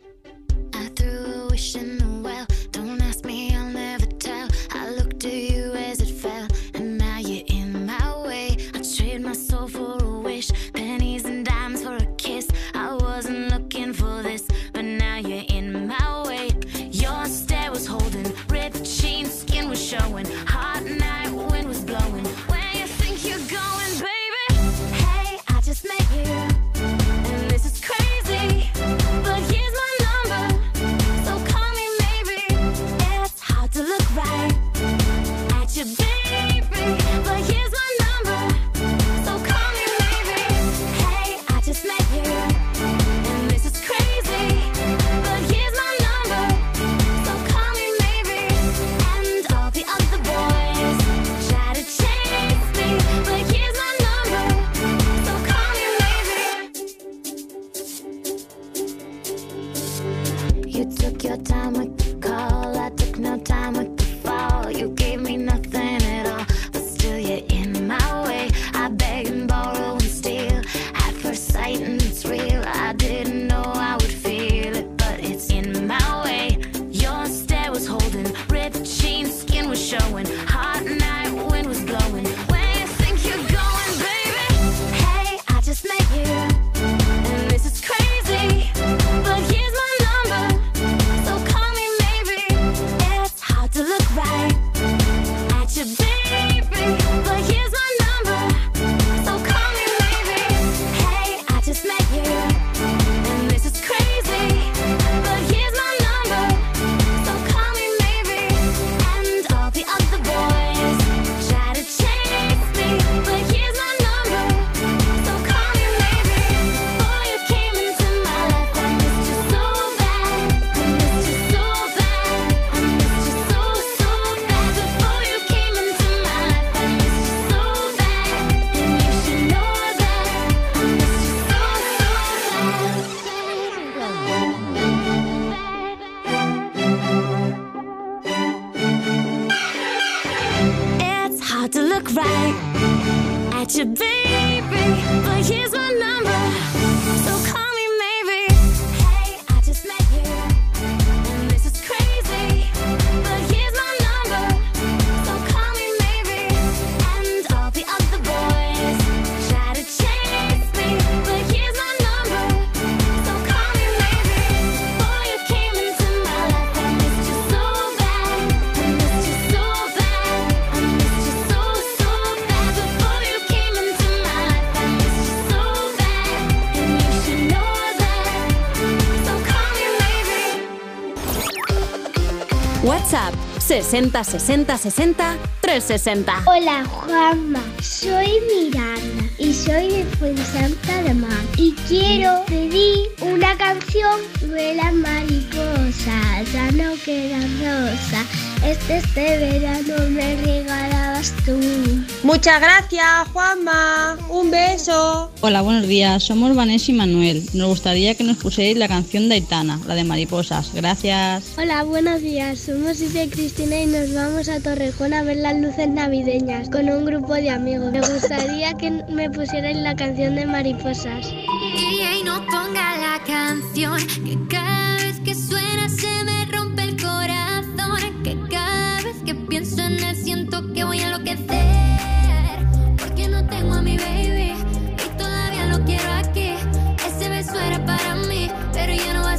WhatsApp sesenta sesenta sesenta trescientos sesenta. Hola Juanma, soy Miranda y soy de Fuensanta de Mar y quiero pedir una canción de las mariposas, ya no quedan rosas, este este verano me regalabas tú. Muchas gracias Juanma, un beso. Hola, buenos días, somos Vanessa y Manuel, nos gustaría que nos pusierais la canción de Aitana, la de mariposas, gracias. Hola, buenos días, somos Isa y Cristina y nos vamos a Torrejón a ver las luces navideñas con un grupo de amigos. Me gustaría que me pusierais la canción de mariposas. D J no ponga la canción, que cada vez que suena se me rompe el corazón, que cada vez que pienso en él siento que voy a enloquecer, porque no tengo a mi baby y todavía lo quiero aquí. Ese beso era para mí, pero ya no va a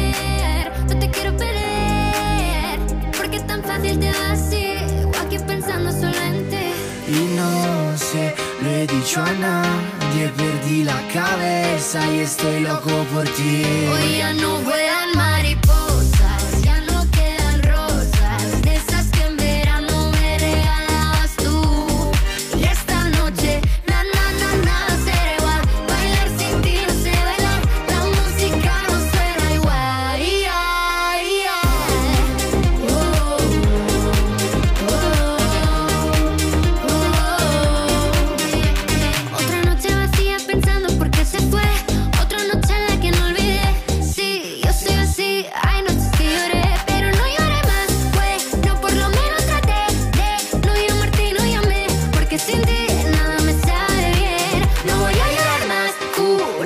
ser. No te quiero perder, porque es tan fácil te va así, o aquí pensando solo en ti. Y no sé, lo he dicho a nadie, perdí la cabeza y estoy loco por ti. Hoy ya no vuelan mariposas, ya no quedan rosas, de esas que en verano me regalabas tú. Y esta noche, na na na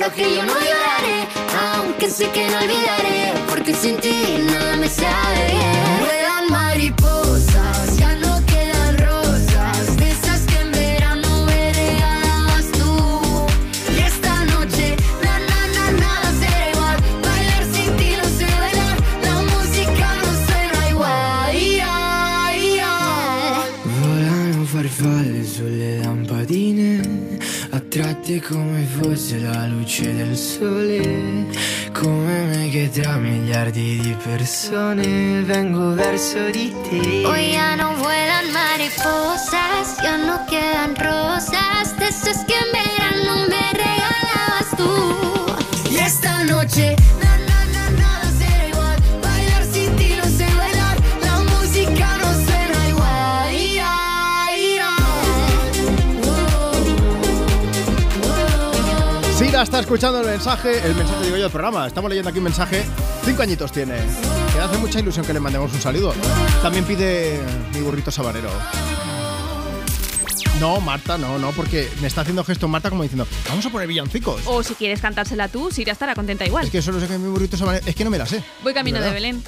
juro que yo no lloraré, aunque sé que no olvidaré, porque sin ti nada me sabe bien. Vuelan mariposas, ya no quedan rosas, de esas que en verano me regalabas tú. Y esta noche, na na na nada será igual, bailar sin ti no sé bailar, la música no suena igual. Ia, ia. Volano farfalle sulle lampadine, a tratti come fosse la luce del sole, come me che tra miliardi di persone vengo verso di te. Hoy ya no vuelan mariposas, ya no quedan rosas, de esas que en verano me regalabas tú. Y esta noche, na na na nada será igual, bailar sin ti no sé bailar, la música no suena igual. Ia, ia. Sira está escuchando el mensaje, el mensaje digo yo del programa. Estamos leyendo aquí un mensaje. Cinco añitos tiene. Que hace mucha ilusión que le mandemos un saludo. También pide mi burrito sabanero. No, Marta, no, no, porque me está haciendo gesto Marta como diciendo, vamos a poner villancicos. O si quieres cantársela tú, Sira estará contenta igual. Es que solo sé que mi burrito sabanero, es que no me la sé. Voy camino de, de Belén.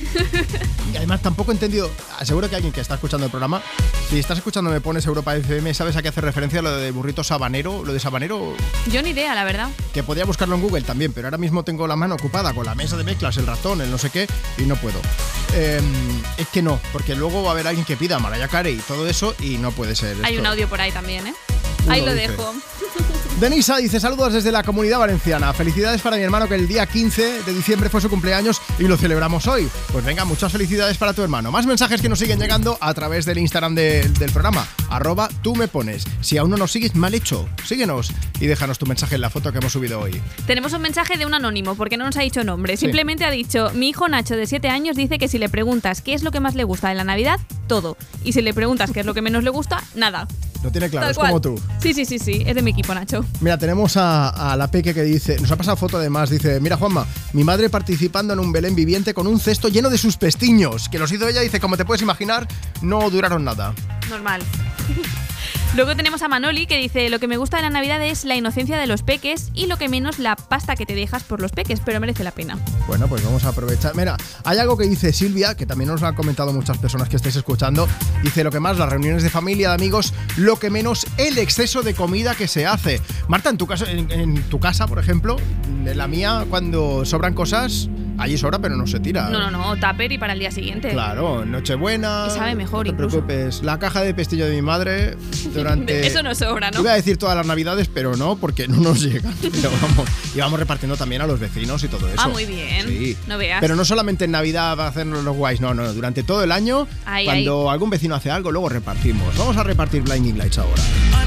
Y además tampoco he entendido, seguro que alguien que está escuchando el programa, si estás escuchando Me Pones Europa F M, ¿sabes a qué hace referencia lo de burrito sabanero? Lo de sabanero, Yo ni idea, la verdad. que podía buscarlo en Google también, pero ahora mismo tengo la mano ocupada con la mesa de mezclas, el ratón, el no sé qué, y no puedo. Eh, es que no, porque luego va a haber alguien que pida Mariah Carey y todo eso y no puede ser. Hay esto. un audio por ahí también, ¿eh? Uno Ahí lo dice. dejo. Denisa dice, saludos desde la Comunidad Valenciana. Felicidades para mi hermano que el día quince de diciembre fue su cumpleaños y lo celebramos hoy. Pues venga, muchas felicidades para tu hermano. Más mensajes que nos siguen llegando a través del Instagram de- del programa, arroba tú me pones. Si aún no nos sigues, mal hecho. Síguenos y déjanos tu mensaje en la foto que hemos subido hoy. Tenemos un mensaje de un anónimo, porque no nos ha dicho nombre. Sí. Simplemente ha dicho, mi hijo Nacho de siete años dice que si le preguntas qué es lo que más le gusta de la Navidad, todo. Y si le preguntas qué es lo que menos le gusta, nada. Lo tiene claro, Tal es cual. como tú. Sí, sí, sí, sí, es de mi equipo, Nacho. Mira, tenemos a, a la Peque que dice, nos ha pasado foto además, dice, mira Juanma, mi madre participando en un Belén viviente con un cesto lleno de sus pestiños, que los hizo ella, dice, como te puedes imaginar, no duraron nada. Normal. Luego tenemos a Manoli que dice, lo que me gusta de la Navidad es la inocencia de los peques y lo que menos la pasta que te dejas por los peques, pero merece la pena. Bueno, pues vamos a aprovechar. Mira, hay algo que dice Silvia, que también nos lo han comentado muchas personas que estáis escuchando. Dice, lo que más, las reuniones de familia, de amigos, lo que menos, el exceso de comida que se hace. Marta, en tu casa, en, en tu casa, por ejemplo, en la mía, cuando sobran cosas, allí sobra, pero no se tira. No, no, no, tupper y para el día siguiente. Claro, Nochebuena. Y sabe mejor no te incluso. preocupes. La caja de pestillo de mi madre durante... Eso no sobra, ¿no? Iba a decir todas las navidades, pero no, porque no nos llegan. Pero vamos, y vamos repartiendo también a los vecinos y todo eso. Ah, muy bien. Sí. No veas. Pero no solamente en Navidad para hacernos los guays, no, no, durante todo el año, Ay, cuando algún vecino hace algo, luego repartimos. Vamos a repartir Blinding Lights ahora.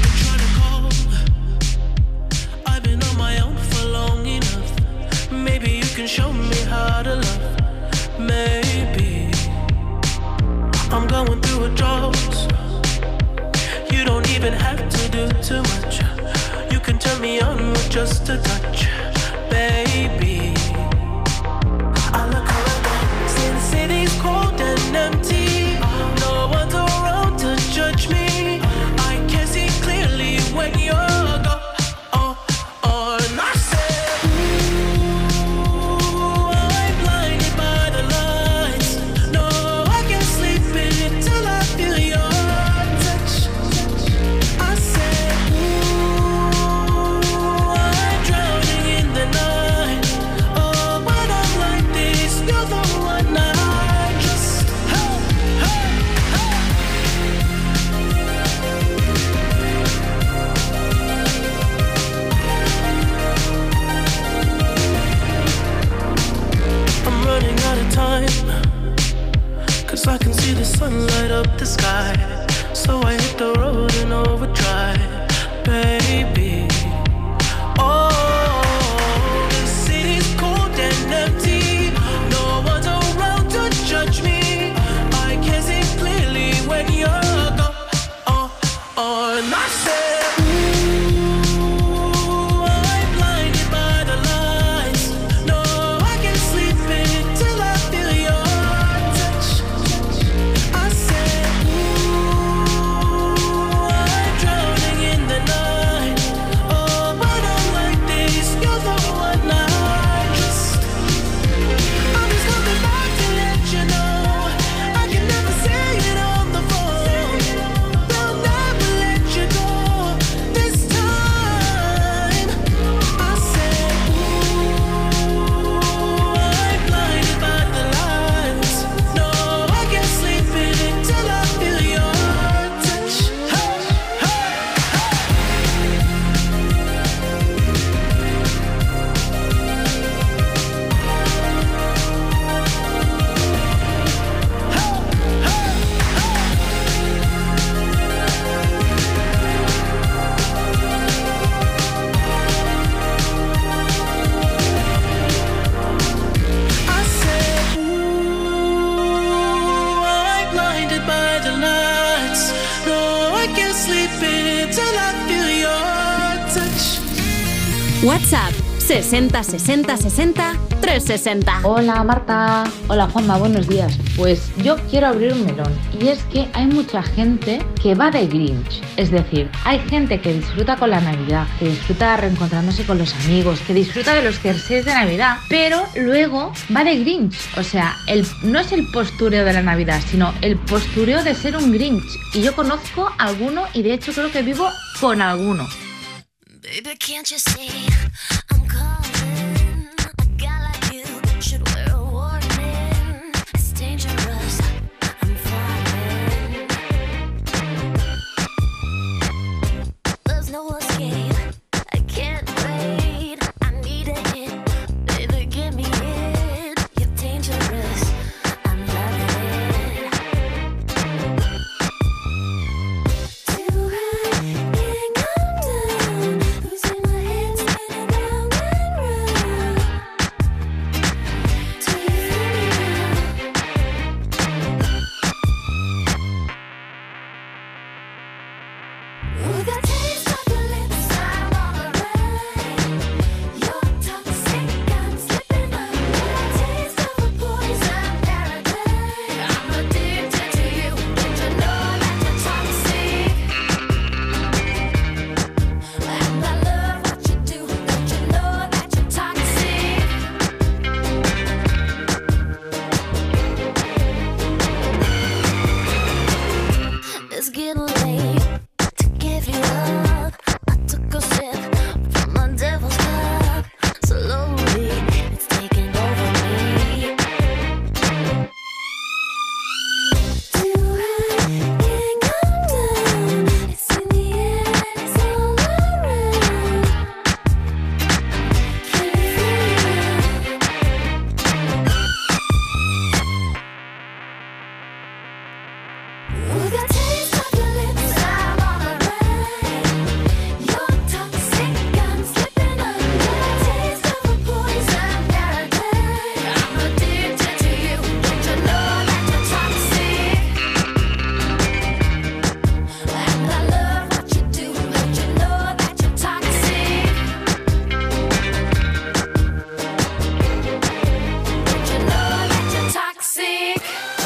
I've been on my own for long enough. Maybe you can show me how to love. Maybe I'm going through a drought. You don't even have to do too much. You can turn me on with just a touch, baby. I look around, see the city's cold and empty. No one's around to judge me. I can see clearly when you're gone. Oh, oh, and I said, ooh, I'm blinded by the lights. No, I can't sleep until I feel your touch. I said, ooh, I'm drowning in the night. Oh, when I'm like this, you're the one I just. Hey, hey, hey. I'm running out of time, 'cause I can see the sun light up the sky. So I hit the road in overdrive, baby. Oh, the city's cold and empty. No one's around to judge me. I can see clearly when you're gone. Oh, oh, and I said, ooh, I'm blinded by the lights. No, I can't sleep until I feel your touch. I said, ooh, I'm WhatsApp sesenta sesenta sesenta trescientos sesenta. Hola Marta, hola Juanma, buenos días. Pues yo quiero abrir un melón y es que hay mucha gente que va de Grinch. Es decir, hay gente que disfruta con la Navidad, que disfruta reencontrándose con los amigos, que disfruta de los jerseys de Navidad, pero luego va de Grinch. O sea, el, no es el postureo de la Navidad, sino el postureo de ser un Grinch. Y yo conozco a alguno y de hecho creo que vivo con alguno. Baby, can't you see I'm calling? A guy like you should wear a warning. It's dangerous. I'm falling. There's no escape. I can't wait. I need a hit. Baby, give me it. You're dangerous. I'm loving it. Too high, can't come down. Losing my head, spinning round and round. Do you feel me now? Ooh, the taste of your lips, I'm on the ride. You're toxic, I'm slipping under. Taste of a poison paradise. I'm addicted to you. Don't you know that you're toxic? And I love what you do. Don't you know that you're toxic? It's getting late to give you up. I took a sip from my devil's cup. Slowly, it's taking over me. Too high, can't come down. It's in the air and it's all around. Can you feel it? Ooh, the taste of your lips, I'm on a ride. You're toxic, I'm slipping under. Taste of a poison paradise. I'm addicted to you. Don't you know that you're toxic? And I love what you do. Don't you know that you're toxic? Don't you know that you're toxic?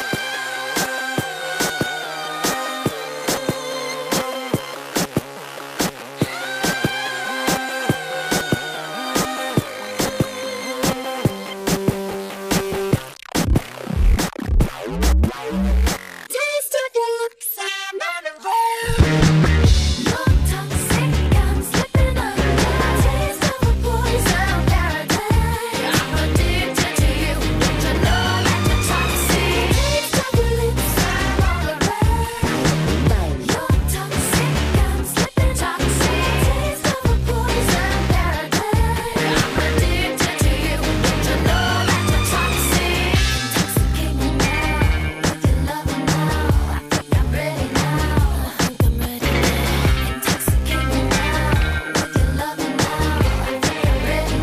Taste of your lips, I'm on a roll. You're toxic, I'm slipping under. Taste of a poison paradise. I'm addicted to you. Don't you know that you're toxic? Taste of your lips, I'm on a roll. You're toxic, I'm slipping toxic. Taste of a poison paradise. I'm addicted to you. Don't you know that you're toxic? Intoxicate me now with your loving now. I think I'm ready now. I think I'm ready now. Intoxicate me now with your loving now. I think I'm ready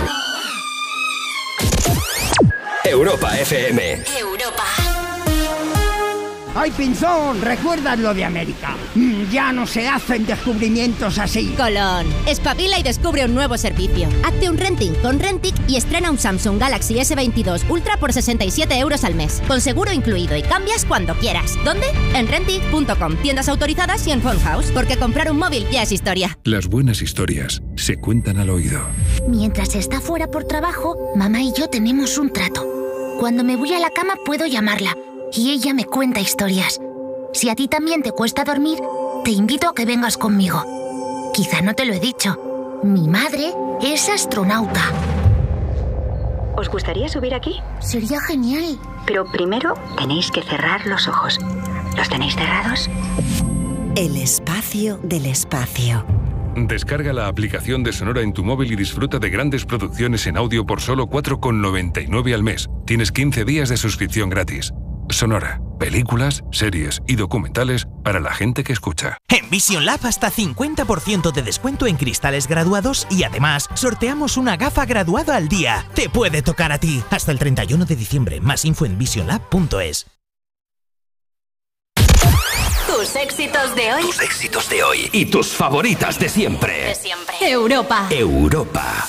now. Europa F M. Europa. ¡Ay, Pinzón! ¿Recuerdas lo de América? Mm, ya no se hacen descubrimientos así. Colón, espabila y descubre un nuevo servicio. Hazte un renting con Rentic y estrena un Samsung Galaxy ese veintidós Ultra por sesenta y siete euros al mes, con seguro incluido y cambias cuando quieras. ¿Dónde? En rentic punto com, tiendas autorizadas y en Phone House, porque comprar un móvil ya es historia. Las buenas historias se cuentan al oído. Mientras está fuera por trabajo, mamá y yo tenemos un trato. Cuando me voy a la cama puedo llamarla y ella me cuenta historias. Si a ti también te cuesta dormir, te invito a que vengas conmigo. Quizá no te lo he dicho. Mi madre es astronauta. ¿Os gustaría subir aquí? Sería genial. Pero primero tenéis que cerrar los ojos. ¿Los tenéis cerrados? El espacio del espacio. Descarga la aplicación de Sonora en tu móvil y disfruta de grandes producciones en audio por solo cuatro con noventa y nueve al mes. Tienes quince días de suscripción gratis. Sonora, películas, series y documentales para la gente que escucha. En Vision Lab hasta cincuenta por ciento de descuento en cristales graduados y además sorteamos una gafa graduada al día. Te puede tocar a ti. Hasta el treinta y uno de diciembre. Más info en vision lab punto es. Tus éxitos de hoy. Tus éxitos de hoy y tus favoritas de siempre. De siempre. Europa. Europa.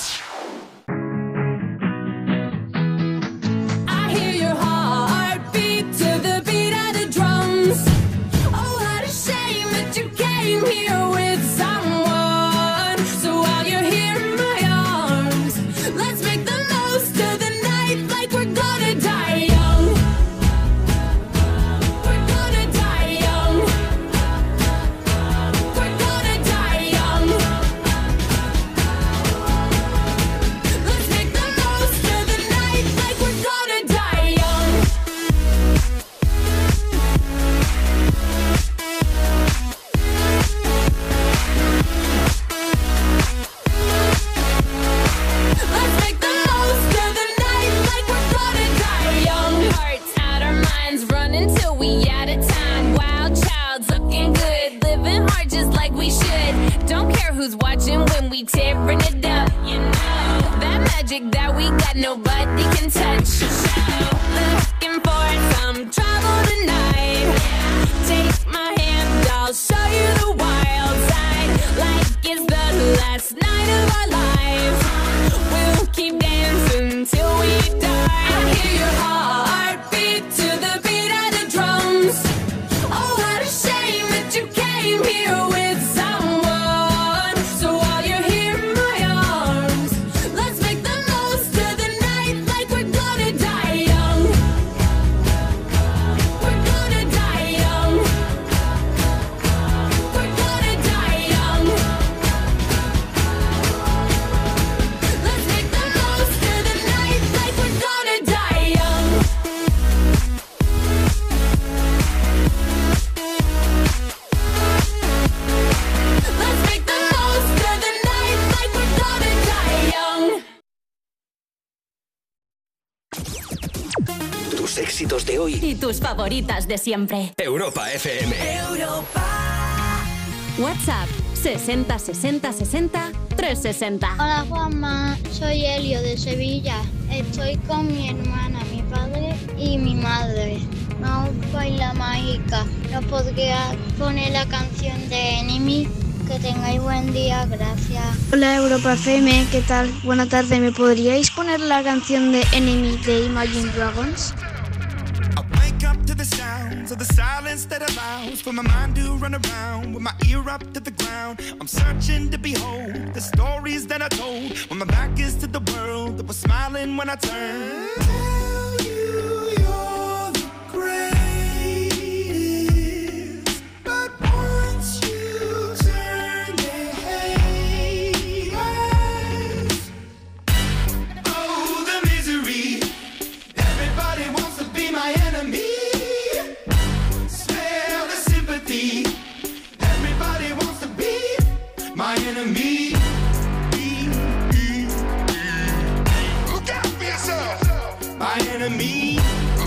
I hear your heartbeat to the beat of the drums. Oh, what a shame that you came here with someone. So while you're here in my arms, let's make the most of the night like we're gonna die young. We're gonna die young. We're gonna die young. Let's make the most of the night like we're gonna die young. Let's make the most of the night like we're gonna die young. Hearts out our minds, running till we out of time. Wild child's looking good, living hard just like we should. Don't care who's watching when we tearing it up. You know that magic that we got, nobody can touch. So looking for some trouble tonight. Take my hand, I'll show you the wild side. Like it's the last night of our lives. We'll keep dancing till we die. I hear your heartbeat to the beat of the drums. Oh, what a shame that you came here with someone. So while you're here in my arms, let's make the most of the night like we're gonna die young. We're gonna die young. We're gonna die young. Let's make the most of the night like we're gonna die young. Let's make the most of the night like we're gonna die young. Tus éxitos de hoy. Y tus favoritas de siempre. Europa F M. WhatsApp sesenta sesenta sesenta trescientos sesenta. Hola Juanma, soy Elio de Sevilla. Estoy con mi hermana, mi padre y mi madre. Vamos a Isla Mágica. ¿No podría poner la canción de Enemy? Que tengáis buen día, gracias. Hola Europa F M, ¿qué tal? Buena tarde, ¿me podríais poner la canción de Enemy de Imagine Dragons? Wake up to the sounds of the silence that allows for my mind to run around with my ear up to the ground. I'm searching to behold the stories that I told when my back is to the world that was smiling when I turned. Tell you you're the greatest, but once you turn they hate us. Oh, the misery. Everybody wants to be my enemy. Smell the sympathy. Everybody wants to be my enemy. Look out for yourself. My enemy.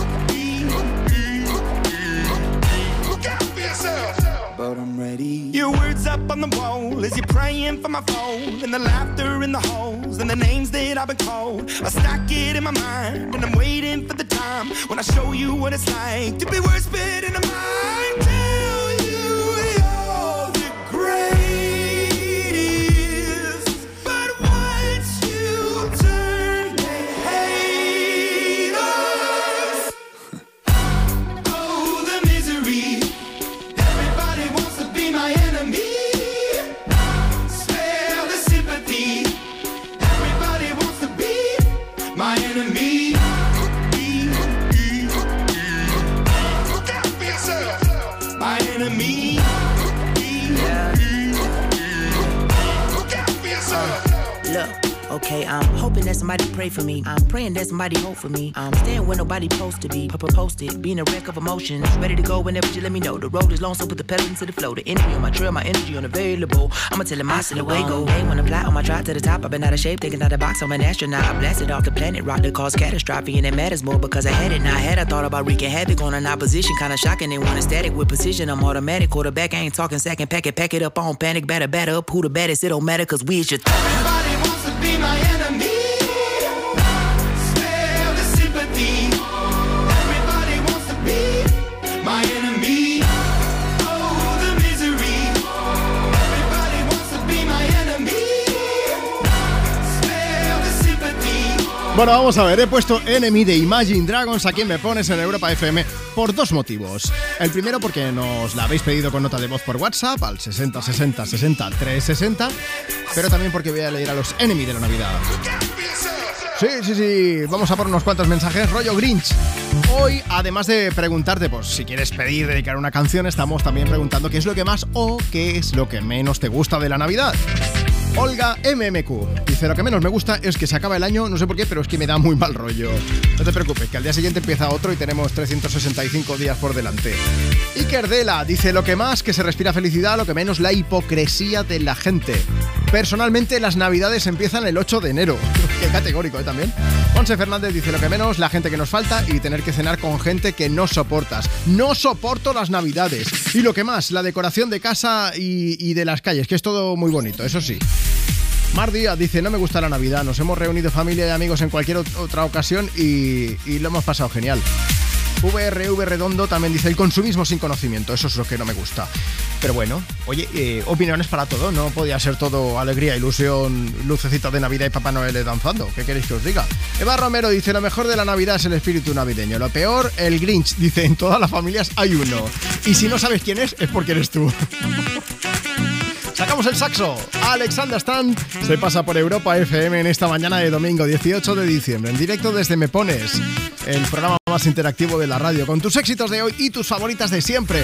Look out for yourself. But I'm ready. Your words up on the wall as you're praying for my phone, and the laughter in the halls and the names that I've been called. I stack it in my mind and I'm waiting for the time when I show you what it's like to be worse fit in a mind. Tell you you're the greatest, but once you turn they hate us. Oh, the misery. Everybody wants to be my enemy. Spare the sympathy. Everybody wants to be my enemy. Look out for yourself. My enemy. Look out for yourself. Look, okay, I'm hoping that somebody pray for me. I'm praying that somebody hope for me. I'm staying where nobody supposed to be. Papa posted, being a wreck of emotions. Ready to go whenever you let me know. The road is long, so put the pedal into the flow. The energy on my trail, my energy unavailable. I'ma tell him I still away go. Hey, when I fly on my drive to the top, I've been out of shape, thinking out the box. I'm an astronaut. I blasted off the planet, rock that caused catastrophe, and it matters more because I had it. Now I had I thought about wreaking havoc on an opposition, kinda shocking. They want static with precision. I'm automatic, quarterback. I ain't talking second pack it, pack it up on panic, batter, batter up. Who the baddest? It don't matter, cause we is your th- Everybody wants to be my enemy. Spare the sympathy. Everybody wants to be my enemy. Oh, Bueno, vamos a ver, he puesto Enemy de Imagine Dragons a quien me pones en Europa F M por dos motivos. El primero porque nos la habéis pedido con nota de voz por WhatsApp al sesenta sesenta sesenta trescientos sesenta, pero también porque voy a leer a los Enemy de la Navidad. Sí, sí, sí, vamos a por unos cuantos mensajes rollo Grinch. Hoy, además de preguntarte, pues si quieres pedir, dedicar una canción, estamos también preguntando qué es lo que más o qué es lo que menos te gusta de la Navidad. Olga M M Q dice: lo que menos me gusta es que se acaba el año, no sé por qué, pero es que me da muy mal rollo. No te preocupes, que al día siguiente empieza otro y tenemos trescientos sesenta y cinco días por delante. Iker Dela dice: lo que más que se respira felicidad, lo que menos la hipocresía de la gente. Personalmente las navidades empiezan el ocho de enero. Qué categórico, ¿eh? También. Once Fernández dice: lo que menos la gente que nos falta y tener que cenar con gente que no soportas. No soporto las navidades. Y lo que más, la decoración de casa y, y de las calles, que es todo muy bonito, eso sí. Mar Díaz dice: no me gusta la Navidad, nos hemos reunido familia y amigos en cualquier otra ocasión y, y lo hemos pasado genial. V R V Redondo también dice: el consumismo sin conocimiento, eso es lo que no me gusta. Pero bueno, oye, eh, opiniones para todo, no podía ser todo alegría, ilusión, lucecita de Navidad y Papá Noel danzando. ¿Qué queréis que os diga? Eva Romero dice: lo mejor de la Navidad es el espíritu navideño, lo peor, el Grinch. Dice: en todas las familias hay uno, y si no sabes quién es, es porque eres tú. Sacamos el saxo. Alexander Stan se pasa por Europa F M en esta mañana de domingo dieciocho de diciembre, en directo desde Me Pones, el programa más interactivo de la radio, con tus éxitos de hoy y tus favoritas de siempre.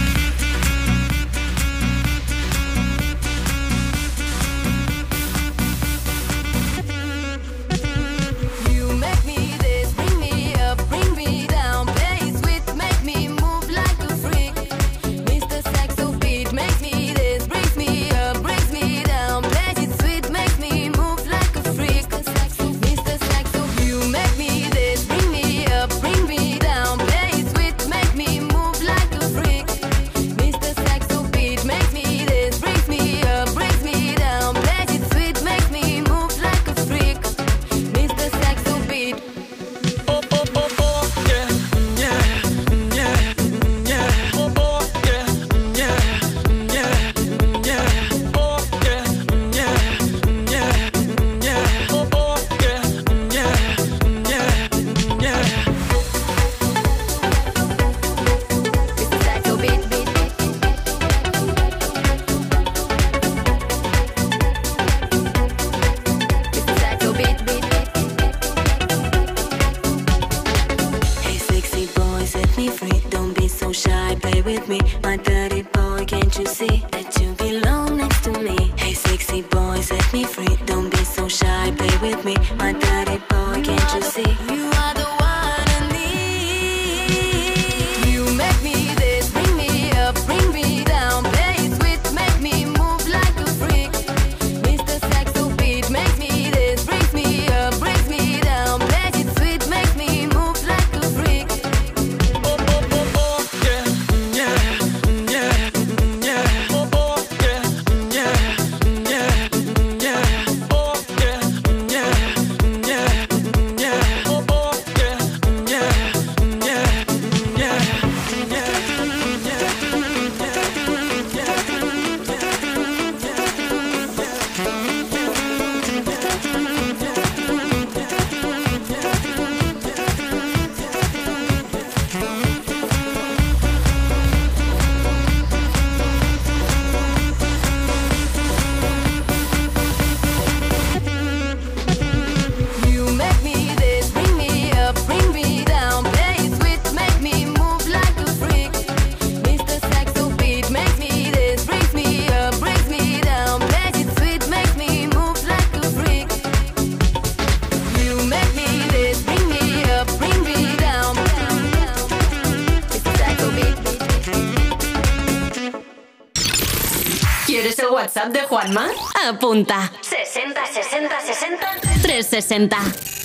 WhatsApp de Juanma, apunta sesenta sesenta sesenta trescientos sesenta.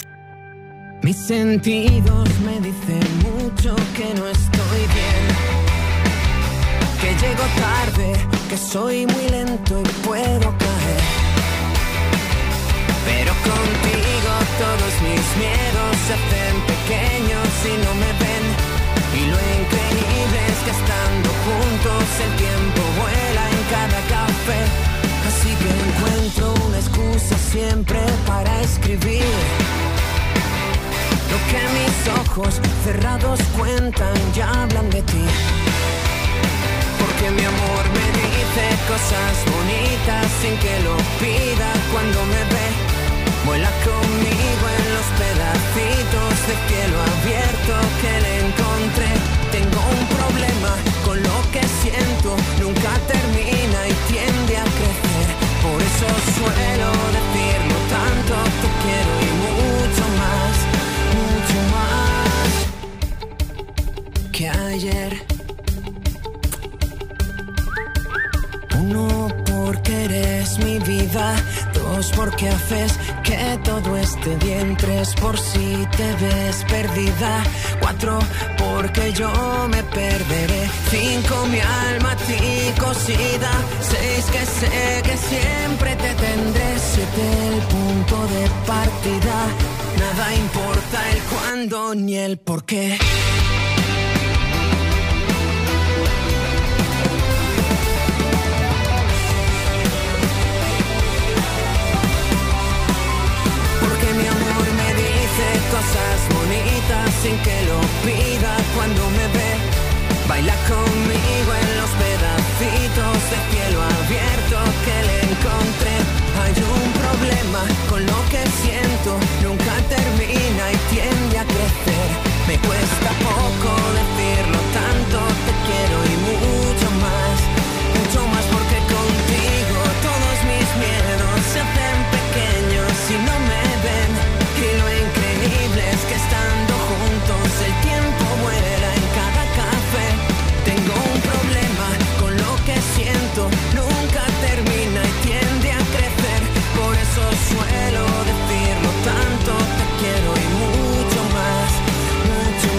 Mis sentidos me dicen mucho que no estoy bien, que llego tarde, que soy muy lento y puedo caer. Pero contigo todos mis miedos se hacen pequeños y no me ven. Y lo increíble es que estando juntos el tiempo vuela en cada café. Así que encuentro una excusa siempre para escribir ojos cerrados cuentan, ya hablan de ti. Porque mi amor me dice cosas bonitas sin que lo pida. Cuando me ve, vuela conmigo en los pedacitos de cielo abierto que le encontré. Tengo un problema con lo que siento, nunca termina y tiende a crecer. Por eso suelo decirlo tanto, te quiero y mucho más, mucho más que ayer. Uno, porque eres mi vida. Dos, porque haces que todo esté bien. Tres, por si te ves perdida. Cuatro, porque yo me perderé. Cinco, mi alma a ti cosida. Seis, que sé que siempre te tendré. Siete, el punto de partida. Nada importa el cuándo ni el por qué. Cosas bonitas sin que lo pida. Cuando me ve, baila conmigo en los pedacitos de cielo abierto que le encontré. Hay un problema con lo que siento, nunca termina y tiende a crecer. Me cuesta poco decirlo tanto, te quiero y mucho más, mucho más porque contigo todos mis miedos se hacen pequeños y no me ven. Y lo increíble es que estando juntos el tiempo vuela en cada café. Tengo un problema con lo que siento, nunca termina y tiende a crecer. Por eso suelo decirlo tanto, te quiero y mucho más, mucho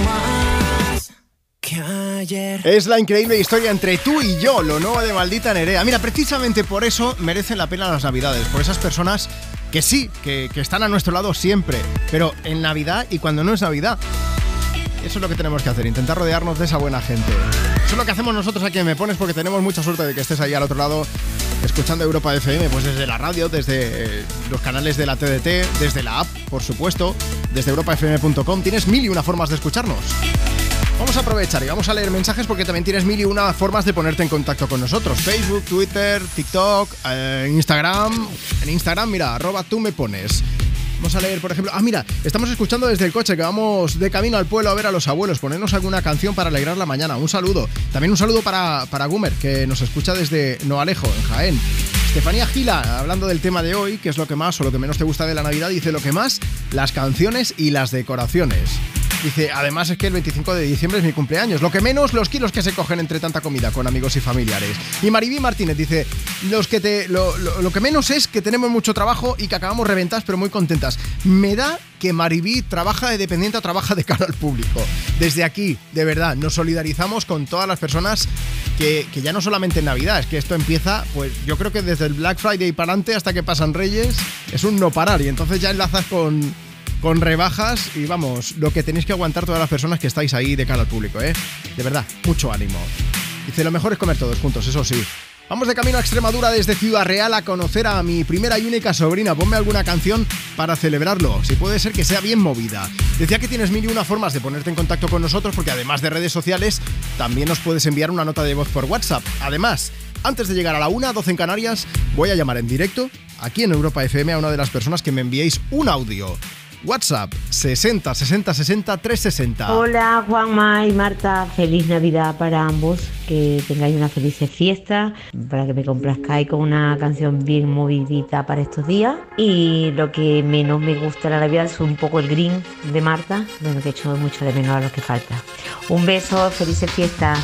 más que ayer. Es la increíble historia entre tú y yo, lo nuevo de Maldita Nerea. Mira, precisamente por eso merecen la pena las Navidades, por esas personas que sí, que, que están a nuestro lado siempre, pero en Navidad y cuando no es Navidad. Eso es lo que tenemos que hacer, intentar rodearnos de esa buena gente. Eso es lo que hacemos nosotros aquí en Me Pones, porque tenemos mucha suerte de que estés ahí al otro lado escuchando Europa F M, pues desde la radio, desde los canales de la T D T, desde la app, por supuesto, desde europa f m punto com. Tienes mil y una formas de escucharnos. Vamos a aprovechar y vamos a leer mensajes porque también tienes mil y una formas de ponerte en contacto con nosotros. Facebook, Twitter, TikTok, eh, Instagram. En Instagram, mira, arroba tú me pones. Vamos a leer, por ejemplo... Ah, mira, estamos escuchando desde el coche, que vamos de camino al pueblo a ver a los abuelos. Ponernos alguna canción para alegrar la mañana. Un saludo. También un saludo para, para Gumer, que nos escucha desde Noalejo, en Jaén. Estefanía Gila, hablando del tema de hoy, que es lo que más o lo que menos te gusta de la Navidad, dice lo que más, las canciones y las decoraciones. Dice, además es que el veinticinco de diciembre es mi cumpleaños. Lo que menos, los kilos que se cogen entre tanta comida con amigos y familiares. Y Maribí Martínez dice, los que te, lo, lo, lo que menos es que tenemos mucho trabajo y que acabamos reventadas pero muy contentas. Me da que Maribí trabaja de dependiente o trabaja de cara al público. Desde aquí, de verdad, nos solidarizamos con todas las personas que, que ya no solamente en Navidad, es que esto empieza, pues yo creo que desde el Black Friday para adelante hasta que pasan Reyes, es un no parar. Y entonces ya enlazas con... con rebajas y vamos, lo que tenéis que aguantar todas las personas que estáis ahí de cara al público, ¿eh? De verdad, mucho ánimo. Dice, lo mejor es comer todos juntos, eso sí. Vamos de camino a Extremadura desde Ciudad Real a conocer a mi primera y única sobrina. Ponme alguna canción para celebrarlo, si puede ser que sea bien movida. Decía que tienes mil y una formas de ponerte en contacto con nosotros porque además de redes sociales, también nos puedes enviar una nota de voz por WhatsApp. Además, antes de llegar a la una, doce en Canarias, voy a llamar en directo, aquí en Europa F M, a una de las personas que me enviéis un audio. WhatsApp sesenta sesenta sesenta trescientos sesenta. Hola Juanma y Marta, feliz Navidad para ambos, que tengáis una feliz fiesta, para que me complazcáis con una canción bien movidita para estos días. Y lo que menos me gusta de la Navidad es un poco el green de Marta, bueno, que echo mucho de menos a los que falta. Un beso, felices fiestas.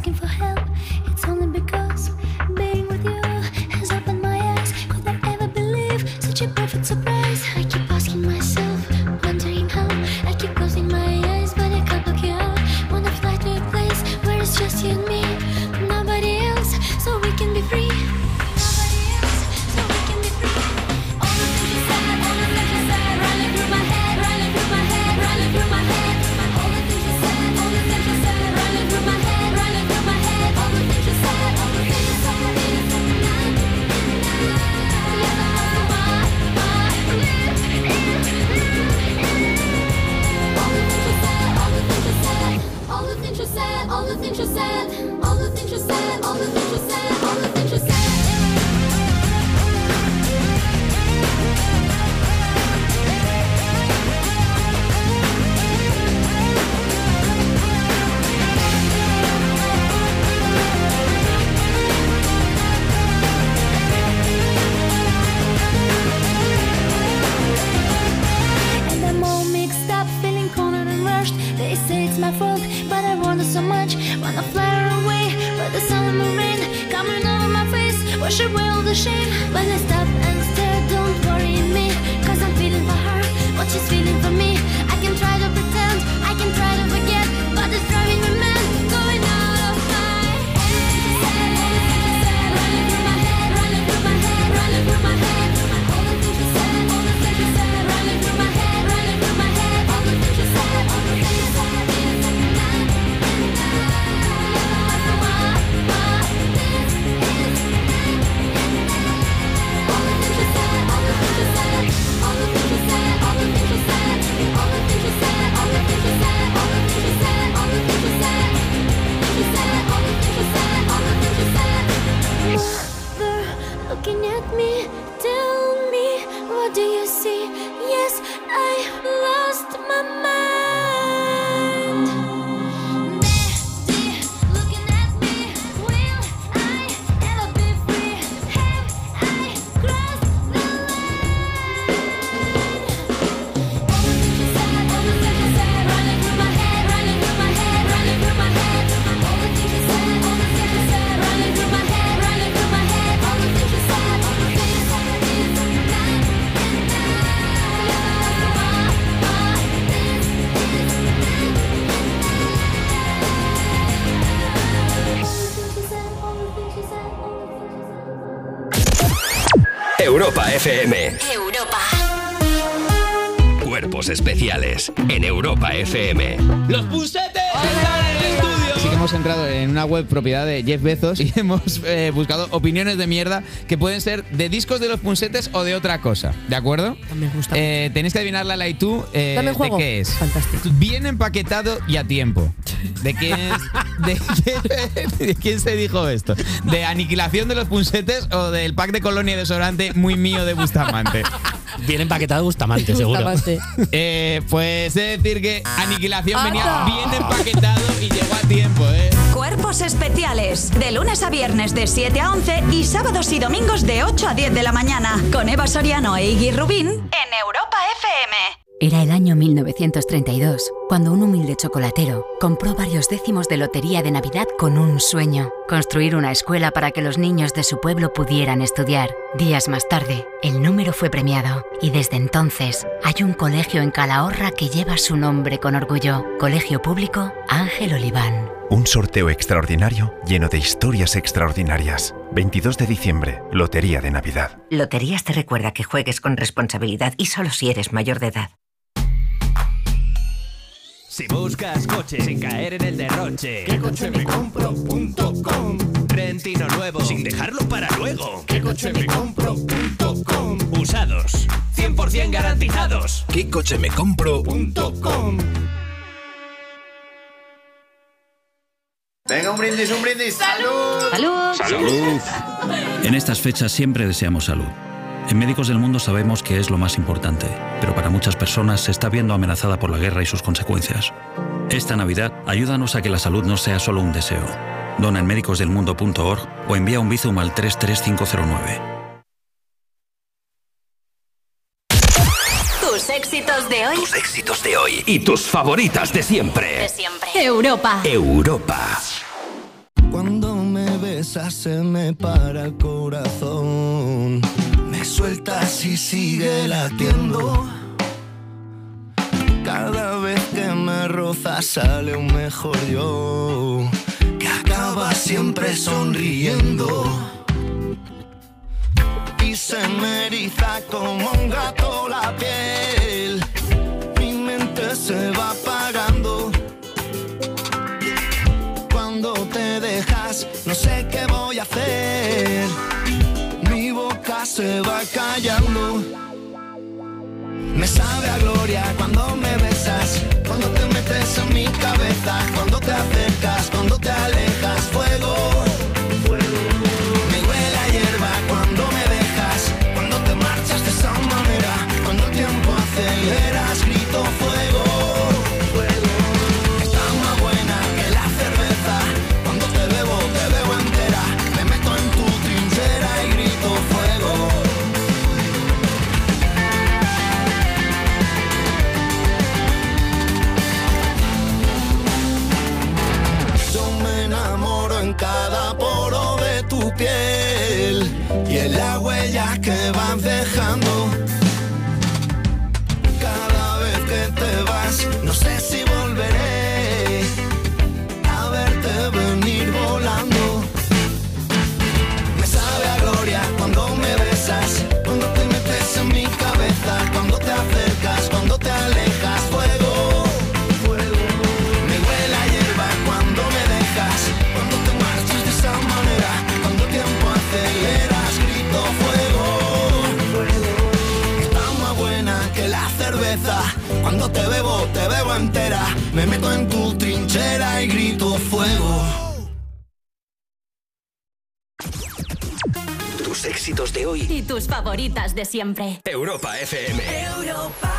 It's only because being with you has opened my eyes. Could I ever believe wash away all the shame. But I stop and stare, don't worry me, cause I'm feeling for her what she's feeling for me. I can try to pretend, I can try to forget, but it's driving me mad, going out of my head. Running through my head, running through my head, running through my head. All the things you said, all the things you said, running through my head, running through my head. All the things you said, all the things you said. Looking at me, tell me, what do you see? Yes, I lost my mind. Daddy, looking at me, will I ever be free? Have I crossed the line? All the things you said, all the things you said, running through my head, running through my head, running through my head. All the things you said, all the things you said, running through my head, running through my head. All the things you said, all the things you said, is night and Europa F M. Europa. Cuerpos especiales en Europa F M. ¡Los Punsetes están en el estudio! Así que hemos entrado en una web propiedad de Jeff Bezos y hemos eh, buscado opiniones de mierda que pueden ser de discos de Los Punsetes o de otra cosa, ¿de acuerdo? Me gusta. Eh, tenéis que adivinarla, la y tú, eh, Dame de juego. qué es. Fantástico. Bien empaquetado y a tiempo. ¿De quién, es, de, quién, ¿De quién se dijo esto? ¿De Aniquilación de Los Punsetes o del pack de colonia y desodorante Muy Mío de Bustamante? Bien empaquetado Bustamante, seguro. Bustamante. Eh, pues es decir que Aniquilación venía bien empaquetado y llegó a tiempo, ¿eh? Cuerpos especiales. De lunes a viernes de siete a once y sábados y domingos de ocho a diez de la mañana. Con Eva Soriano e Iggy Rubín en Europa F M. Era el año mil novecientos treinta y dos, cuando un humilde chocolatero compró varios décimos de lotería de Navidad con un sueño: construir una escuela para que los niños de su pueblo pudieran estudiar. Días más tarde, el número fue premiado y desde entonces hay un colegio en Calahorra que lleva su nombre con orgullo. Colegio Público Ángel Oliván. Un sorteo extraordinario lleno de historias extraordinarias. veintidós de diciembre, Lotería de Navidad. Loterías te recuerda que juegues con responsabilidad y solo si eres mayor de edad. Si buscas coche sin caer en el derroche, ¿qué coche me compro punto com? Rentino nuevo sin dejarlo para luego, ¿qué coche me compro punto com? Usados, cien por ciento garantizados, ¿qué coche me compro punto com? Venga, un brindis, un brindis. ¡Salud! ¡Salud! ¡Salud! En estas fechas siempre deseamos salud. En Médicos del Mundo sabemos que es lo más importante, pero para muchas personas se está viendo amenazada por la guerra y sus consecuencias. Esta Navidad, ayúdanos a que la salud no sea solo un deseo. Dona en médicos del mundo punto org o envía un Bizum al tres tres cinco cero nueve. Tus éxitos de hoy. Tus éxitos de hoy y tus favoritas de siempre. De siempre. Europa. Europa. Cuando me besas se me para el corazón. Me sueltas y sigue latiendo. Cada vez que me rozas sale un mejor yo, que acaba siempre sonriendo. Y se me eriza como un gato la piel. Mi mente se va apagando. Cuando te dejas, no sé qué voy a hacer. Mi boca se va callando. Me sabe a gloria cuando me besas, cuando te metes en mi cabeza, cuando te acercas, cuando te alejas. Fuego, fuego. Me huele a hierba cuando me dejas, cuando te marchas de esa manera, cuando el tiempo aceleras, grito fuego, fuego. Está más buena que la cerveza, cuando te bebo, te bebo entera, me meto en tu trinchera y grito fuego. Yo me enamoro en cada poro de tu piel. huellas que vas dejando. Cada vez que te vas, no sé si volveré a verte venir volando. Me sabe a gloria cuando me besas, cuando te metes en mi cabeza, cuando te acercas, cuando te alejas. Fuego, fuego. Me huele a hierba cuando me dejas, cuando te marchas de esa manera, cuando el tiempo aceleras. Grito fuego, fuego. Está más buena que la cerveza. Cuando te bebo, te bebo entera. Me meto en tu trinchera y grito fuego. Tus éxitos de hoy y tus favoritas de siempre. Europa F M. Europa.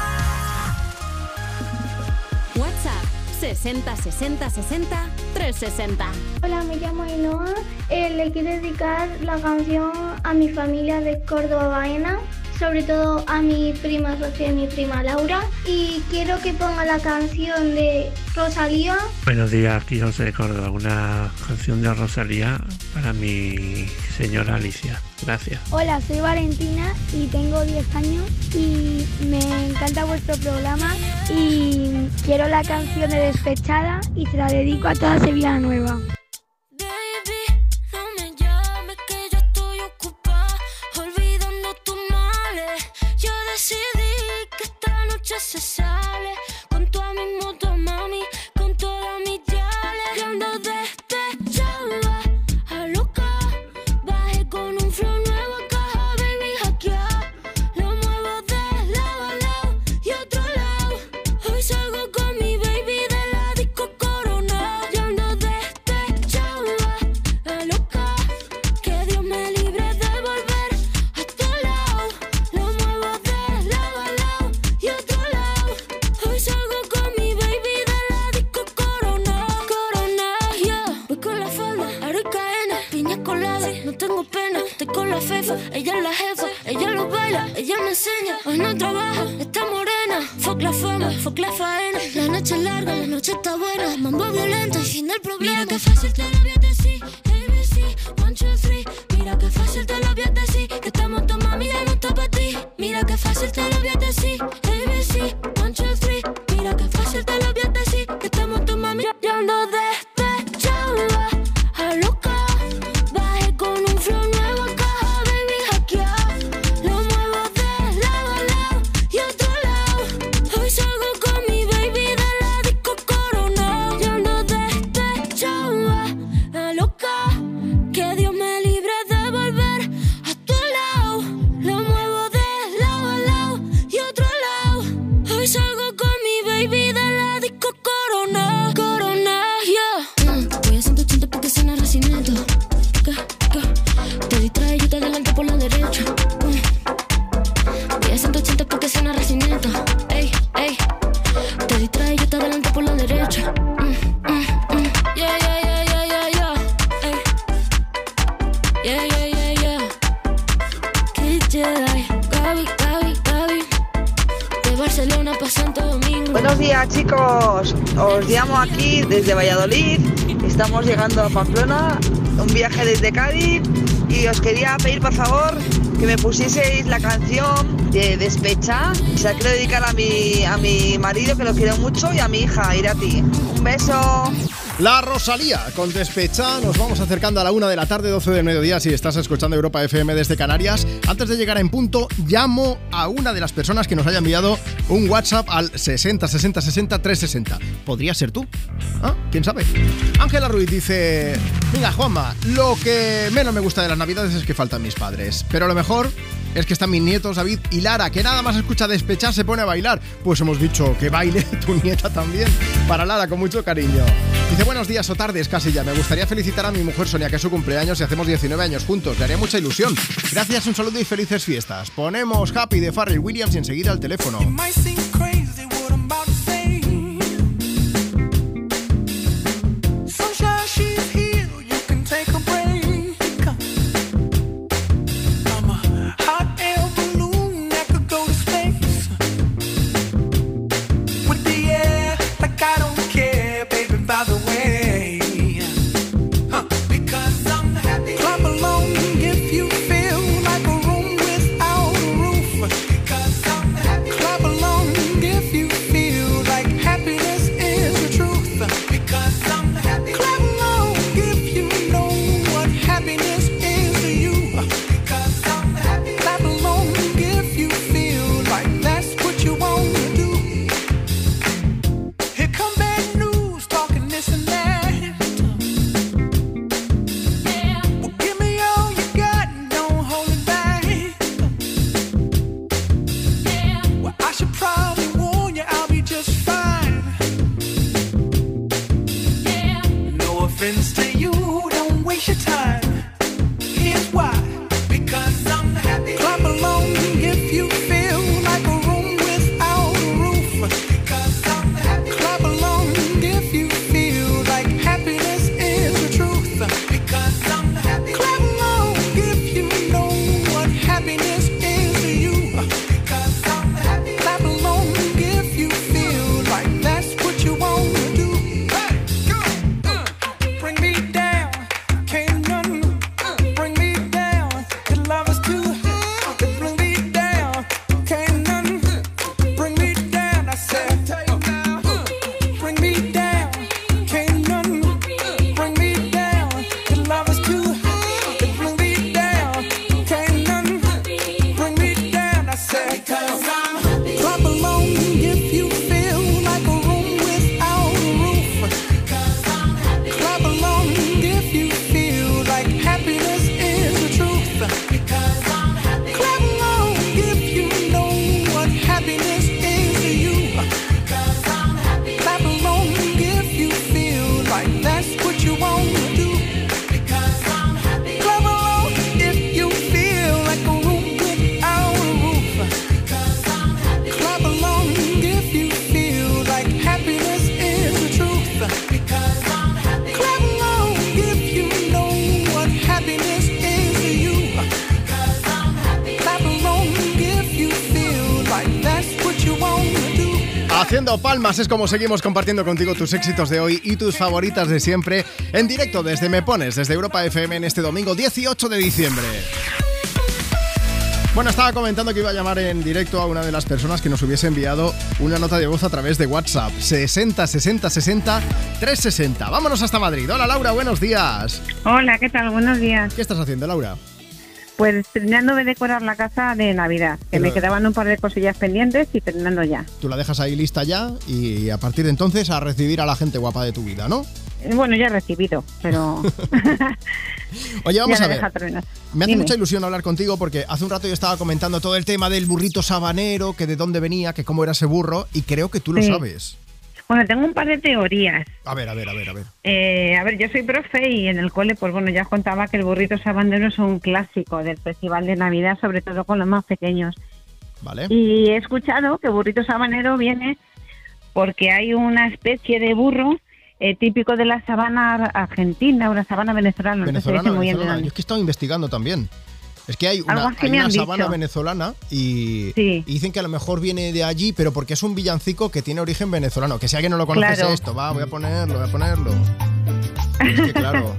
WhatsApp sesenta sesenta sesenta trescientos sesenta. Hola, me llamo Ainhoa. Eh, le quiero dedicar la canción a mi familia de Córdoba Baena, sobre todo a mi prima Rocío y mi prima Laura. Y quiero que ponga la canción de Rosalía. Buenos días, aquí José de Córdoba. Una canción de Rosalía para mi señora Alicia. Gracias. Hola, soy Valentina y tengo diez años y me encanta vuestro programa y quiero la canción de Despechada y se la dedico a toda Sevilla Nueva. Se sale con toda mi moto, mami, con toda mi yale. Yo ando despechada, a loca. Bajé con un flow nuevo, caja, baby, hackeado. Lo muevo de lado a lado y otro lado. Hoy salgo con mi baby de la disco Corona. Yo ando despechada, a loca. Que Dios me libre de volver a tu lado. Lo muevo de lado a lado y otro lado. Hoy salgo con mi baby de la disco Corona. Corona, yeah. Voy con la falda, aro y cadena, piña colada, no tengo pena. Estoy con la fefa, ella es la jefa. Ella lo baila, ella me enseña. Hoy no trabaja, está morena. Fuck la fama, fuck la faena. La noche es larga, la noche está buena. Mambo violento y fin del problema. Mira que fácil te lo voy a decir. A B C, one, two, three. Mira que fácil te lo voy a decir. Que estamos tu mami, ya no está para ti. Mira que fácil te lo voy a decir. A B C, one, two, three. Mira que fácil te lo voy a decir. Que estamos tu mami, ya ando despechada, a loca. Bajé con un flow nuevo, caja, baby, hackeado. Lo muevo de lado a lado y otro lado. Hoy salgo con mi baby de la disco Corona. Yo ando despechada, a loca. Que Dios me libre de volver a tu lado. Lo muevo de lado a lado y otro lado. Hoy salgo con mi baby de la disco Corona. Corona, yeah. Mm, voy a ciento ochenta porque suena recinito. ¿Qué? ¿Qué? Te distrae, yo te adelanto por la derecha. Mm. Voy a ciento ochenta porque suena recinito. Ey, ey. Te distrae, yo te adelanto por la derecha. Mm, mm, mm. Yeah, yeah, yeah, yeah, yeah, yeah. Ey. Yeah, yeah, yeah, yeah. Kid Jedi, Gaby, Gaby, Gaby. De Barcelona pa' Santo Domingo. Buenos días, chicos, os llamo aquí desde Valladolid, estamos llegando a Pamplona, un viaje desde Cádiz y os quería pedir por favor que me pusieseis la canción de Despecha. Se la quiero dedicar a mi, a mi marido, que lo quiero mucho, y a mi hija, Irati. Un beso. La Rosalía con Despecha. Nos vamos acercando a la una de la tarde, doce del mediodía, si estás escuchando Europa F M desde Canarias. Antes de llegar en punto, llamo a una de las personas que nos haya enviado un WhatsApp al sesenta sesenta sesenta trescientos sesenta. ¿Podría ser tú? ¿Ah? ¿Quién sabe? Ángela Ruiz dice: mira, Juanma, lo que menos me gusta de las navidades es que faltan mis padres, pero lo mejor es que están mis nietos David y Lara, que nada más escucha Despechar se pone a bailar. Pues hemos dicho que baile tu nieta también. Para Lara, con mucho cariño. Dice: buenos días o tardes, casi ya. Me gustaría felicitar a mi mujer Sonia, que es su cumpleaños y hacemos diecinueve años juntos. Le haría mucha ilusión. Gracias, un saludo y felices fiestas. Ponemos Happy de Pharrell Williams y enseguida al teléfono. Clap along if you feel like a room Haciendo palmas es como seguimos compartiendo contigo tus éxitos de hoy y tus favoritas de siempre en directo desde Me Pones, desde Europa F M en este domingo dieciocho de diciembre. Bueno, estaba comentando que iba a llamar en directo a una de las personas que nos hubiese enviado una nota de voz a través de WhatsApp. sesenta sesenta sesenta trescientos sesenta. Vámonos hasta Madrid. Hola Laura, buenos días. Hola, ¿qué tal? Buenos días. ¿Qué estás haciendo, Laura? Pues terminando de decorar la casa de Navidad, que Pero... me quedaban un par de cosillas pendientes y terminando ya. Tú la dejas ahí lista ya y a partir de entonces a recibir a la gente guapa de tu vida, ¿no? Bueno, ya he recibido, pero... Oye, vamos ya a me ver. deja terminar. Me hace Dime. mucha ilusión hablar contigo porque hace un rato yo estaba comentando todo el tema del burrito sabanero, que de dónde venía, que cómo era ese burro, y creo que tú lo Sí. sabes. Bueno, tengo un par de teorías. A ver, a ver, a ver, a ver. Eh, a ver, yo soy profe y en el cole, pues bueno, ya os contaba que el burrito sabanero es un clásico del festival de Navidad, sobre todo con los más pequeños. Vale. Y he escuchado que burrito sabanero viene porque hay una especie de burro eh, típico de la sabana ar- argentina o la sabana venezolana. Venezolana, no sé muy bien de venezolana. dónde. Yo es que he estado investigando también. Es que hay una, Algo así hay me una han sabana dicho. venezolana y, Sí. y dicen que a lo mejor viene de allí, pero porque es un villancico que tiene origen venezolano. Que si alguien no lo conoce Claro. es esto, va, voy a ponerlo, voy a ponerlo. Es que claro.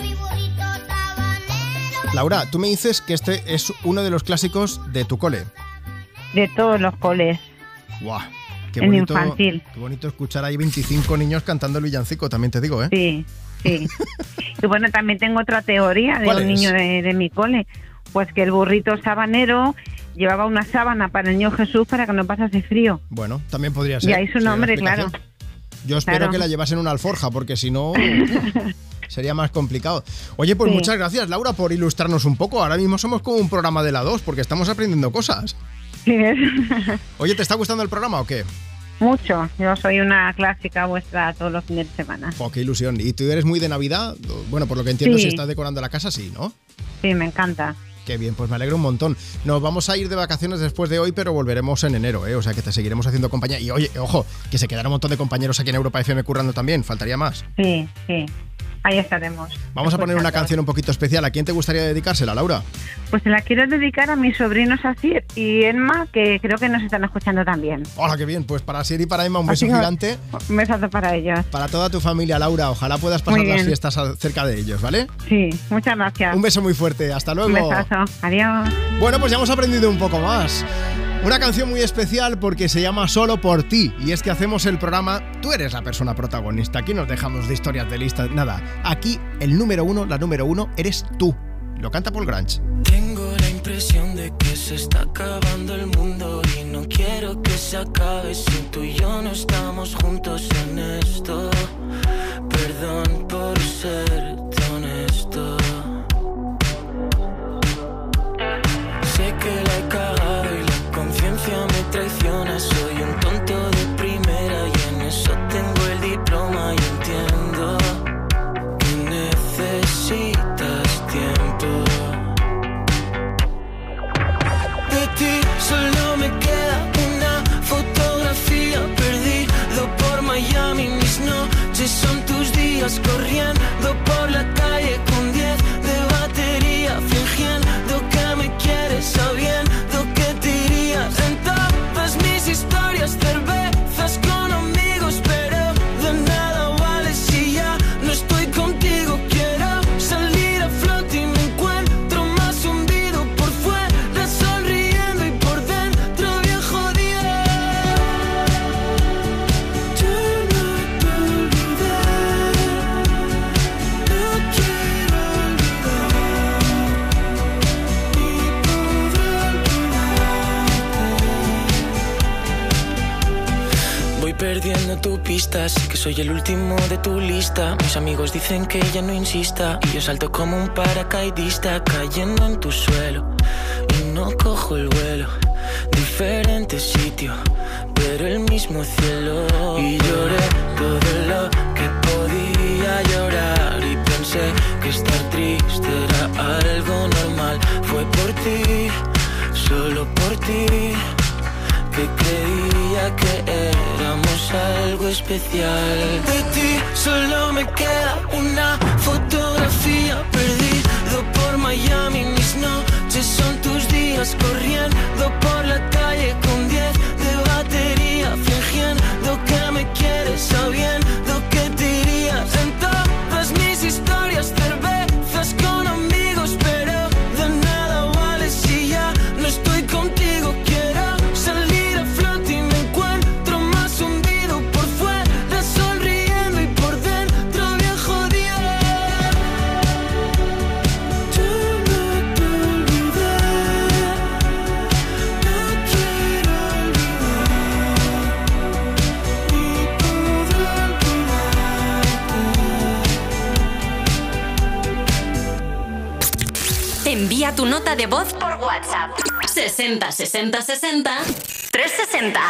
Laura, tú me dices que este es uno de los clásicos de tu cole. De todos los coles. Guau, qué En bonito, infantil. qué bonito escuchar ahí veinticinco niños cantando el villancico, también te digo, ¿eh? Sí, sí. Y bueno, también tengo otra teoría de ¿Cuál un es? niño de, de mi cole. Pues que el burrito sabanero llevaba una sábana para el niño Jesús para que no pasase frío. Bueno, también podría ser. Y ahí su sí, la nombre, explicación. claro. Yo espero Claro. que la llevas en una alforja, porque si no sería más complicado. Oye, pues Sí. muchas gracias, Laura, por ilustrarnos un poco. Ahora mismo somos como un programa de la dos, porque estamos aprendiendo cosas. Sí, Oye, ¿te está gustando el programa o qué? mucho. Yo soy una clásica vuestra todos los fines de semana. Oh, qué ilusión. ¿Y tú eres muy de Navidad? Bueno, por lo que entiendo, Sí. si estás decorando la casa, sí, ¿no? Sí, me encanta. Qué bien, pues me alegro un montón. Nos vamos a ir de vacaciones después de hoy, pero volveremos en enero, ¿eh? O sea que te seguiremos haciendo compañía. Y oye, ojo, que se quedará un montón de compañeros aquí en Europa F M currando también, faltaría más. Sí, sí. Ahí estaremos. Vamos a poner una Escuchando. canción un poquito especial. ¿A quién te gustaría dedicársela, Laura? Pues se la quiero dedicar a mis sobrinos Asir y Emma, que creo que nos están escuchando también. Hola, qué bien. Pues para Siri y para Emma un beso Así que- gigante. Un besazo para ellos. Para toda tu familia, Laura. Ojalá puedas pasar Muy las bien. fiestas a- cerca de ellos, ¿vale? Sí, muchas gracias. Un beso muy fuerte. Hasta luego. Un besazo. Adiós. Bueno, pues ya hemos aprendido un poco más. Una canción muy especial porque se llama Solo por ti. Y es que hacemos el programa, tú eres la persona protagonista. Aquí nos dejamos de historias de listas, nada. Aquí el número uno, la número uno, eres tú. Lo canta Paul Grange. Tengo la impresión de que se está acabando el mundo y no quiero que se acabe si tú y yo no estamos juntos en esto. Perdón por ser tan honesto. Sé que la he cagado y la conciencia me traiciona. Soy un tonto de primera y en eso tengo el diploma y entiendo que necesitas tiempo. De ti solo me queda una fotografía, perdido por Miami. Mis noches son tus días corriendo por la calle con diez de batería, fingiendo que me quieres, sabiendo que te irías. En todas mis historias, cervezas con amigos, pero de nada vale si ya no estoy contigo. Quiero salir a flote y me encuentro más hundido por fuera, sonriendo y por dentro bien jodido. Yo no te olvidé, no quiero olvidar, ni podré. Voy perdiendo tu pista, sé que soy el último de tu lista. Mis amigos dicen que ya no insista y yo salto como un paracaidista cayendo en tu suelo y no cojo el vuelo. Diferente sitio, pero el mismo cielo. Y lloré todo lo que podía llorar y pensé que estar triste era algo normal. Fue por ti, solo por ti, que creía que éramos algo especial. De ti solo me queda una fotografía, perdido por Miami. Mis noches son tus días corriendo por la calle con diez de batería, fingiendo Envía tu nota de voz por WhatsApp. sesenta sesenta sesenta trescientos sesenta.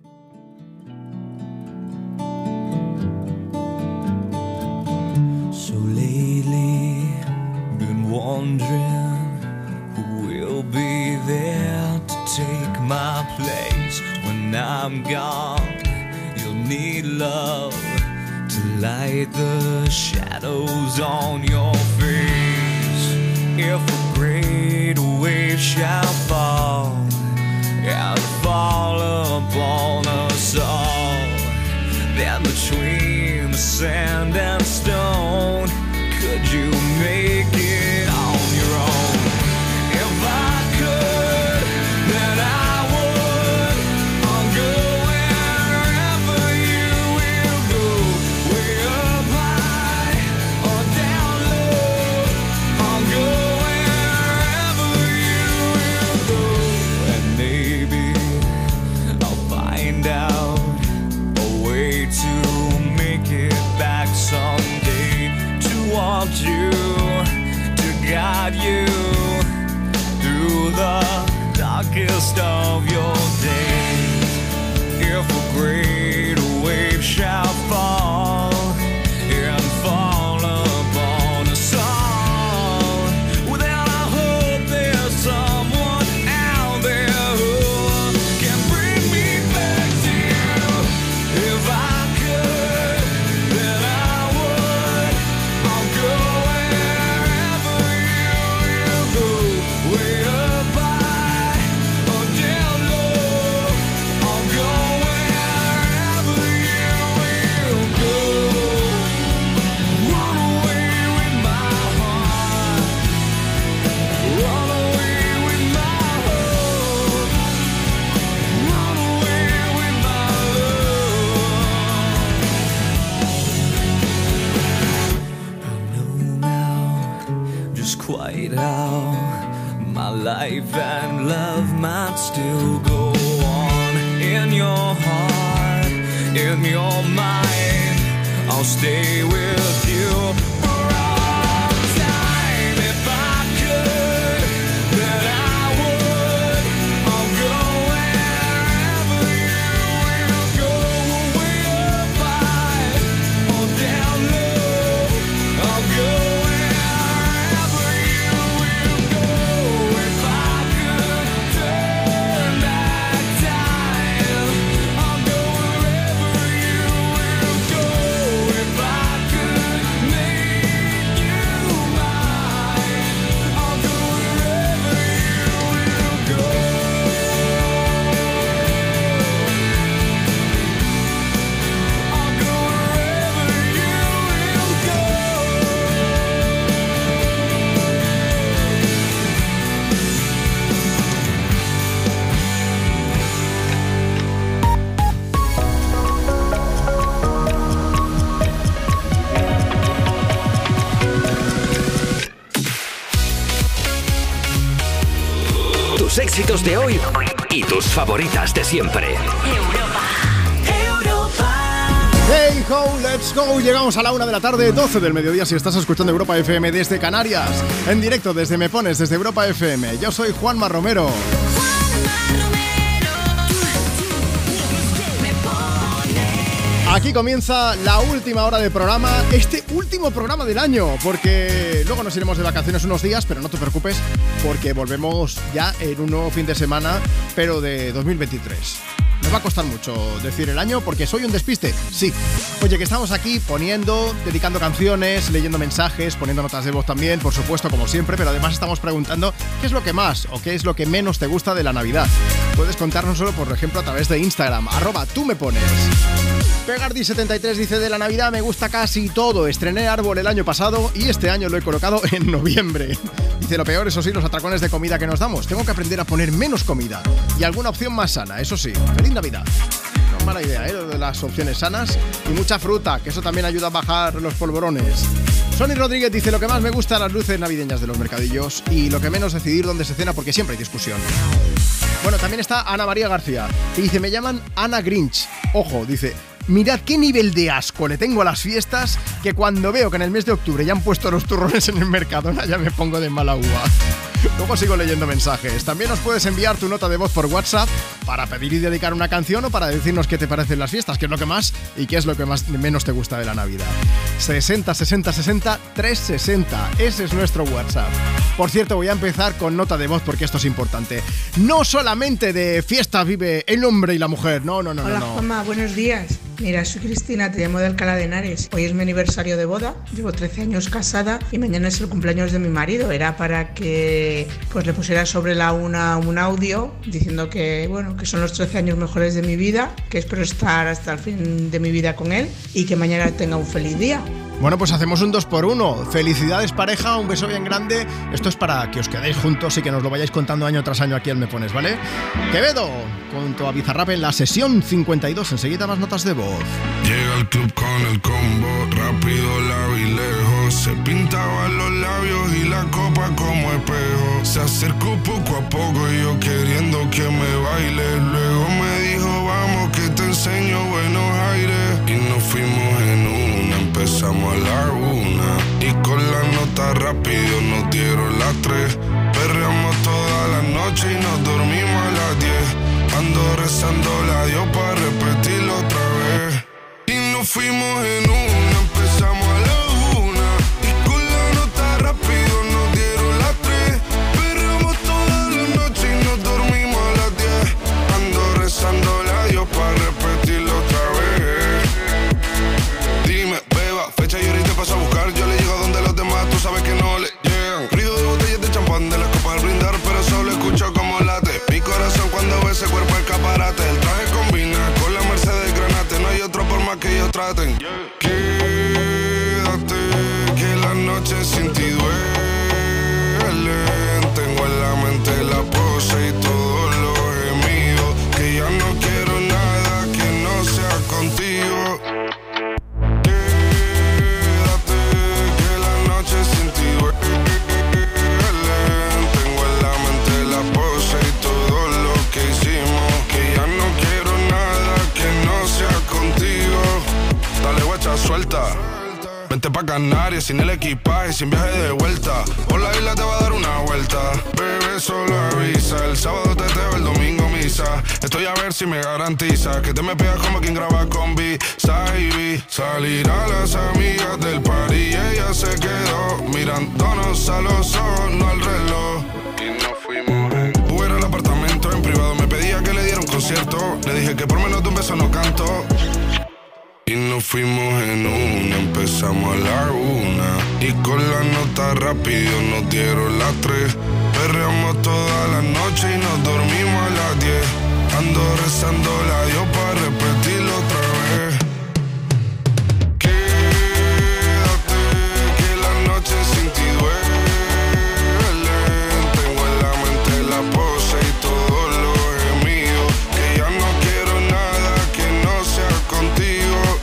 So lately, been wondering who will be there to take my place when I'm gone. You'll need love to light the shadows on your face. If a great wave shall fall and fall upon us all, then between the sand and stone, could you make it on your own? If I could, then I would. I'll go wherever you will go, way up high or down low. I'll go wherever you will go, and maybe I'll find out a way to make it back someday, to want you, to guide you through the darkest of your days. If a great wave shall fall and fall upon us all, well, then I hope there's someone out there who can bring me back to you. If I could, then I would. I'll go wherever you will go, way up high or down low. I'll go wherever you will go. Run away with my heart, run away with my hope, run away with my love. I know now just quite how my life and love might still go on. In your heart, in your mind, I'll stay with you for all time. If I could, then I would. I'll go wherever you will go, way up high or down low. I'll go wherever you will go. If I could turn back time, I'll go wherever you will go. If I could make you mine, I'll go wherever you will go. I'll go wherever you will Tus éxitos de hoy y tus favoritas de siempre. Hey ho, let's go. Llegamos a la una de la tarde, doce del mediodía si estás escuchando Europa F M desde Canarias. En directo desde Me Pones, desde Europa F M. Yo soy Juanma Romero. Aquí comienza la última hora de programa, este último programa del año, porque luego nos iremos de vacaciones unos días, pero no te preocupes, porque volvemos ya en un nuevo fin de semana, pero de dos mil veintitrés. Me va a costar mucho decir el año porque soy un despiste, sí. Oye, que estamos aquí poniendo, dedicando canciones, leyendo mensajes, poniendo notas de voz también, por supuesto, como siempre, pero además estamos preguntando qué es lo que más o qué es lo que menos te gusta de la Navidad. Puedes contárnoslo, por ejemplo, a través de Instagram, arroba tú me pones. Pegardi setenta y tres dice: de la Navidad me gusta casi todo. Estrené árbol el año pasado y este año lo he colocado en noviembre. Dice: lo peor, eso sí, los atracones de comida que nos damos. Tengo que aprender a poner menos comida y alguna opción más sana, eso sí. ¡Feliz Navidad! No es mala idea, ¿eh? Lo de las opciones sanas. Y mucha fruta, que eso también ayuda a bajar los polvorones. Sony Rodríguez dice: lo que más me gusta, las luces navideñas de los mercadillos, y lo que menos, decidir dónde se cena porque siempre hay discusión. Bueno, también está Ana María García, y dice: me llaman Ana Grinch. Ojo, dice: Mirad qué nivel de asco le tengo a las fiestas, que cuando veo que en el mes de octubre ya han puesto los turrones en el Mercadona ya me pongo de mala uva. Luego sigo leyendo mensajes. También nos puedes enviar tu nota de voz por WhatsApp para pedir y dedicar una canción o para decirnos qué te parecen las fiestas, qué es lo que más y qué es lo que más menos te gusta de la Navidad. sesenta sesenta sesenta trescientos sesenta, ese es nuestro WhatsApp. Por cierto, voy a empezar con nota de voz porque esto es importante. No solamente de fiesta vive el hombre y la mujer, no, no, no, Hola, no. no. Juanma, buenos días. Mira, soy Cristina, te llamo de Alcalá de Henares. Hoy es mi aniversario de boda, llevo trece años casada y mañana es el cumpleaños de mi marido. Era para que pues le pusiera sobre la una un audio diciendo que, bueno, que son los trece años mejores de mi vida, que espero estar hasta el fin de mi vida con él y que mañana tenga un feliz día. Bueno, pues hacemos un dos por uno. Felicidades, pareja, un beso bien grande. Esto es para que os quedéis juntos y que nos lo vayáis contando año tras año aquí al Me Pones, ¿vale? Quevedo, junto a Bizarrap en la sesión cincuenta y dos. Enseguida más notas de voz. Llega al club con el combo, rápido, largo y lejos. Se pintaban los labios y la copa como espejo. Se acercó poco a poco y yo queriendo que me baile. Luego me dijo, vamos que te enseño buenos aires. Y nos fuimos en una, empezamos a la una. Y con la nota rápido nos dieron las tres. Perreamos toda la noche y nos dormimos a las diez. Ando rezando la Dios para repetirlo otra vez. Y nos fuimos en una, empezamos a la una. Y con la nota rápido nos dieron las tres. Perreamos toda la noche y nos dormimos a las diez. Ando rezando la Dios para repetirlo otra vez. Dime, beba, fecha y ahorita paso a buscar. Yo le llego donde los demás, tú sabes que no le llegan. Ruido de botellas de champán, de las copas al brindar, pero solo escucho como late mi corazón cuando ve ese cuerpo escaparate. El traje combina con la Mercedes Granate. No hay otro por más que ellos traten. Quédate, que la noche sin ti duele. Tengo en la mente la pose y todos los gemidos. Que ya no quiero nada que no sea contigo. Quédate, que la noche sin ti duele. Tengo en la mente la pose y todo lo que hicimos. Que ya no quiero nada que no sea contigo. Dale, guacha, suelta. Vente pa' Canarias sin el equipaje, sin viaje de vuelta. Por la isla te va a dar una vuelta. Bebé, solo avisa. El sábado te teo, el domingo misa. Estoy a ver si me garantiza que te me pegas como quien graba con B. Saibi. Salir a las amigas del party y ella se quedó mirándonos a los ojos, no al reloj. Y nos fuimos en Uber al apartamento en privado. Me pedía que le diera un concierto. Le dije que por menos de un beso no canto. Y nos fuimos en una, empezamos a la una. Y con la nota rápido nos dieron las tres. Perreamos toda la noche y nos dormimos a las diez. Ando rezando la Dios para repetirlo otra vez. Quédate, que la noche sin ti duele. Tengo en la mente la pose y todos los gemidos. Que ya no quiero nada que no sea contigo.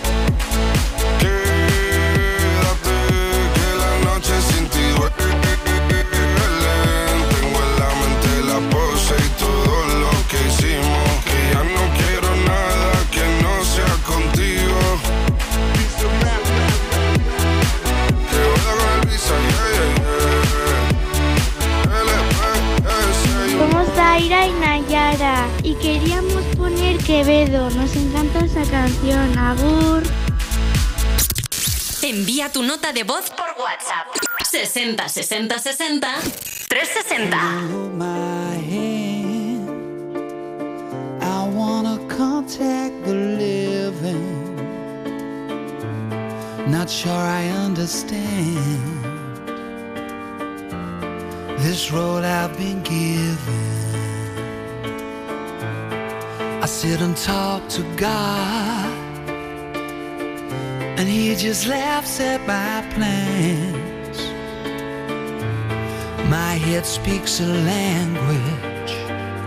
Zaira y Nayara y queríamos poner Quevedo. Nos encanta esa canción. Agur. Envía tu nota de voz por WhatsApp. sesenta sesenta sesenta trescientos sesenta. I wanna contact the living. Not sure I understand this road I've been given. I sit and talk to God, and He just laughs at my plans. My head speaks a language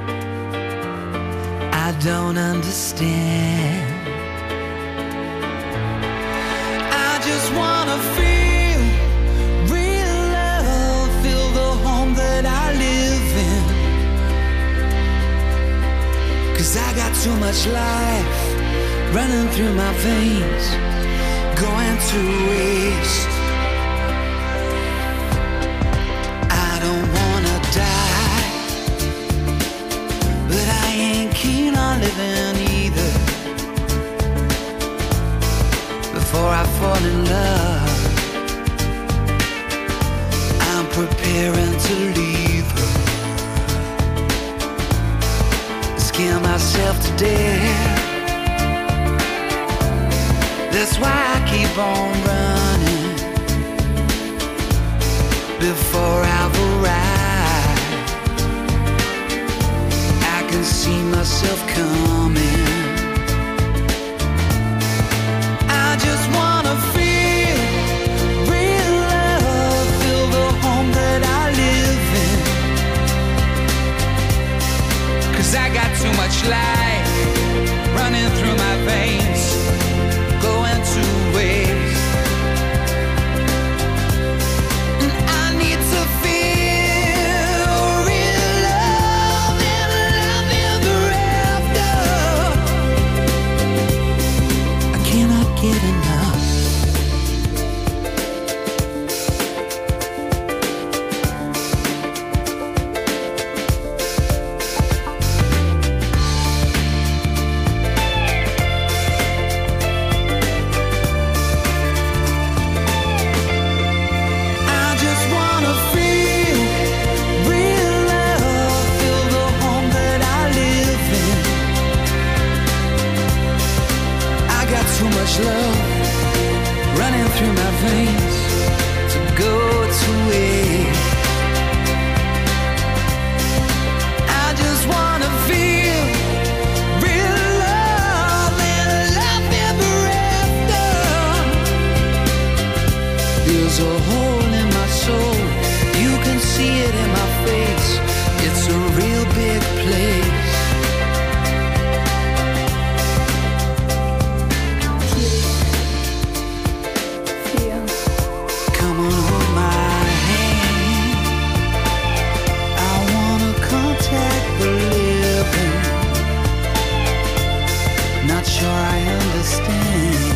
I don't understand. I just wanna feel real love, feel the home that I live in. 'Cause I got too much life running through my veins, going to waste. I don't wanna die, but I ain't keen on living either. Before I fall in love, I'm preparing to leave her. Scare myself to death. That's why I keep on running before I've arrived. I can see myself coming. I just wanna feel real love, feel the home that I live in. 'Cause I got too much life running through my veins, going to waste. And I need to feel real love and love ever after. I cannot get enough. I just wanna feel real love, feel the home that I live in. I got too much love running through my veins to go to waste. I just wanna feel real love and love ever after. There's a hole in my soul, you can see it in my face. It's a real big place. Come on, hold my hand. I wanna contact the living. Not sure I understand.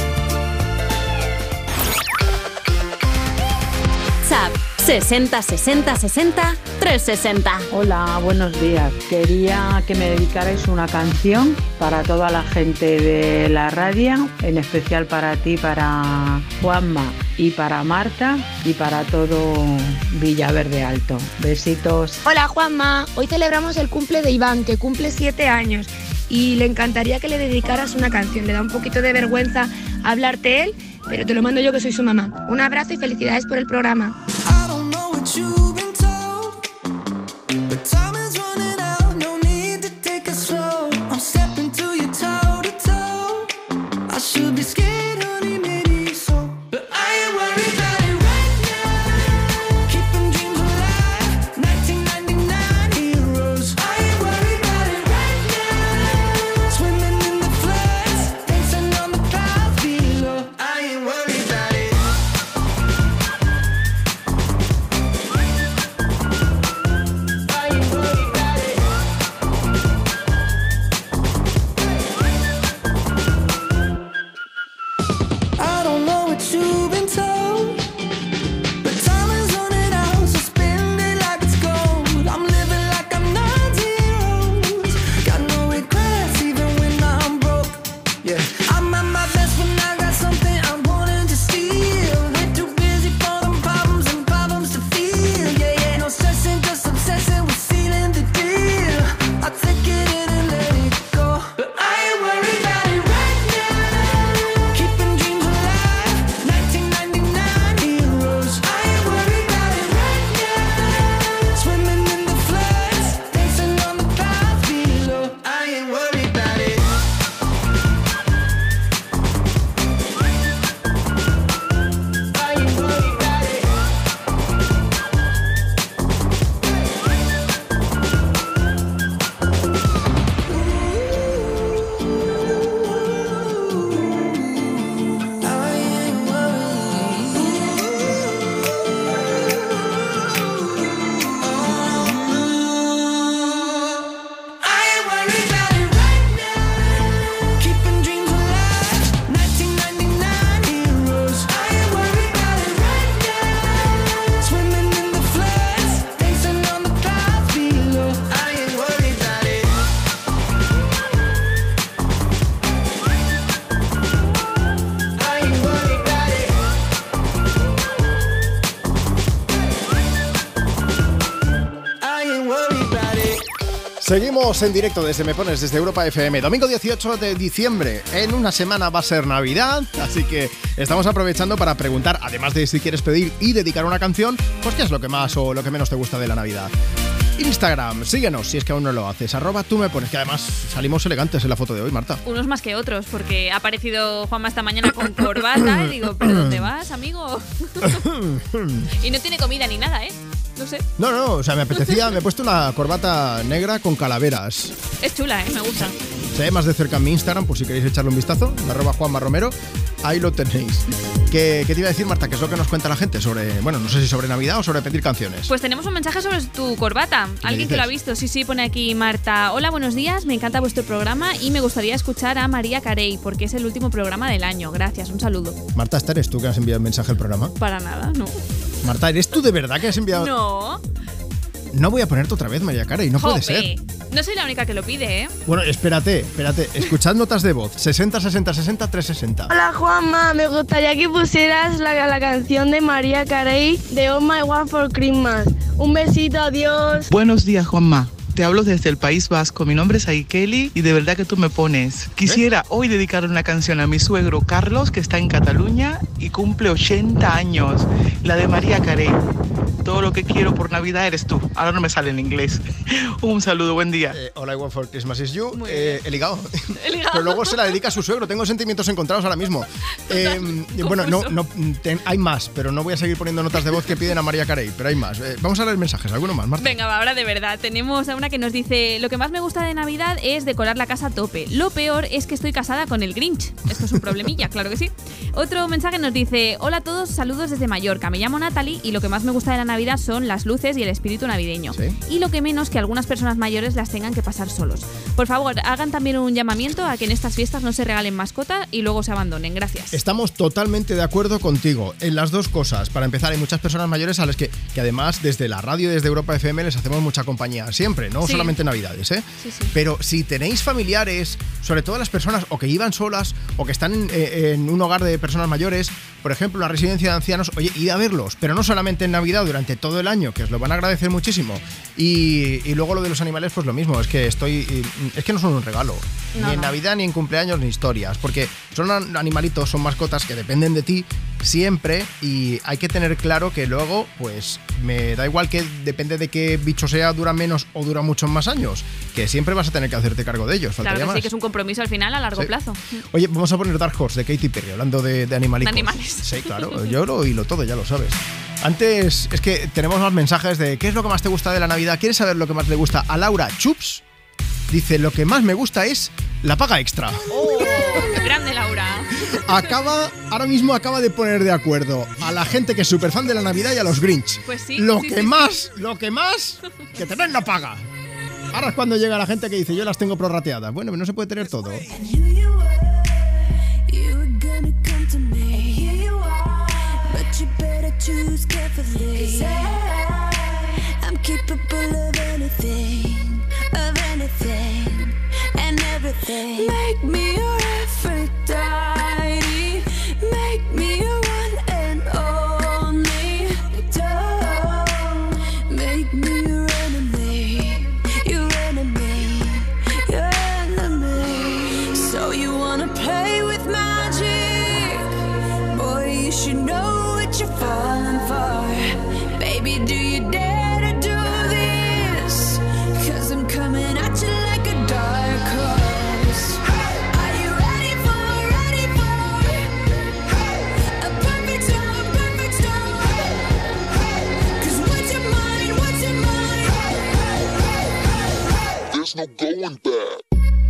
WhatsApp sesenta sesenta sesenta trescientos sesenta. Hola, buenos días. Quería que me dedicarais una canción para toda la gente de la radio, en especial para ti, para Juanma y para Marta y para todo Villaverde Alto. Besitos. Hola Juanma, hoy celebramos el cumple de Iván, que cumple siete años y le encantaría que le dedicaras una canción. Le da un poquito de vergüenza hablarte él, pero te lo mando yo que soy su mamá. Un abrazo y felicidades por el programa. I don't know what you've been told, but time is running out, no need to take it slow. I'm stepping to you toe to toe. I should be scared, honey, maybe so, but I ain't worried about it right now. Keeping dreams alive, nineteen ninety-nine heroes. I ain't worried about it right now. Swimming in the floods, dancing on the clouds below. I ain't worried about it. Seguimos en directo desde Me Pones, desde Europa F M. Domingo dieciocho de diciembre. En una semana va a ser Navidad, así que estamos aprovechando para preguntar, además de si quieres pedir y dedicar una canción, pues qué es lo que más o lo que menos te gusta de la Navidad. Instagram, síguenos si es que aún no lo haces. Arroba tú me pones, que además salimos elegantes en la foto de hoy, Marta. Unos más que otros, porque ha aparecido Juanma esta mañana con corbata y digo, ¿pero dónde vas, amigo? Y no tiene comida ni nada, ¿eh? No sé. No, no, o sea, me apetecía, me he puesto una corbata negra con calaveras. Es chula, ¿eh? Me gusta. Se ve más de cerca en mi Instagram, por si queréis echarle un vistazo, arroba Juanma Romero, ahí lo tenéis. ¿Qué, ¿Qué te iba a decir, Marta? ¿Qué es lo que nos cuenta la gente sobre, bueno, no sé si sobre Navidad o sobre pedir canciones? Pues tenemos un mensaje sobre tu corbata. Alguien que lo ha visto, sí, sí, pone aquí Marta. Hola, buenos días, me encanta vuestro programa y me gustaría escuchar a María Carey, porque es el último programa del año. Gracias, un saludo. Marta, ¿esta eres tú que has enviado el mensaje al programa? Para nada, no. Marta, ¿eres tú de verdad que has enviado...? No. No voy a ponerte otra vez, María Carey, no Jope. puede ser. No soy la única que lo pide, ¿eh? Bueno, espérate, espérate. Escuchad notas de voz. sesenta, sesenta, sesenta, trescientos sesenta. Hola, Juanma. Me gustaría que pusieras la, la canción de María Carey de All My Want for Christmas. Un besito, adiós. Buenos días, Juanma. Te hablo desde el País Vasco. Mi nombre es Aikeli y de verdad que tú me pones. Quisiera ¿Eh? hoy dedicar una canción a mi suegro Carlos, que está en Cataluña y cumple ochenta años. La de María Carey. Todo lo que quiero por Navidad eres tú. Ahora no me sale en inglés. Un saludo, buen día. Eh, All I Want for Christmas is You. Eh, he ligado. He ligado. Pero luego se la dedica a su suegro. Tengo sentimientos encontrados ahora mismo. Eh, bueno, no, no ten, hay más, pero no voy a seguir poniendo notas de voz que piden a María Carey. Pero hay más. Eh, vamos a leer mensajes. ¿Alguno más, Marta? Venga, va, ahora de verdad. Tenemos a una que nos dice: lo que más me gusta de Navidad es decorar la casa a tope. Lo peor es que estoy casada con el Grinch. Esto es un problemilla, claro que sí. Otro mensaje nos dice: hola a todos, saludos desde Mallorca. Me llamo Natalie y lo que más me gusta de la Navidad son las luces y el espíritu navideño. ¿Sí? Y lo que menos que algunas personas mayores las tengan que pasar solos. Por favor, hagan también un llamamiento a que en estas fiestas no se regalen mascotas y luego se abandonen. Gracias. Estamos totalmente de acuerdo contigo en las dos cosas. Para empezar, hay muchas personas mayores a las que, que además desde la radio, desde Europa F M, les hacemos mucha compañía siempre, no Sí. solamente en Navidades, ¿eh? Sí, sí. Pero si tenéis familiares, sobre todo las personas o que iban solas o que están en, eh, en un hogar de personas mayores, por ejemplo, una residencia de ancianos, oye, id a verlos, pero no solamente en Navidad, durante todo el año, que os lo van a agradecer muchísimo. Y, y luego lo de los animales, pues lo mismo, es que estoy, es que no son un regalo, No, ni en no. Navidad, ni en cumpleaños, ni historias, porque son an- animalitos, son mascotas que dependen de ti siempre y hay que tener claro que luego, pues me da igual que depende de qué bicho sea, dura menos o dura muchos más años, que siempre vas a tener que hacerte cargo de ellos, faltaría Claro que más. sí, que es un compromiso al final a largo Sí. plazo. Oye, vamos a poner Dark Horse de Katy Perry, hablando de, de animalitos. De animales. Sí, claro, yo lo hilo todo, ya lo sabes. Antes, es que tenemos más mensajes de ¿qué es lo que más te gusta de la Navidad? ¿Quieres saber lo que más le gusta a Laura Chups? Dice, lo que más me gusta es la paga extra. ¡Oh! Grande, Laura. Acaba, ahora mismo acaba de poner de acuerdo a la gente que es súper fan de la Navidad y a los Grinch. Pues sí. Lo sí, que sí, más, lo que más, que te den la paga. Ahora es cuando llega la gente que dice, yo las tengo prorrateadas. Bueno, no se puede tener todo. You were gonna come to me, and here you are. But you better choose carefully. 'Cause I, I'm capable of anything, of anything, and everything. Make me your Aphrodite. Make me your one and only. Don't make me your enemy, your enemy, your enemy. So you wanna play with magic? Boy, you should know what you're falling for. Baby, do you dare to do this? 'Cause I'm coming at you like a dark horse. Are you ready for, ready for a perfect storm, perfect storm? 'Cause what's your mind, what's your mind? There's no going back.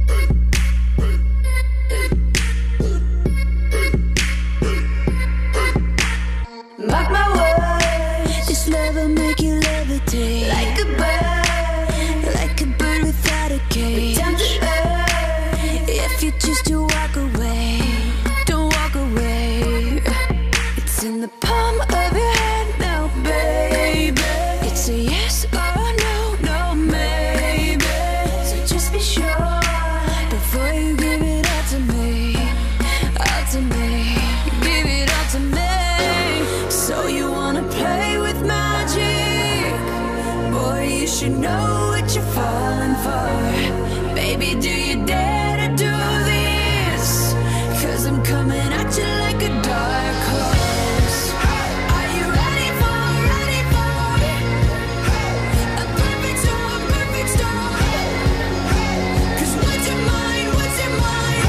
Mark my words, this love will make you levitate like a bird, like a bird without a cage. Down to earth, if you choose to walk away, don't walk away. It's in the palm of your hand now, baby. It's a yes or no, no maybe. So just be sure before you give it all to me, all to me, give it all to me. So you wanna play with magic? Boy, you should should know what you're falling for. Baby, do you dare to do this? 'Cause I'm coming at you like a dark horse. Are you ready for, ready for a perfect storm, perfect storm? 'Cause what's your mind, what's your mind?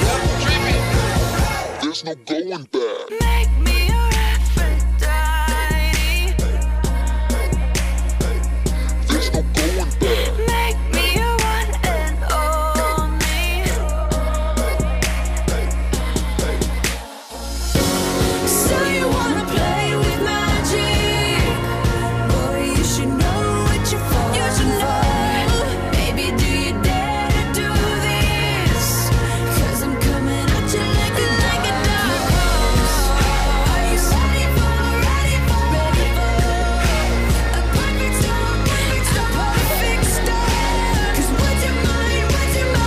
There's no going back. Make me your Aphrodite. There's no going back. Make me your one and only. So you wanna play with magic? Boy, you should know what you're falling for. Baby, do you dare to do this? 'Cause I'm coming at you like a, like a dark horse. Are you ready for, ready for, ready for a perfect storm, perfect storm, perfect storm? 'Cause what's your mind, what's your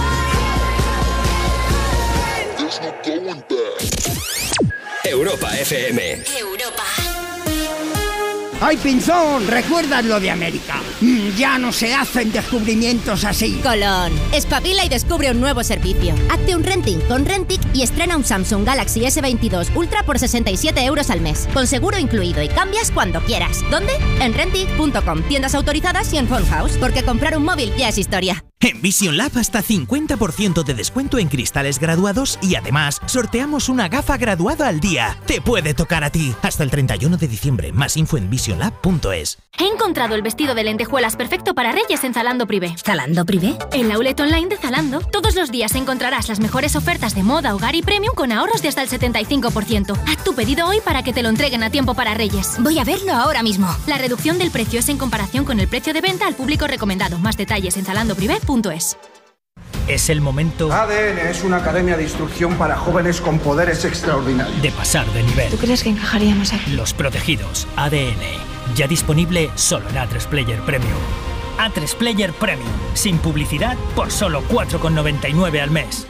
mind? There's no going back. Europa F M. Europa. ¡Ay, Pinzón! ¿Recuerdas lo de América? Mm, ya no se hacen descubrimientos así. Colón, espabila y descubre un nuevo servicio. Hazte un renting con Rentic y estrena un Samsung Galaxy ese veintidós Ultra por sesenta y siete euros al mes, con seguro incluido, y cambias cuando quieras. ¿Dónde? En rentic punto com, tiendas autorizadas y en Phone House, porque comprar un móvil ya es historia. En Vision Lab hasta cincuenta por ciento de descuento en cristales graduados y además sorteamos una gafa graduada al día. Te puede tocar a ti. Hasta el treinta y uno de diciembre. Más info en vision lab punto es. He encontrado el vestido de lentejuelas perfecto para Reyes en Zalando Privé. ¿Zalando Privé? En la outlet online de Zalando, todos los días encontrarás las mejores ofertas de moda, hogar y premium con ahorros de hasta el setenta y cinco por ciento. Haz tu pedido hoy para que te lo entreguen a tiempo para Reyes. Voy a verlo ahora mismo. La reducción del precio es en comparación con el precio de venta al público recomendado. Más detalles en zalando privé punto es. Es el momento A D N es una academia de instrucción para jóvenes con poderes extraordinarios. de pasar de nivel. ¿Tú crees que encajaríamos aquí? Los Protegidos, A D N. Ya disponible solo en A tres Player Premium. A tres Player Premium. Sin publicidad por solo cuatro con noventa y nueve al mes.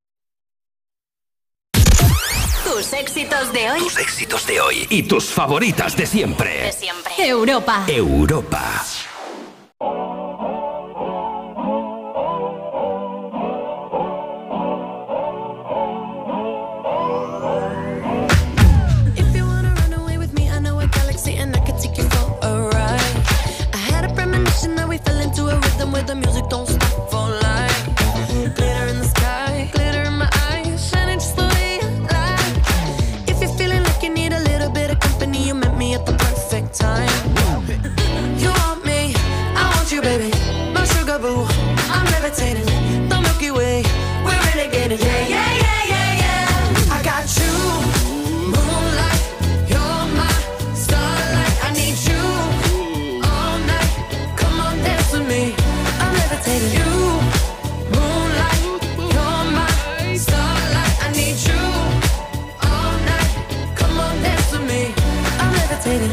Tus éxitos de hoy. Tus éxitos de hoy y tus favoritas de siempre. De siempre. Europa. Europa. If you wanna run away with me, I know a galaxy and I can take you for a ride. I had a premonition that we fell into a rhythm where the music don't stop for life. Glitter in the sky, glitter in my eyes, shining just the way you like. If you're feeling like you need a little bit of company, you met me at the perfect time. You want me, I want you, baby. My sugar boo, I'm levitating. The Milky Way, we're renegading. Yeah, yeah, yeah, yeah, yeah. I got you. Moonlight, you're my starlight. I need you all night. Come on, dance with me. I'm levitating. You, moonlight, you're my starlight. I need you all night. Come on, dance with me. I'm levitating.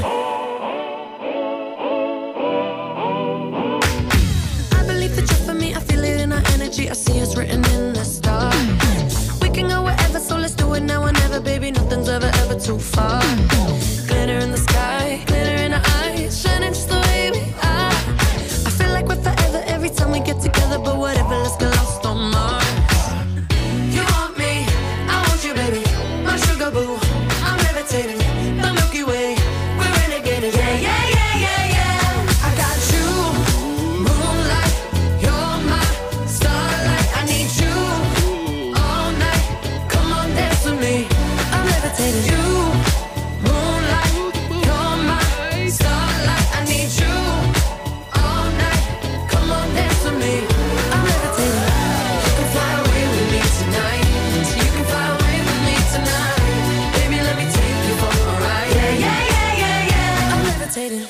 I believe that you're for me. I feel it in our energy. I see it's written in the stars. We can go wherever, so let's do it now or never, baby. Nothing's ever, ever too far. Glitter in the sky, glitter in our eyes, shining just the way we are. I feel like we're forever every time we get together, but whatever, let's get lost on Mars. You want me, I want you, baby. My sugar boo, I'm levitating. The Milky Way, we're renegading. Yeah, yeah, yeah, yeah, yeah. I got you, moonlight, you're my starlight. I need you all night. Come on, dance with me. I'm levitating. You, moonlight, you're my starlight. I need you all night. Come on, dance with me. I'm levitating. You can fly away with me tonight. You can fly away with me tonight. Baby, let me take you for a ride. Yeah, yeah, yeah, yeah, yeah. I'm levitating.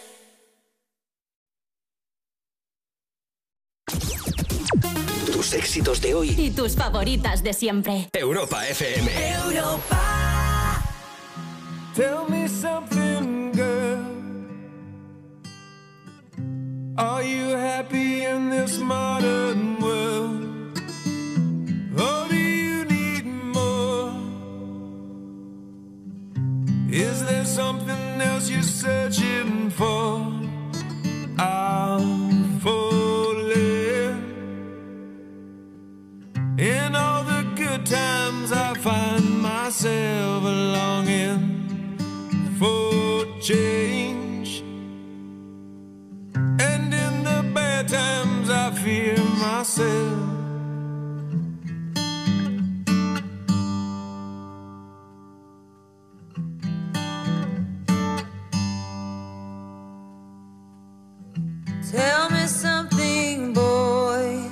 Tus éxitos de hoy. Y tus favoritas de siempre. Europa F M. Tell me something, girl. Are you happy in this modern world? Or do you need more? Is there something else you're searching for? I'll bad times I fear myself. Tell me something, boy.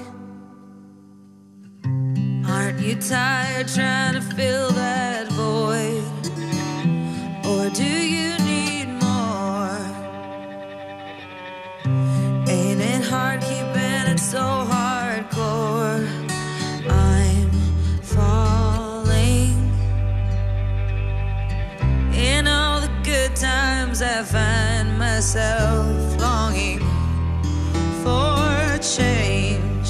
Aren't you tired trying to fill that void? Or do you need more? Ain't it hard keeping it so hardcore? I'm falling. In all the good times I find myself longing for change,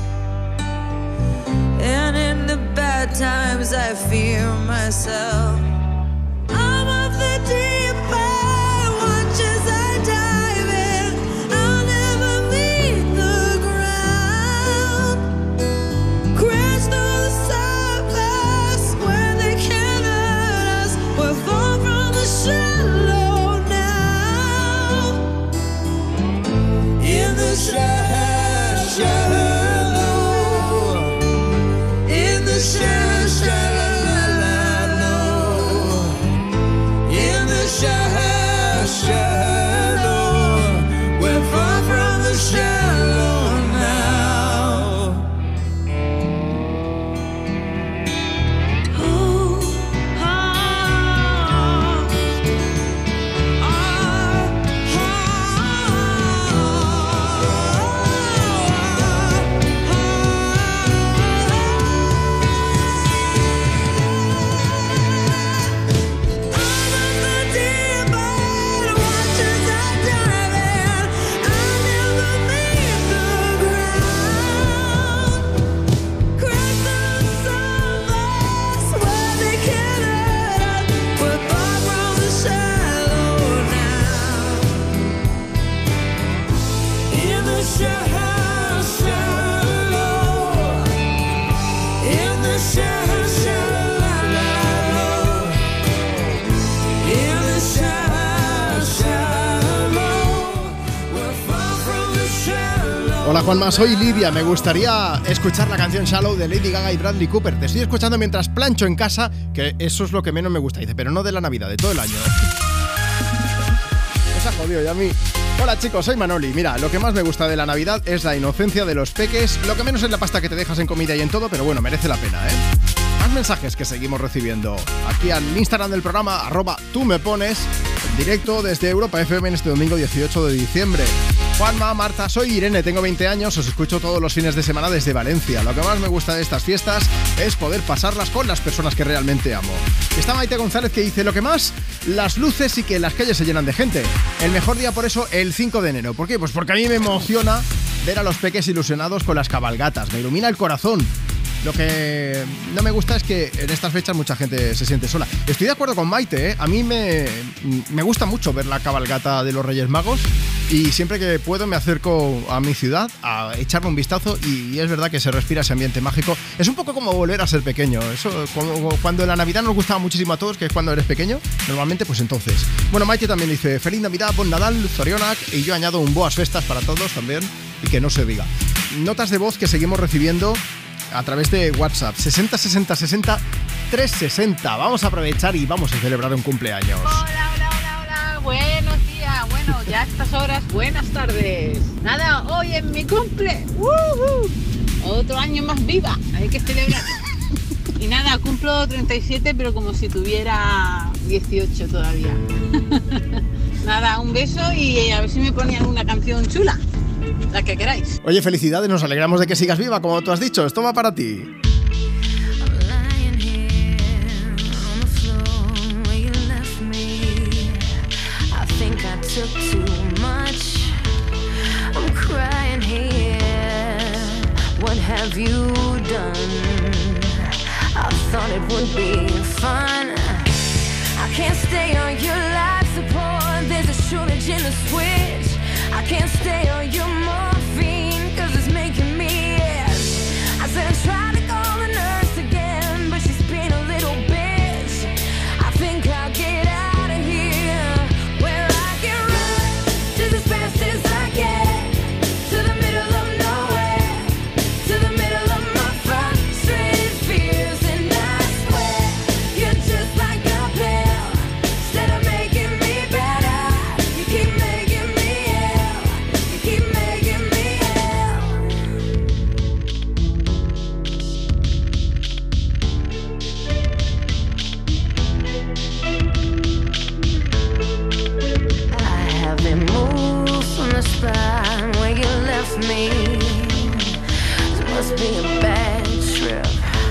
and in the bad times I fear myself. I'm of the deep end, watch as I dive in. I'll never meet the ground. Crash through the surface where they can't hurt us. We're far from the shallow now. In the shallow, shallow, in the shallow, shallow, in the shallow, shallow, we're far from the shallow now. Oh, oh, Hola Juanma, soy Lidia. Me gustaría escuchar la canción Shallow de Lady Gaga y Bradley Cooper. Te estoy escuchando mientras plancho en casa, que eso es lo que menos me gusta. Dice, pero no de la Navidad, de todo el año. Nos ha jodido ya a mí. Hola chicos, soy Manoli. Mira, lo que más me gusta de la Navidad es la inocencia de los peques. Lo que menos es la pasta que te dejas en comida y en todo, pero bueno, merece la pena, ¿eh? Más mensajes que seguimos recibiendo. Aquí al Instagram del programa, arroba tú me pones, en directo desde Europa F M en este domingo dieciocho de diciembre. Juanma, Marta, soy Irene, tengo veinte años, os escucho todos los fines de semana desde Valencia. Lo que más me gusta de estas fiestas es poder pasarlas con las personas que realmente amo. Está Maite González que dice, lo que más, las luces y que las calles se llenan de gente. El mejor día por eso, el cinco de enero. ¿Por qué? Pues porque a mí me emociona ver a los peques ilusionados con las cabalgatas, me ilumina el corazón. Lo que no me gusta es que en estas fechas mucha gente se siente sola. Estoy de acuerdo con Maite, ¿eh? A mí me, me gusta mucho ver la cabalgata de los Reyes Magos y siempre que puedo me acerco a mi ciudad a echarle un vistazo y es verdad que se respira ese ambiente mágico. Es un poco como volver a ser pequeño. Eso, como cuando la Navidad nos gustaba muchísimo a todos, que es cuando eres pequeño, normalmente pues entonces. Bueno, Maite también dice, feliz Navidad, bon Nadal, Zorionak, y yo añado un boas festas para todos también y que no se diga. Notas de voz que seguimos recibiendo a través de WhatsApp, sesenta sesenta sesenta trescientos sesenta. Vamos a aprovechar y vamos a celebrar un cumpleaños. Hola, hola, hola, hola, buenos días. Bueno, ya a estas horas, buenas tardes. Nada, hoy es mi cumple. ¡Woohoo! Otro año más viva, hay que celebrar. Y nada, cumplo treinta y siete, pero como si tuviera dieciocho todavía. Nada, un beso y a ver si me ponían una canción chula. La que queráis. Oye, felicidades, nos alegramos de que sigas viva, como tú has dicho. Esto va para ti. I can't stay on your morphine, cause it's making me itch. I said I tried to call the nurse again, but she's been a little bitch. I think I'll get out of here, where I can run just as fast as I get to the middle be a bad trip.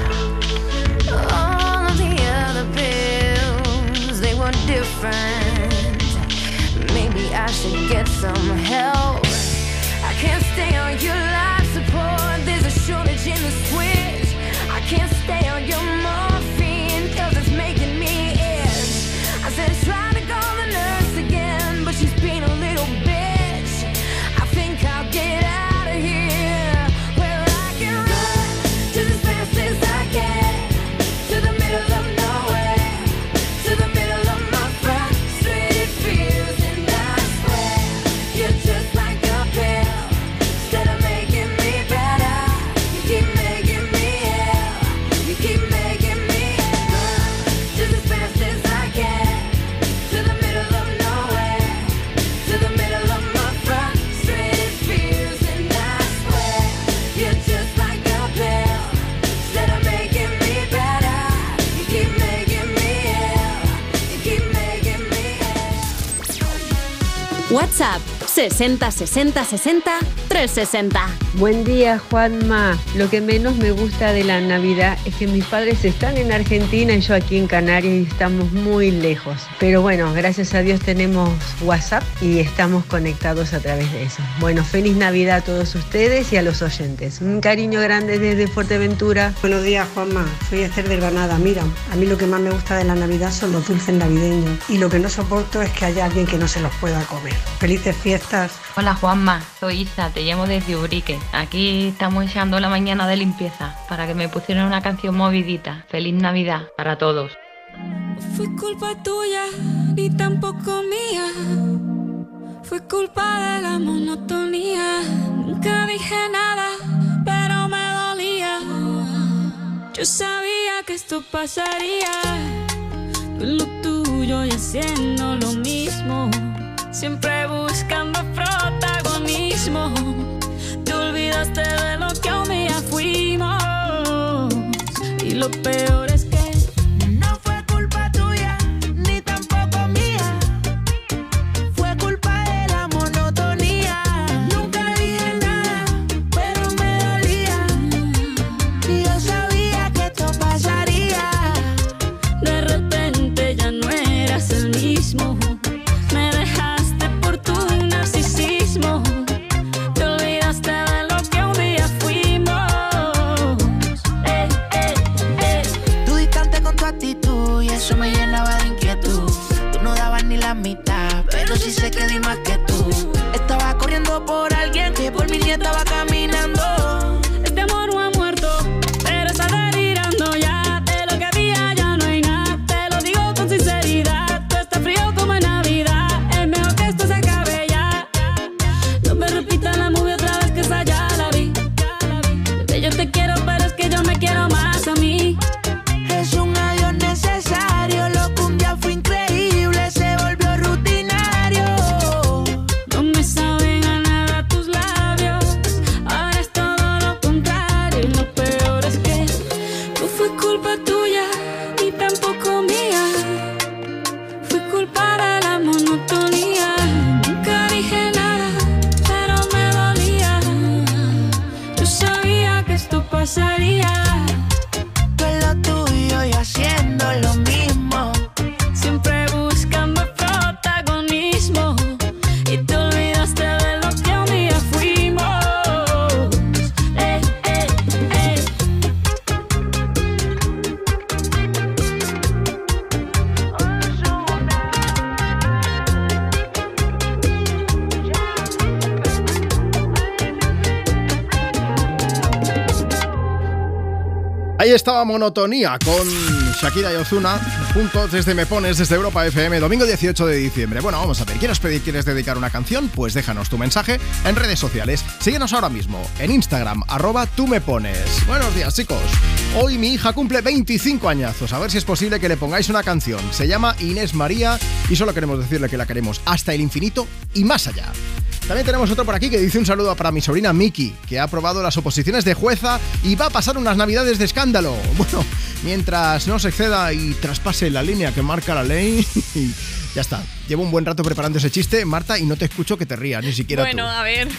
All of the other pills, they were different. Maybe I should get some help. I can't stay on your life support. There's a shortage in the switch. I can't stay on your morphine, cause it's making me itch. I said try to call the nurse again, but she's being a little bitch. I think I'll get out of here, where I can run just as fast as I can, to the middle of nowhere, to the middle of my frustrated fears. And I swear, you're just like a pill. Instead of making me better, you keep making me ill. You keep making me ill. Just as fast as I can, to the middle of nowhere, to the middle of my frustrated fears. And I swear, you're just like a pill. Instead of making me better, you keep making me ill. You keep making me ill. WhatsApp sesenta sesenta sesenta trescientos sesenta. Buen día, Juanma. Lo que menos me gusta de la Navidad es que mis padres están en Argentina y yo aquí en Canarias y estamos muy lejos. Pero bueno, gracias a Dios tenemos WhatsApp y estamos conectados a través de eso. Bueno, feliz Navidad a todos ustedes y a los oyentes. Un cariño grande desde Fuerteventura. Buenos días, Juanma. Soy Esther de Granada. Mira, a mí lo que más me gusta de la Navidad son los dulces navideños y lo que no soporto es que haya alguien que no se los pueda comer. Felices fiestas. Hola Juanma, soy Isa, te llamo desde Ubrique. Aquí estamos echando la mañana de limpieza para que me pusieran una canción movidita. Feliz Navidad para todos. Fue culpa tuya, ni tampoco mía. Fue culpa de la monotonía. Nunca dije nada, pero me dolía. Yo sabía que esto pasaría. Tú en lo tuyo y haciendo lo mismo. Siempre buscando protagonismo. Te olvidaste de lo que un día fuimos. Y lo peor es que no fue culpa tuya, ni tampoco mía. Fue culpa de la monotonía. Nunca dije nada, pero me dolía. Y yo sabía que esto pasaría. De repente ya no eras el mismo. Te olvidaste de lo que un día fuimos. Eh, eh, eh. Tú distante con tu actitud y eso me llenaba de inquietud. Tú no dabas ni la mitad, pero sí sé que di más que tú. Estaba corriendo por alguien que por mí ni estaba caminando. Este amor no ha muerto, pero está delirando ya. De lo que había ya no hay nada. Te lo digo con sinceridad. Tú estás frío como en Navidad. Es mejor que esto se acabe ya. No me repita la movie otra vez, que esa ya la vi. Bebé, yo te quiero, pero es que yo me quiero más a mí. Es un adiós necesario. Lo que un día fue increíble se volvió rutinario. No me saben a nada tus labios. Ahora es todo lo contrario. Y lo peor es que no fue culpa tuya, ni tampoco mía. Fue culpa de la monotonía. Nunca dije nada, pero me dolía. Yo sabía que esto pasaría. Tú en lo tuyo y haciendo lo mismo. Siempre buscando protagonismo. Y te olvidaste de lo que un día fuimos. Eh, eh, eh. Ahí estaba Monotonía con Shakira y Ozuna, juntos desde Me Pones, desde Europa F M, domingo dieciocho de diciembre. Bueno, vamos a ver, ¿quieres pedir, quieres dedicar una canción? Pues déjanos tu mensaje en redes sociales. Síguenos ahora mismo en Instagram, arroba tú me pones. Buenos días, chicos. Hoy mi hija cumple veinticinco añazos. A ver si es posible que le pongáis una canción. Se llama Inés María y solo queremos decirle que la queremos hasta el infinito y más allá. También tenemos otro por aquí que dice un saludo para mi sobrina Miki, que ha aprobado las oposiciones de jueza y va a pasar unas navidades de escándalo. Bueno, mientras no se exceda y traspase la línea que marca la ley, ya está. Llevo un buen rato preparando ese chiste, Marta, y no te escucho que te rías, ni siquiera bueno, tú. Bueno, a ver...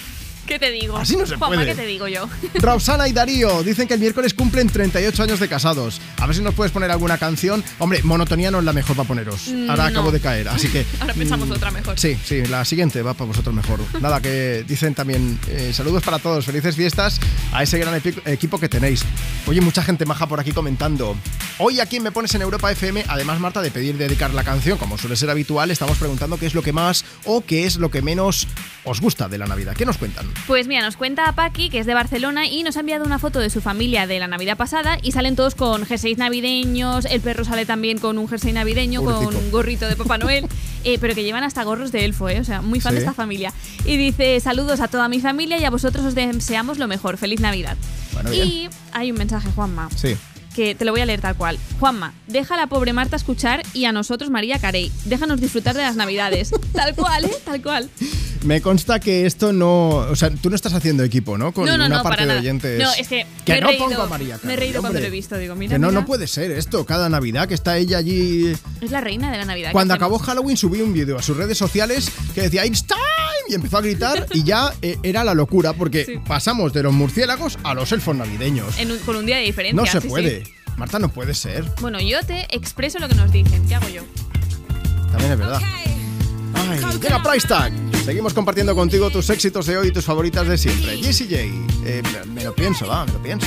¿Qué te digo? Así no se Juanma, puede. ¿qué te digo yo? Roxana y Darío dicen que el miércoles cumplen treinta y ocho años de casados. A ver si nos puedes poner alguna canción. Hombre, monotonía no es la mejor para poneros. Ahora No. acabo de caer, así que... Ahora pensamos mm, otra mejor. Sí, sí, la siguiente va para vosotros mejor. Nada, que dicen también eh, saludos para todos, felices fiestas a ese gran epi- equipo que tenéis. Oye, mucha gente maja por aquí comentando. Hoy aquí en Me Pones en Europa F M, además Marta de pedir dedicar la canción, como suele ser habitual, estamos preguntando qué es lo que más o qué es lo que menos os gusta de la Navidad. ¿Qué nos cuentan? Pues mira, nos cuenta Paqui, que es de Barcelona, y nos ha enviado una foto de su familia de la Navidad pasada y salen todos con jerseys navideños, el perro sale también con un jersey navideño, Pobrecito. con un gorrito de Papá Noel, eh, pero que llevan hasta gorros de elfo, ¿eh? O sea, muy fan Sí. de esta familia. Y dice, saludos a toda mi familia y a vosotros os deseamos lo mejor, feliz Navidad. Bueno, y bien. hay un mensaje, Juanma. Sí. Que te lo voy a leer tal cual. Juanma, deja a la pobre Marta escuchar y a nosotros María Carey. Déjanos disfrutar de las Navidades. Tal cual, ¿eh? Tal cual. Me consta que esto no... O sea, tú no estás haciendo equipo, ¿no? Con no, no, una no, parte para de nada. oyentes... No, es que, Que me he no reído, pongo a María Carey, me he reído cuando hombre. lo he visto. Digo, mira, Que no, mira. no puede ser esto. Cada Navidad que está ella allí... Es la reina de la Navidad. ¿qué Cuando hacemos? acabó Halloween subí un vídeo a sus redes sociales que decía It's time y empezó a gritar y ya eh, era la locura porque Sí. pasamos de los murciélagos a los elfos navideños. En un- con un día de diferencia. No se sí, puede. sí. Marta, no puede ser. Bueno, yo te expreso lo que nos dicen. ¿Qué hago yo? También es verdad. Ay, llega Price Tag. Seguimos compartiendo contigo tus éxitos de hoy y tus favoritas de siempre. Jessie J. Eh, me, me lo pienso, va, me lo pienso.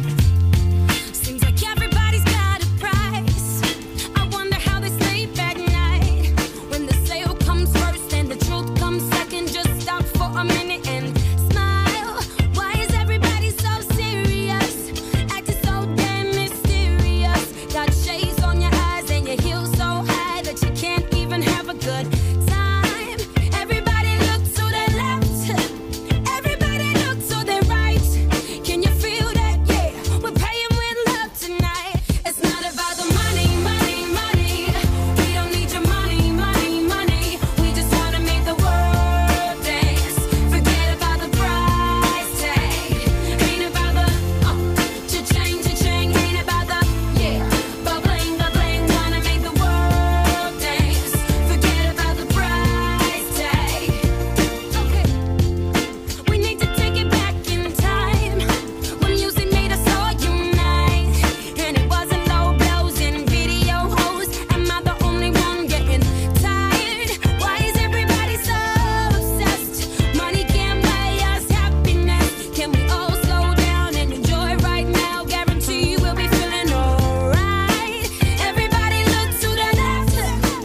Seems like everybody's got a price. I wonder how they sleep at night. When the sale comes first and the truth comes second, just stop for a minute and smile. Why is everybody so serious? Acting so damn mysterious. Got shades on your eyes and your heels so high that you can't even have a good time. Everybody look to the left. Everybody look to the right. Can you feel that? Yeah, we're paying with love tonight. It's not about the money, money, money. We don't need your money, money, money. We just wanna make the world dance. Forget about the price tag. Ain't about the uh, cha-ching, cha-ching. Ain't about the yeah, ba-bling, ba-bling. Wanna make the world dance. Forget about the price tag. Okay. We need to take it back in time when music made us all unite, and it wasn't low blows and video hoes. Am I the only one getting tired? Why is everybody so obsessed? Money can't buy us happiness. Can we all slow down and enjoy right now? Guarantee we'll be feeling alright. Everybody look to the left.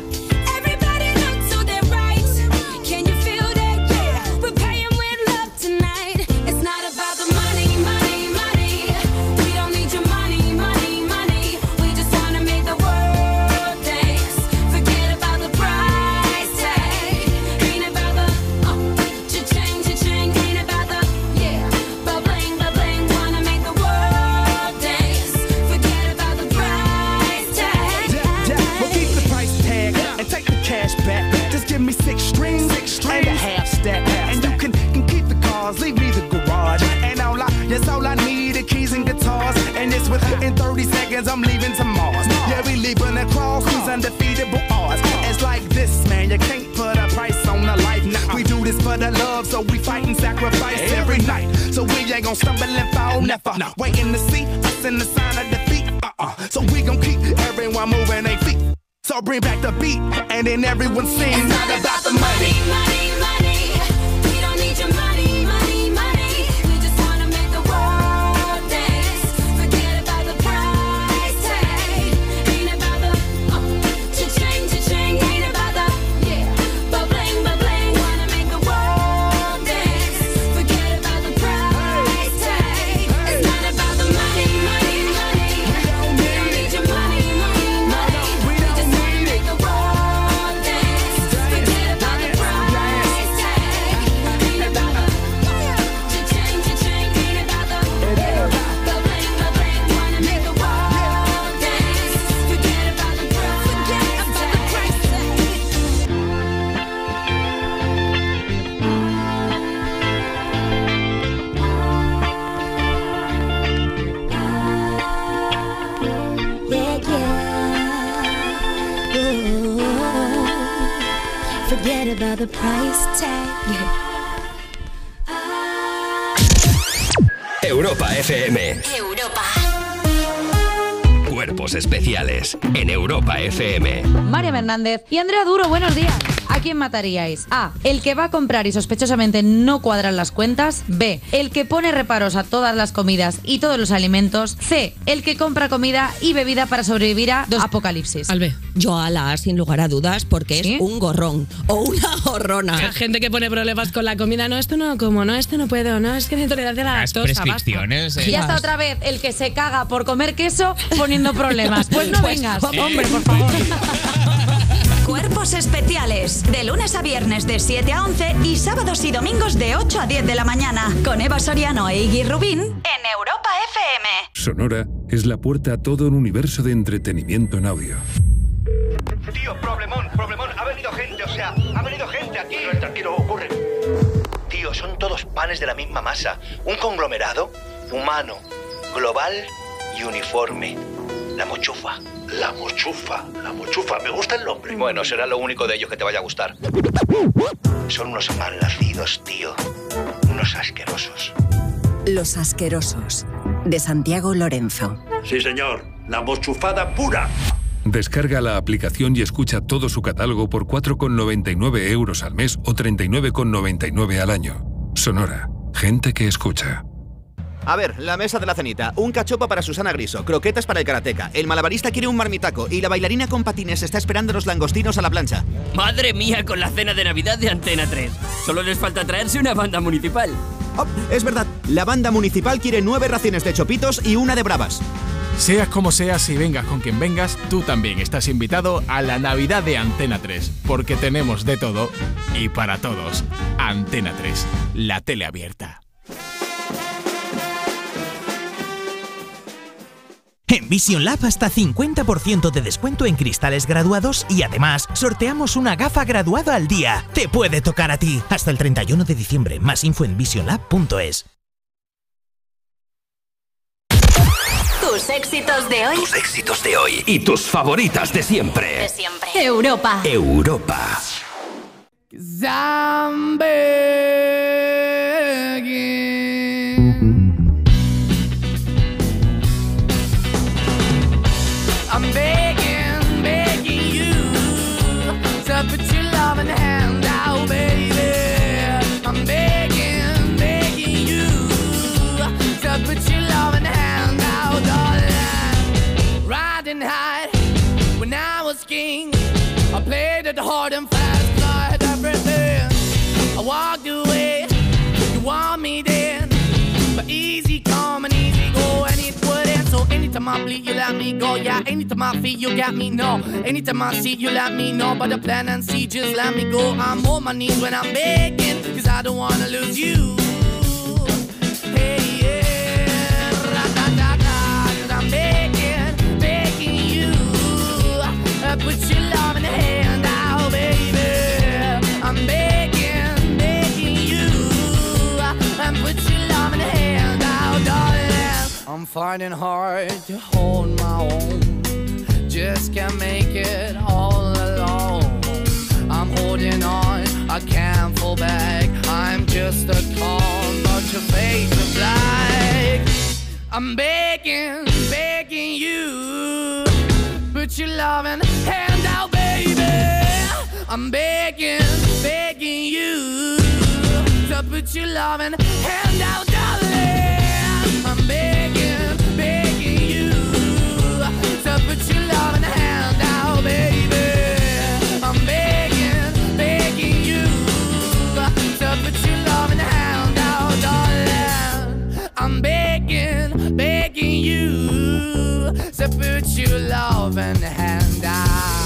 Everybody look to the right. Can you feel that? Yeah, we're paying with love tonight. It's not about the money, money, money. We don't need your money, money, money. We just wanna make the world dance. Forget about the price tag. Ain't about the uh, cha-ching, cha-ching. Ain't about the yeah, ba-bling, ba-bling. Wanna make the world dance. Forget about the price tag. Yeah, yeah. Well, keep the price tag and take the cash back. Just give me six strings, six strings and a half stack. And you can, can keep the cars, leave me the garage. And all I, yes, all I need are keys and guitars. And it's within thirty seconds, I'm leaving to Mars. Yeah, we leaving across these undefeatable odds. It's like this, man, you can't put a price on a life. Nah, we do this for the love, so we fight and sacrifice every night. So we ain't gonna stumble and fall, never. Waiting to see us in the sign of defeat. Uh-uh. So we gon' keep everyone moving their feet. So bring back the beat, and then everyone sings. It's not about the money, money, money. We don't need your money, money, money. We just wanna make the world dance. Forget about the price tag. Ain't about the uh, cha-ching, cha-ching. Ain't about the yeah, ba-bling, ba-bling. Wanna make the world dance. Forget about the price tag. It's not about the money, money, money. We don't need your money, money, money. We just wanna make the world dance. Forget about the price tag. Ain't about the cha-ching, cha-ching. Ain't about the ba-bling, ba-bling. Wanna make the world dance. Forget about the price tag. Yeah, yeah. Ooh. Forget about the price tag. Europa F M. Europa. Cuerpos especiales en Europa F M. María Hernández y Andrea Duro, buenos días. ¿A quién mataríais? A. El que va a comprar y sospechosamente no cuadran las cuentas. B. El que pone reparos a todas las comidas y todos los alimentos. C. El que compra comida y bebida para sobrevivir a dos apocalipsis. Albe. Yo a la A, sin lugar a dudas, porque ¿Sí? es un gorrón o una gorrona. La gente que pone problemas con la comida, no, esto no como, no, esto no puedo, no, es que necesito intolerancia a la Las lactosa. prescripciones. Y hasta otra vez, el que se caga por comer queso poniendo problemas. Pues no Pues, vengas. sí. Hombre, por favor. Cuerpos especiales. De lunes a viernes de siete a once y sábados y domingos de ocho a diez de la mañana. Con Eva Soriano e Iggy Rubín en Europa F M. Sonora es la puerta a todo un universo de entretenimiento en audio. Tío, problemón, problemón. Ha venido gente, o sea, ha venido gente aquí. Tranquilo, tranquilo, ocurre. Tío, son todos panes de la misma masa. Un conglomerado humano, global y uniforme. La mochufa. La mochufa, la mochufa. Me gusta el nombre. Bueno, será lo único de ellos que te vaya a gustar. Son unos malnacidos, tío. Unos asquerosos. Los asquerosos, de Santiago Lorenzo. Sí, señor. La mochufada pura. Descarga la aplicación y escucha todo su catálogo por cuatro con noventa y nueve euros al mes o treinta y nueve con noventa y nueve al año. Sonora. Gente que escucha. A ver, la mesa de la cenita. Un cachopo para Susana Griso, croquetas para el karateca, el malabarista quiere un marmitaco y la bailarina con patines está esperando los langostinos a la plancha. ¡Madre mía con la cena de Navidad de Antena tres! Solo les falta traerse una banda municipal. Oh, es verdad, la banda municipal quiere nueve raciones de chopitos y una de bravas. Seas como seas y vengas con quien vengas, tú también estás invitado a la Navidad de Antena tres, porque tenemos de todo y para todos. Antena tres, la tele abierta. En Vision Lab hasta cincuenta por ciento de descuento en cristales graduados y además sorteamos una gafa graduada al día. Te puede tocar a ti. Hasta el treinta y uno de diciembre. Más info en vision lab punto es. Tus éxitos de hoy. Tus éxitos de hoy y tus favoritas de siempre. De siempre. Europa. Europa. I'm begging, begging you to put your loving hand out, baby. I'm begging, begging you to put your loving hand out, darling. Riding high when I was king, I played it hard and fast, I had everything. I walked away, you want me then, but easy come and easy go, and it wouldn't. So anytime I bleed, you let me go. Yeah, anytime I feel, you got me, no. Anytime I see, you let me know. But the plan and see, just let me go. I'm on my knees when I'm begging, cause I don't wanna lose you. Hey, yeah, ra-da-da-da, cause I'm begging, begging you. Uh, put your love in the hand out, baby. I'm begging, begging you. Uh, put your love in the hand out, darling. I'm finding hard to hold my own. Just can't make it all alone. I'm holding on, I can't fall back. I'm just a call, but your face is black. I'm begging, begging you. Put your loving hand out, baby. I'm begging, begging you. To put your loving hand out, darling. I'm begging, begging you to put your loving hand out, baby. I'm begging, begging you to put your loving hand out, darling. I'm begging, begging you to put your loving hand out.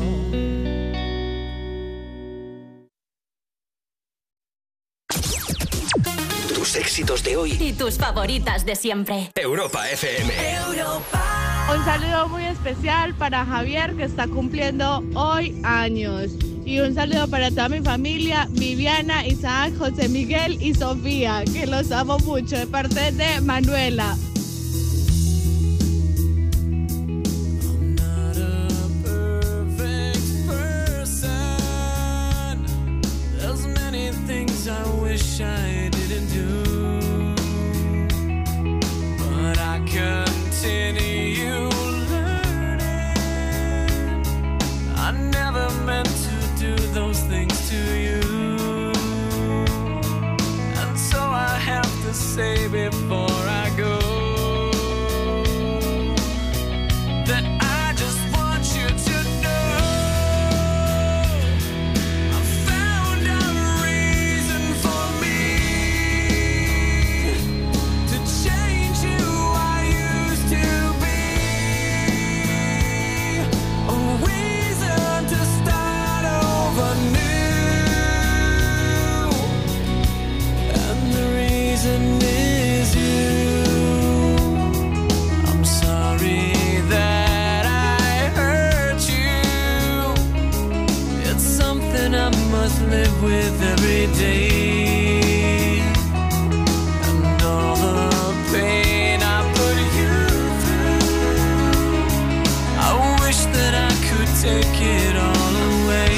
Tus éxitos de hoy Y tus favoritas de siempre. Europa F M. Un saludo muy especial para Javier, que está cumpliendo hoy años. Y un saludo para toda mi familia, Viviana, Isaac, José Miguel y Sofía, que los amo mucho, de parte de Manuela. There's many things I wish I didn't do. say before I go that I just want you to know I found a reason for me to change who I used to be, a reason to start over new, and the reason is you. I'm sorry that I hurt you. It's something I must live with every day, and all the pain I put you through, I wish that I could take it all away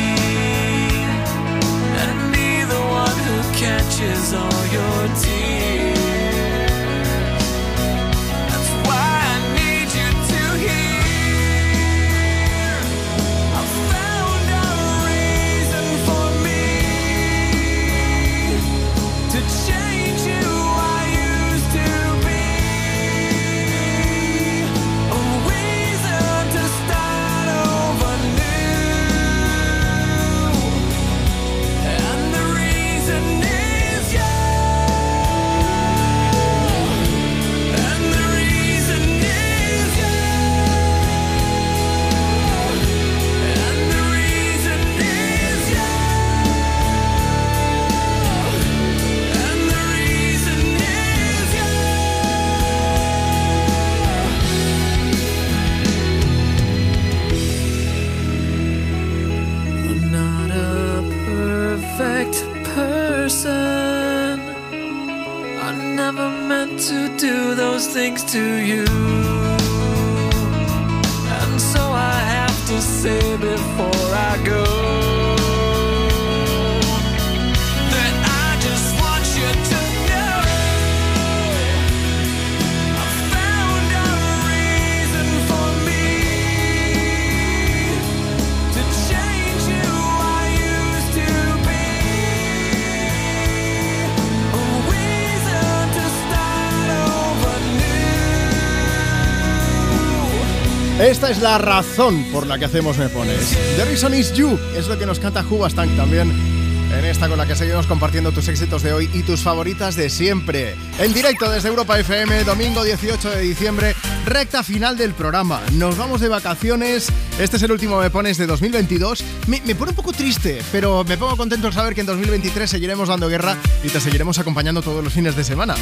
and be the one who catches all your tears. That's why I need you to hear I found a reason for me to change who I used to be, a reason to start over new, and the reason is you, and the reason is you, and the reason is you, and the reason is you. I'm not a perfect person. I never meant to do those things to you, and so I have to say before I go that I just want you to know I found a reason for me to change who I used to be, a reason to start over new. Esta es la razón por la que hacemos Me Pones. The Reason Is You es lo que nos canta Hoobastank también en esta con la que seguimos compartiendo tus éxitos de hoy y tus favoritas de siempre. En directo desde Europa F M, domingo dieciocho de diciembre, recta final del programa. Nos vamos de vacaciones. Este es el último Me Pones de dos mil veintidós. Me, me pone un poco triste, pero me pongo contento de saber que en dos mil veintitrés seguiremos dando guerra y te seguiremos acompañando todos los fines de semana.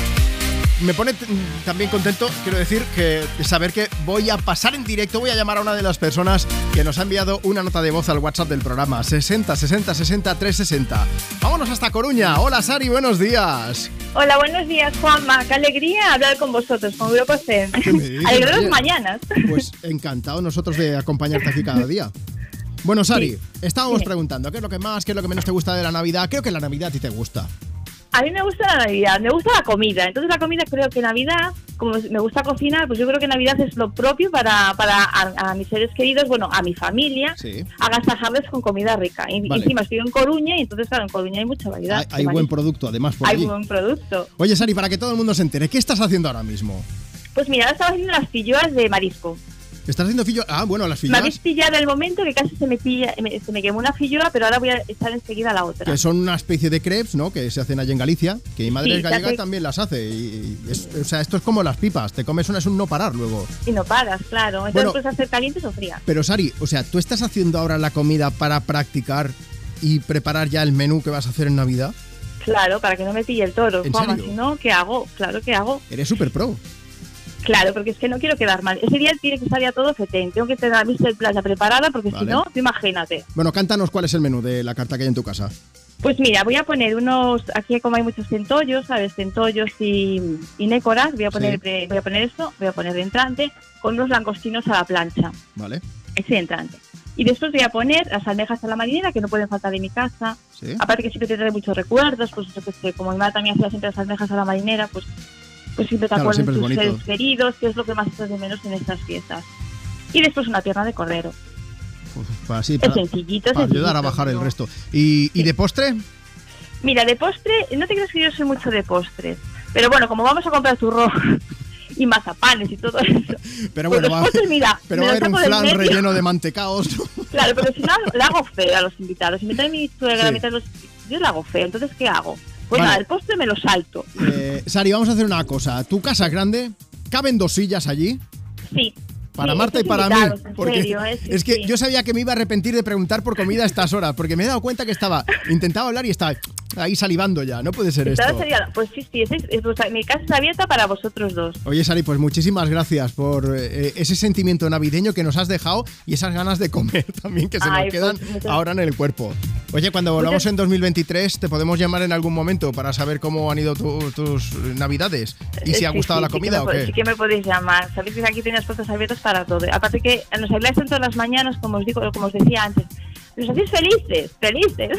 Me pone t- también contento, quiero decir, que saber que voy a pasar en directo, voy a llamar a una de las personas que nos ha enviado una nota de voz al WhatsApp del programa, sesenta sesenta sesenta trescientos sesenta. Vámonos hasta Coruña. Hola Sari, buenos días. Hola, buenos días, Juanma. Qué alegría hablar con vosotros, con Europa F M. Alegraros mañanas. Pues encantado nosotros de acompañarte aquí cada día. Bueno, Sari, Sí. estábamos Sí. preguntando, ¿qué es lo que más, qué es lo que menos te gusta de la Navidad? Creo que la Navidad a ti te gusta. A mí me gusta la Navidad, me gusta la comida. Entonces la comida creo que Navidad, como me gusta cocinar, pues yo creo que Navidad es lo propio para, para a, a mis seres queridos, bueno, a mi familia, Sí. agasajarles con comida rica. Y Vale. encima estoy en Coruña y entonces, claro, en Coruña hay mucha variedad. Hay, hay buen producto, además, por Hay allí. buen producto. Oye, Sari, para que todo el mundo se entere, ¿qué estás haciendo ahora mismo? Pues mira, ahora estaba haciendo las filloas de marisco. ¿Estás haciendo fillo? Ah, bueno, las Me fillas, habéis pillado el momento que casi se me, pilla, me- se me quemó una filloa, pero ahora voy a echar enseguida la otra. que son una especie de crepes, ¿no? Que se hacen allí en Galicia, que mi madre Sí, es se gallega hace- también las hace. Y, y es- o sea, esto es como las pipas, te comes una, es un no parar luego. Y no paras, claro. Entonces Bueno. puedes hacer calientes o frías. Pero Sari, o sea, ¿tú estás haciendo ahora la comida para practicar y preparar ya el menú que vas a hacer en Navidad? Claro, para que no me pille el toro. ¿En Juanma, serio? si no, ¿qué hago? Claro, ¿qué hago? Eres súper pro. Claro, porque es que no quiero quedar mal. Ese día tiene que estar ya todo fetén. Tengo que tener la misa de playa preparada porque Vale. si no, tú imagínate. Bueno, cántanos cuál es el menú de la carta que hay en tu casa. Pues mira, voy a poner unos, aquí como hay muchos centollos, ¿sabes? Centollos y, y nécoras, voy a poner Sí. pre- voy a poner esto, voy a poner de entrante, con unos langostinos a la plancha, ¿Vale? ese de entrante. Y después voy a poner las almejas a la marinera, que no pueden faltar en mi casa. Sí. Aparte que siempre te trae muchos recuerdos, pues yo que sé, como mi madre también hacía siempre las almejas a la marinera, pues, pues siempre te Claro, acuerdas siempre de es tus bonito. seres queridos, que es lo que más echas de menos en estas fiestas. Y después una pierna de cordero. Pues así, Es para, sencillito, es para ayudar a sencillito, bajar el pero- resto. ¿Y, y de postre? Mira, de postre, no te creas que yo soy mucho de postres. Pero bueno, como vamos a comprar turrón y mazapanes y todo eso. Pero bueno, pues va, postres, mira, pero me va a los haber un saco del flan medio. relleno de mantecaos. Claro, pero si no, le hago feo a los invitados. Si me trae mi suegra, Sí. me trae los... yo le hago feo. Entonces, ¿qué hago? Pues Vale. nada, el postre me lo salto. Eh, Sari, vamos a hacer una cosa. Tu casa es grande, ¿caben dos sillas allí? Sí. Para Sí, Marta y estos para mí. invitados, en Porque serio, ¿eh? Sí, es que sí. yo sabía que me iba a arrepentir de preguntar por comida a estas horas, porque me he dado cuenta que estaba, intentaba hablar y estaba ahí salivando ya. No puede ser esto. Entonces sería- Pues sí, sí, es, es- es- mi casa está abierta para vosotros dos. Oye, Sari, pues muchísimas gracias por eh, ese sentimiento navideño que nos has dejado y esas ganas de comer también que se Ay, nos quedan pues, muchas- ahora en el cuerpo. Oye, cuando volvamos Muchas- en dos mil veintitrés, te podemos llamar en algún momento para saber cómo han ido tu- tus navidades y si Eh, ha sí, gustado sí, la sí que comida me o pod- qué. Sí que me podéis llamar. Sabéis que aquí tenéis las puertas abiertas para todo. Aparte que nos habláis en todas las mañanas, como os digo, como os decía antes. Nos hacéis felices, felices.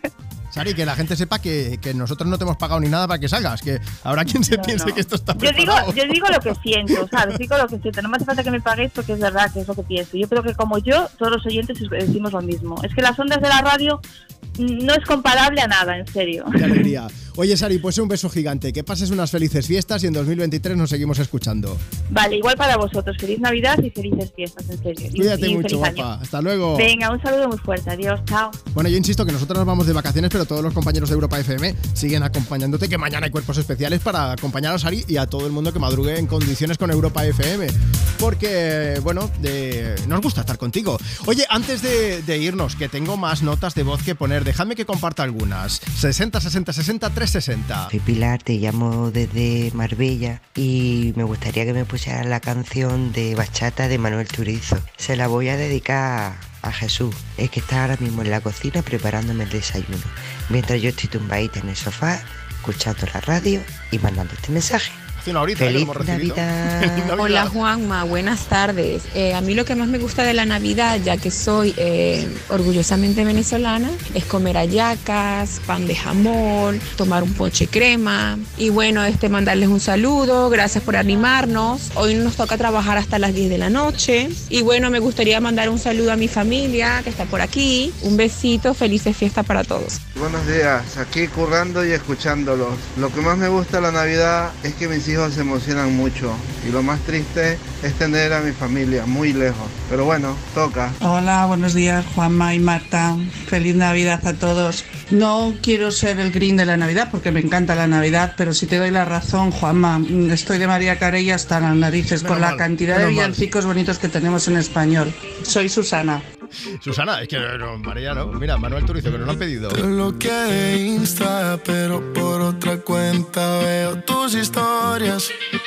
Sari, que la gente sepa que, que nosotros no te hemos pagado ni nada para que salgas, que habrá quien se No, piense no. que esto está Yo digo, preparado. yo digo lo que siento, ¿sabes? Digo lo que siento. No me hace falta que me paguéis porque es verdad que es lo que pienso. Yo creo que como yo, todos los oyentes decimos lo mismo. Es que las ondas de la radio no es comparable a nada, en serio. Qué alegría. Oye, Sari, pues un beso gigante. Que pases unas felices fiestas y en dos mil veintitrés nos seguimos escuchando. Vale, igual para vosotros. Feliz Navidad y felices fiestas, en serio. Y- Cuídate y mucho, feliz año. guapa. Hasta luego. Venga, un saludo muy fuerte. Adiós, chao. Bueno, yo insisto que nosotros nos vamos de vacaciones, pero todos los compañeros de Europa F M siguen acompañándote, que mañana hay cuerpos especiales para acompañar a Sari y a todo el mundo que madrugue en condiciones con Europa F M. Porque, bueno, de- nos gusta estar contigo. Oye, antes de, de irnos, que tengo más notas de voz que poner, dejadme que comparta algunas. sesenta, sesenta, sesenta, trescientos sesenta. Soy Pilar, te llamo desde Marbella y me gustaría que me pusieras la canción de Bachata de Manuel Turizo. Se la voy a dedicar a Jesús. Es que está ahora mismo en la cocina preparándome el desayuno, mientras yo estoy tumbadita en el sofá, escuchando la radio y mandando este mensaje. Hace una horita que lo ¡Feliz hemos recibido. Navidad! Hola Juanma, buenas tardes. Eh, a mí lo que más me gusta de la Navidad, ya que soy eh, orgullosamente venezolana, es comer hallacas, pan de jamón, tomar un ponche crema y bueno, este mandarles un saludo, gracias por animarnos. Hoy nos toca trabajar hasta las diez de la noche y bueno, me gustaría mandar un saludo a mi familia que está por aquí. Un besito, felices fiestas para todos. Buenos días, aquí currando y escuchándolos. Lo que más me gusta de la Navidad es que mis hijos se emocionan mucho y lo más triste es tener a mi familia muy lejos. Pero bueno, toca. Hola, buenos días Juanma y Marta. Feliz Navidad a todos. No quiero ser el green de la Navidad porque me encanta la Navidad, pero si te doy la razón, Juanma, estoy de María Carey hasta las narices Menos con la mal, cantidad de menos mal. villancicos bonitos que tenemos en español. Soy Susana. Susana, es que no, María, no. Mira, Manuel Turizo, que nos lo han pedido. Te bloqueé de Insta, pero por otra cuenta veo tus historias.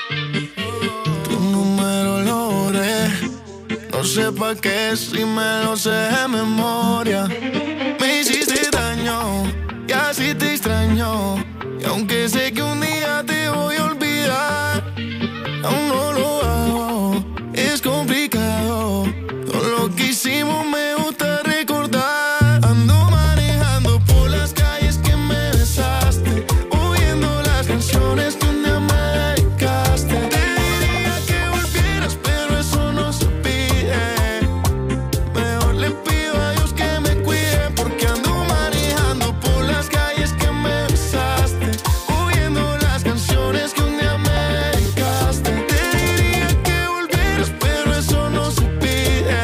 Tu número lo borré. No sé pa' qué si me lo sé de memoria. Me hiciste daño y así te extraño. Y aunque sé que un día te voy a olvidar, aún no lo hago. Es complicado. Todo lo que hicimos me gusta recordar. Ando manejando por las calles que me besaste, oyendo las canciones que un día me dedicaste. Te diría que volvieras, pero eso no se pide. Mejor le pido a Dios que me cuide, porque ando manejando por las calles que me besaste, oyendo las canciones que un día me dedicaste. Te diría que volvieras, pero eso no se pide.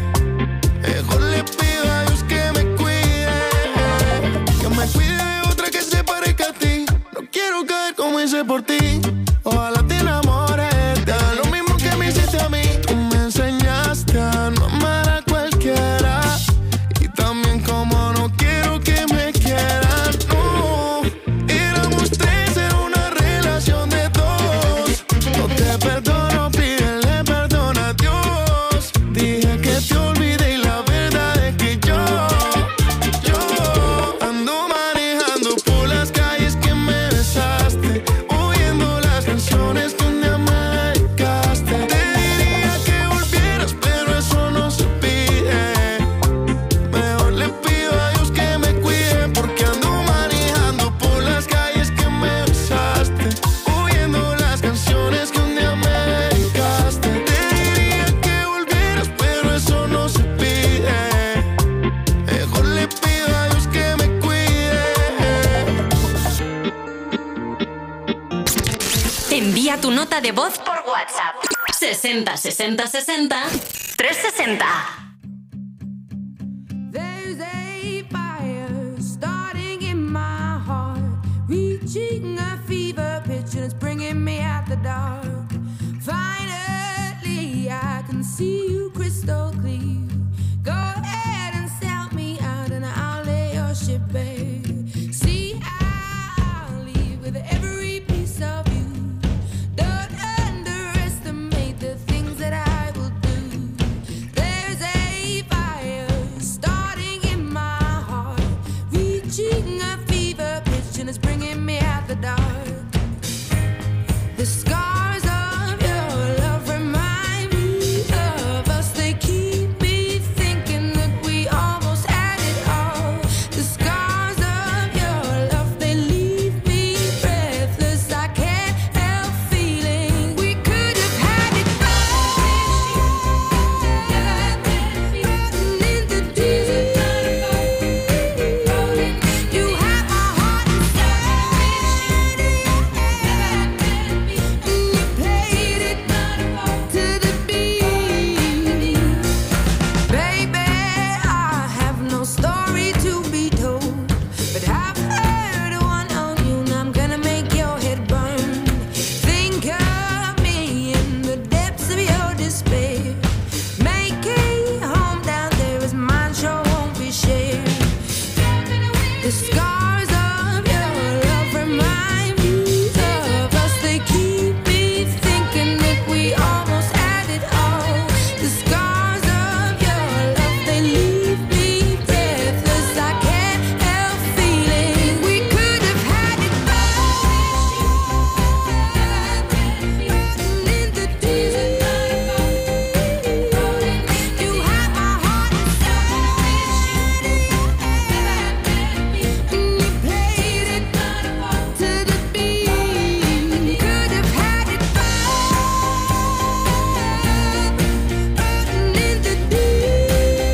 Mejor le pido a Dios que me cuide, que me cuide de otra que se parezca a ti. No quiero caer como hice por ti. Ojalá te enamores, te haga lo mismo que me hiciste a mí. Tú me enseñaste a no amar a cualquiera, y también como no quiero que me quieran. No, éramos tres, era una relación de dos. No te perdono, pídele perdón a Dios. Dije que te olvidé y la verdad es que yo, yo ando manejando por las calles que me besaste, oyendo las canciones Envía tu nota de voz por WhatsApp. sesenta sesenta sesenta trescientos sesenta. There's a fire starting in my heart, reaching a fever pitch and it's bringing me out the dark. Finally, I can see you crystal clear. Go ahead and sell me out and I'll lay your ship bare. See, I'll leave with every piece of you. Don't underestimate the things that I will do. There's a fire starting in my heart, reaching a fever pitch and it's bringing me out the dark. The scars of your love remind me of us. They keep me thinking that we almost had it all. The scars of your love, they leave me breathless. I can't help feeling we could have had it all. In the deep, you have my heart inside. And you played it to the beat. Baby, I have no story to be told, but I've heard one on you and I'm gonna make your head burn. Think of me in the depths of your despair. Make a home down there as mine sure won't be shared. The scars of your love remind me of us. They keep me thinking that we almost had it all. The scars of your love, they leave me breathless. I can't help feeling we could have had it all. In the deep, you have my heart inside. And you played it to the beat. Could have had it all. In the deep,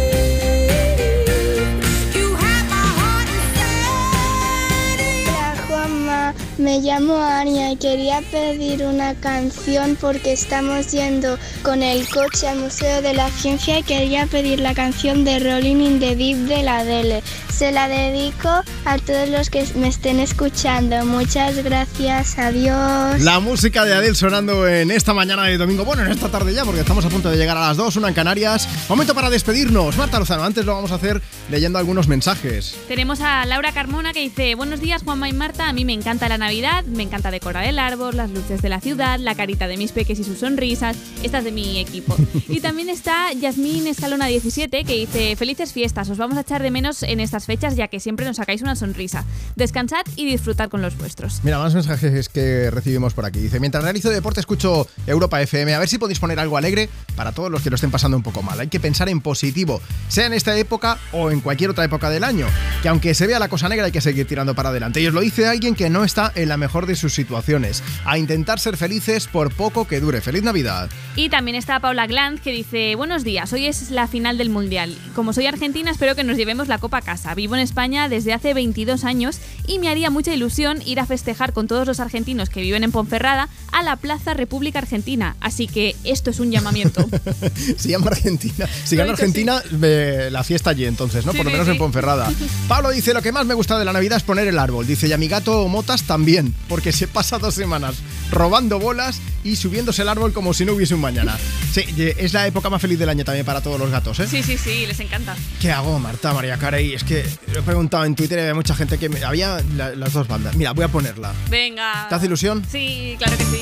you have my heart inside. Hola Juanma, me llamo Ania y quería pedir una canción porque estamos yendo con el coche al Museo de la Ciencia y quería pedir la canción de Rolling in the Deep de la Adele. Se la dedico a todos los que me estén escuchando. Muchas gracias, adiós. La música de Adele sonando en esta mañana de domingo. Bueno, en esta tarde ya, porque estamos a punto de llegar a las dos, una en Canarias. Momento para despedirnos. Marta Lozano, antes lo vamos a hacer leyendo algunos mensajes. Tenemos a Laura Carmona que dice: buenos días Juanma y Marta, a mí me encanta la Navidad, me encanta decorar el árbol, las luces de la ciudad, la carita de mis peques y sus sonrisas. Esta es de mi equipo. Y también está Yasmín Escalona diecisiete que dice: felices fiestas, os vamos a echar de menos en estas fechas ya que siempre nos sacáis una sonrisa. Descansad y disfrutad con los vuestros. Mira, más mensajes que recibimos por aquí. Dice: mientras realizo deporte escucho Europa F M, a ver si podéis poner algo alegre para todos los que lo estén pasando un poco mal. Hay que pensar en positivo, sea en esta época o en cualquier otra época del año, que aunque se vea la cosa negra hay que seguir tirando para adelante. Y os lo dice alguien que no está en la mejor de sus situaciones. A intentar ser felices por poco que dure. ¡Feliz Navidad! Y también está Paula Glanz que dice: buenos días, hoy es la final del Mundial. Como soy argentina, espero que nos llevemos la copa a casa. Vivo en España desde hace veintidós años y me haría mucha ilusión ir a festejar con todos los argentinos que viven en Ponferrada a la Plaza República Argentina. Así que esto es un llamamiento. Si llama Argentina, si gana Argentina, sí. eh, la fiesta allí entonces, ¿no? Sí, Por lo menos sí, en Ponferrada. Pablo dice: lo que más me gusta de la Navidad es poner el árbol. Dice: y a mi gato Motas también, porque se pasa dos semanas robando bolas y subiéndose el árbol como si no hubiese un mañana. Sí, es la época más feliz del año también para todos los gatos, ¿eh? Sí, sí, sí, les encanta. ¿Qué hago, Marta, María Carey? Es que lo he preguntado en Twitter y había mucha gente que... Me... Había la, las dos bandas. Mira, voy a ponerla. Venga. ¿Te hace ilusión? Sí, claro que sí.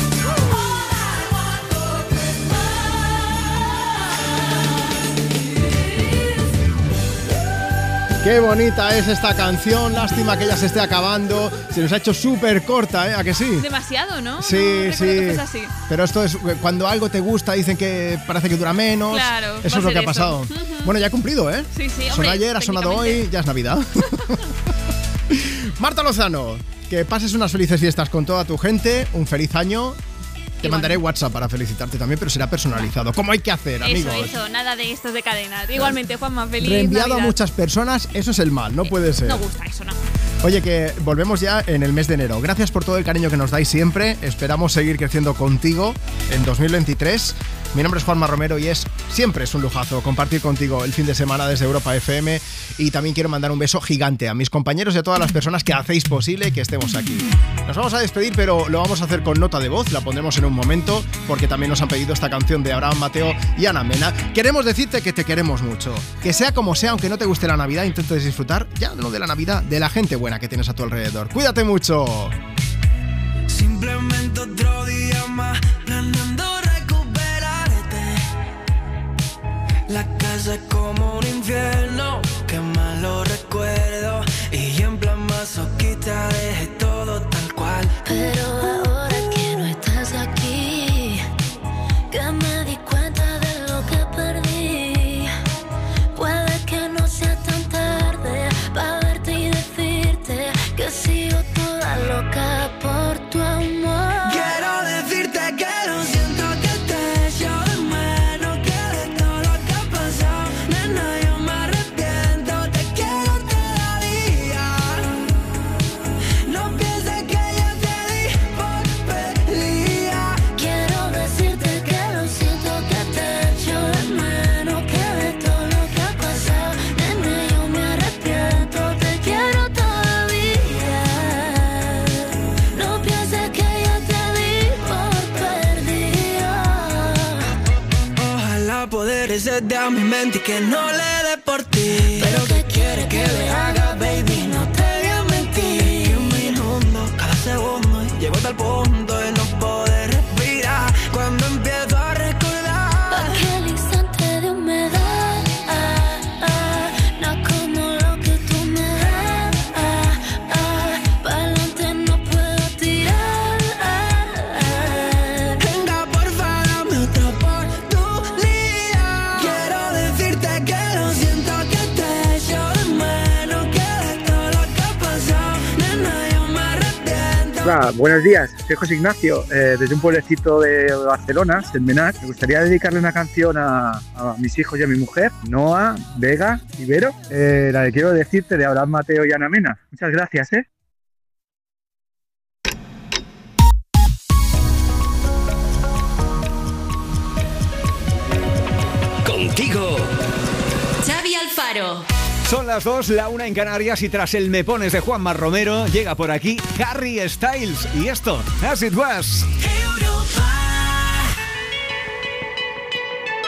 Qué bonita es esta canción, lástima que ya se esté acabando. Se nos ha hecho súper corta, ¿eh? ¿A que sí? Demasiado, ¿no? Sí, no, sí. Que así. Pero esto es cuando algo te gusta, dicen que parece que dura menos. Claro. Eso es lo que eso. ha pasado. Uh-huh. Bueno, ya ha cumplido, ¿eh? Sí, sí. Sonó Hombre, ayer, ha sonado hoy, ya es Navidad. Marta Lozano, que pases unas felices fiestas con toda tu gente, un feliz año. Te mandaré WhatsApp para felicitarte también, pero será personalizado. ¿Cómo hay que hacer, amigos? Eso, eso, nada de estos de cadena. Igualmente, Juanma, feliz Reenviado Navidad. a muchas personas, eso es el mal, no puede ser. No gusta eso, no. Oye, que volvemos ya en el mes de enero. Gracias por todo el cariño que nos dais siempre. Esperamos seguir creciendo contigo en dos mil veintitrés. Mi nombre es Juanma Romero y es siempre es un lujazo compartir contigo el fin de semana desde Europa F M. Y también quiero mandar un beso gigante a mis compañeros y a todas las personas que hacéis posible que estemos aquí. Nos vamos a despedir, pero lo vamos a hacer con nota de voz. La pondremos en un momento porque también nos han pedido esta canción de Abraham Mateo y Ana Mena. Queremos decirte que te queremos mucho. Que sea como sea, aunque no te guste la Navidad, intentes disfrutar ya no de la Navidad, de la gente buena que tienes a tu alrededor. Cuídate mucho. Simplemente otro día más planeando recuperarte. La casa es como un infierno, qué malo recuerdo. Y en plan masoquista dejé todo tal cual. Pero ahora que no estás aquí, que me di cuenta de lo que perdí. Puede que no sea tan tarde para verte y decirte que sigo toda loca por tu amor. Quiero decirte que lo siento, que te echo de menos, que de todo lo que ha pasado, nena, yo me arrepiento, te quiero todavía. No pienses que yo te di por perdida. Quiero decirte que lo siento, que te echo de menos, que de todo lo que ha pasado, nena, yo me arrepiento, te quiero todavía. No pienses que yo te di por perdida. Ojalá poder hacerte a mi mente y que no le dé por ti. Pero ¿qué quieres que le haga, baby? No te voy a mentir. Un minuto, cada segundo, y llego hasta el punto de no poder respirar. Cuando empiezo a recordar Aquel instante de humedad, ah, ah, no como lo que tú me das, ah, ah, pa'lante no puedo tirar, ah, ah. Venga, porfa, dame otra oportunidad. Quiero decirte que lo siento, que te echo de menos, que de todo lo que ha pasado, nena, yo me arrepiento. Hola, buenos días, soy José Ignacio, eh, desde un pueblecito de Barcelona, Sentmenat. Me gustaría dedicarle una canción a, a mis hijos y a mi mujer, Noa, Vega y Vero, eh, la que quiero decirte de Abraham Mateo y Ana Mena. Muchas gracias, ¿eh? Contigo. Xavi Alfaro. Son las dos, la una en Canarias y tras el Me Pones de Juanma Romero llega por aquí Harry Styles y esto, As It Was. Euro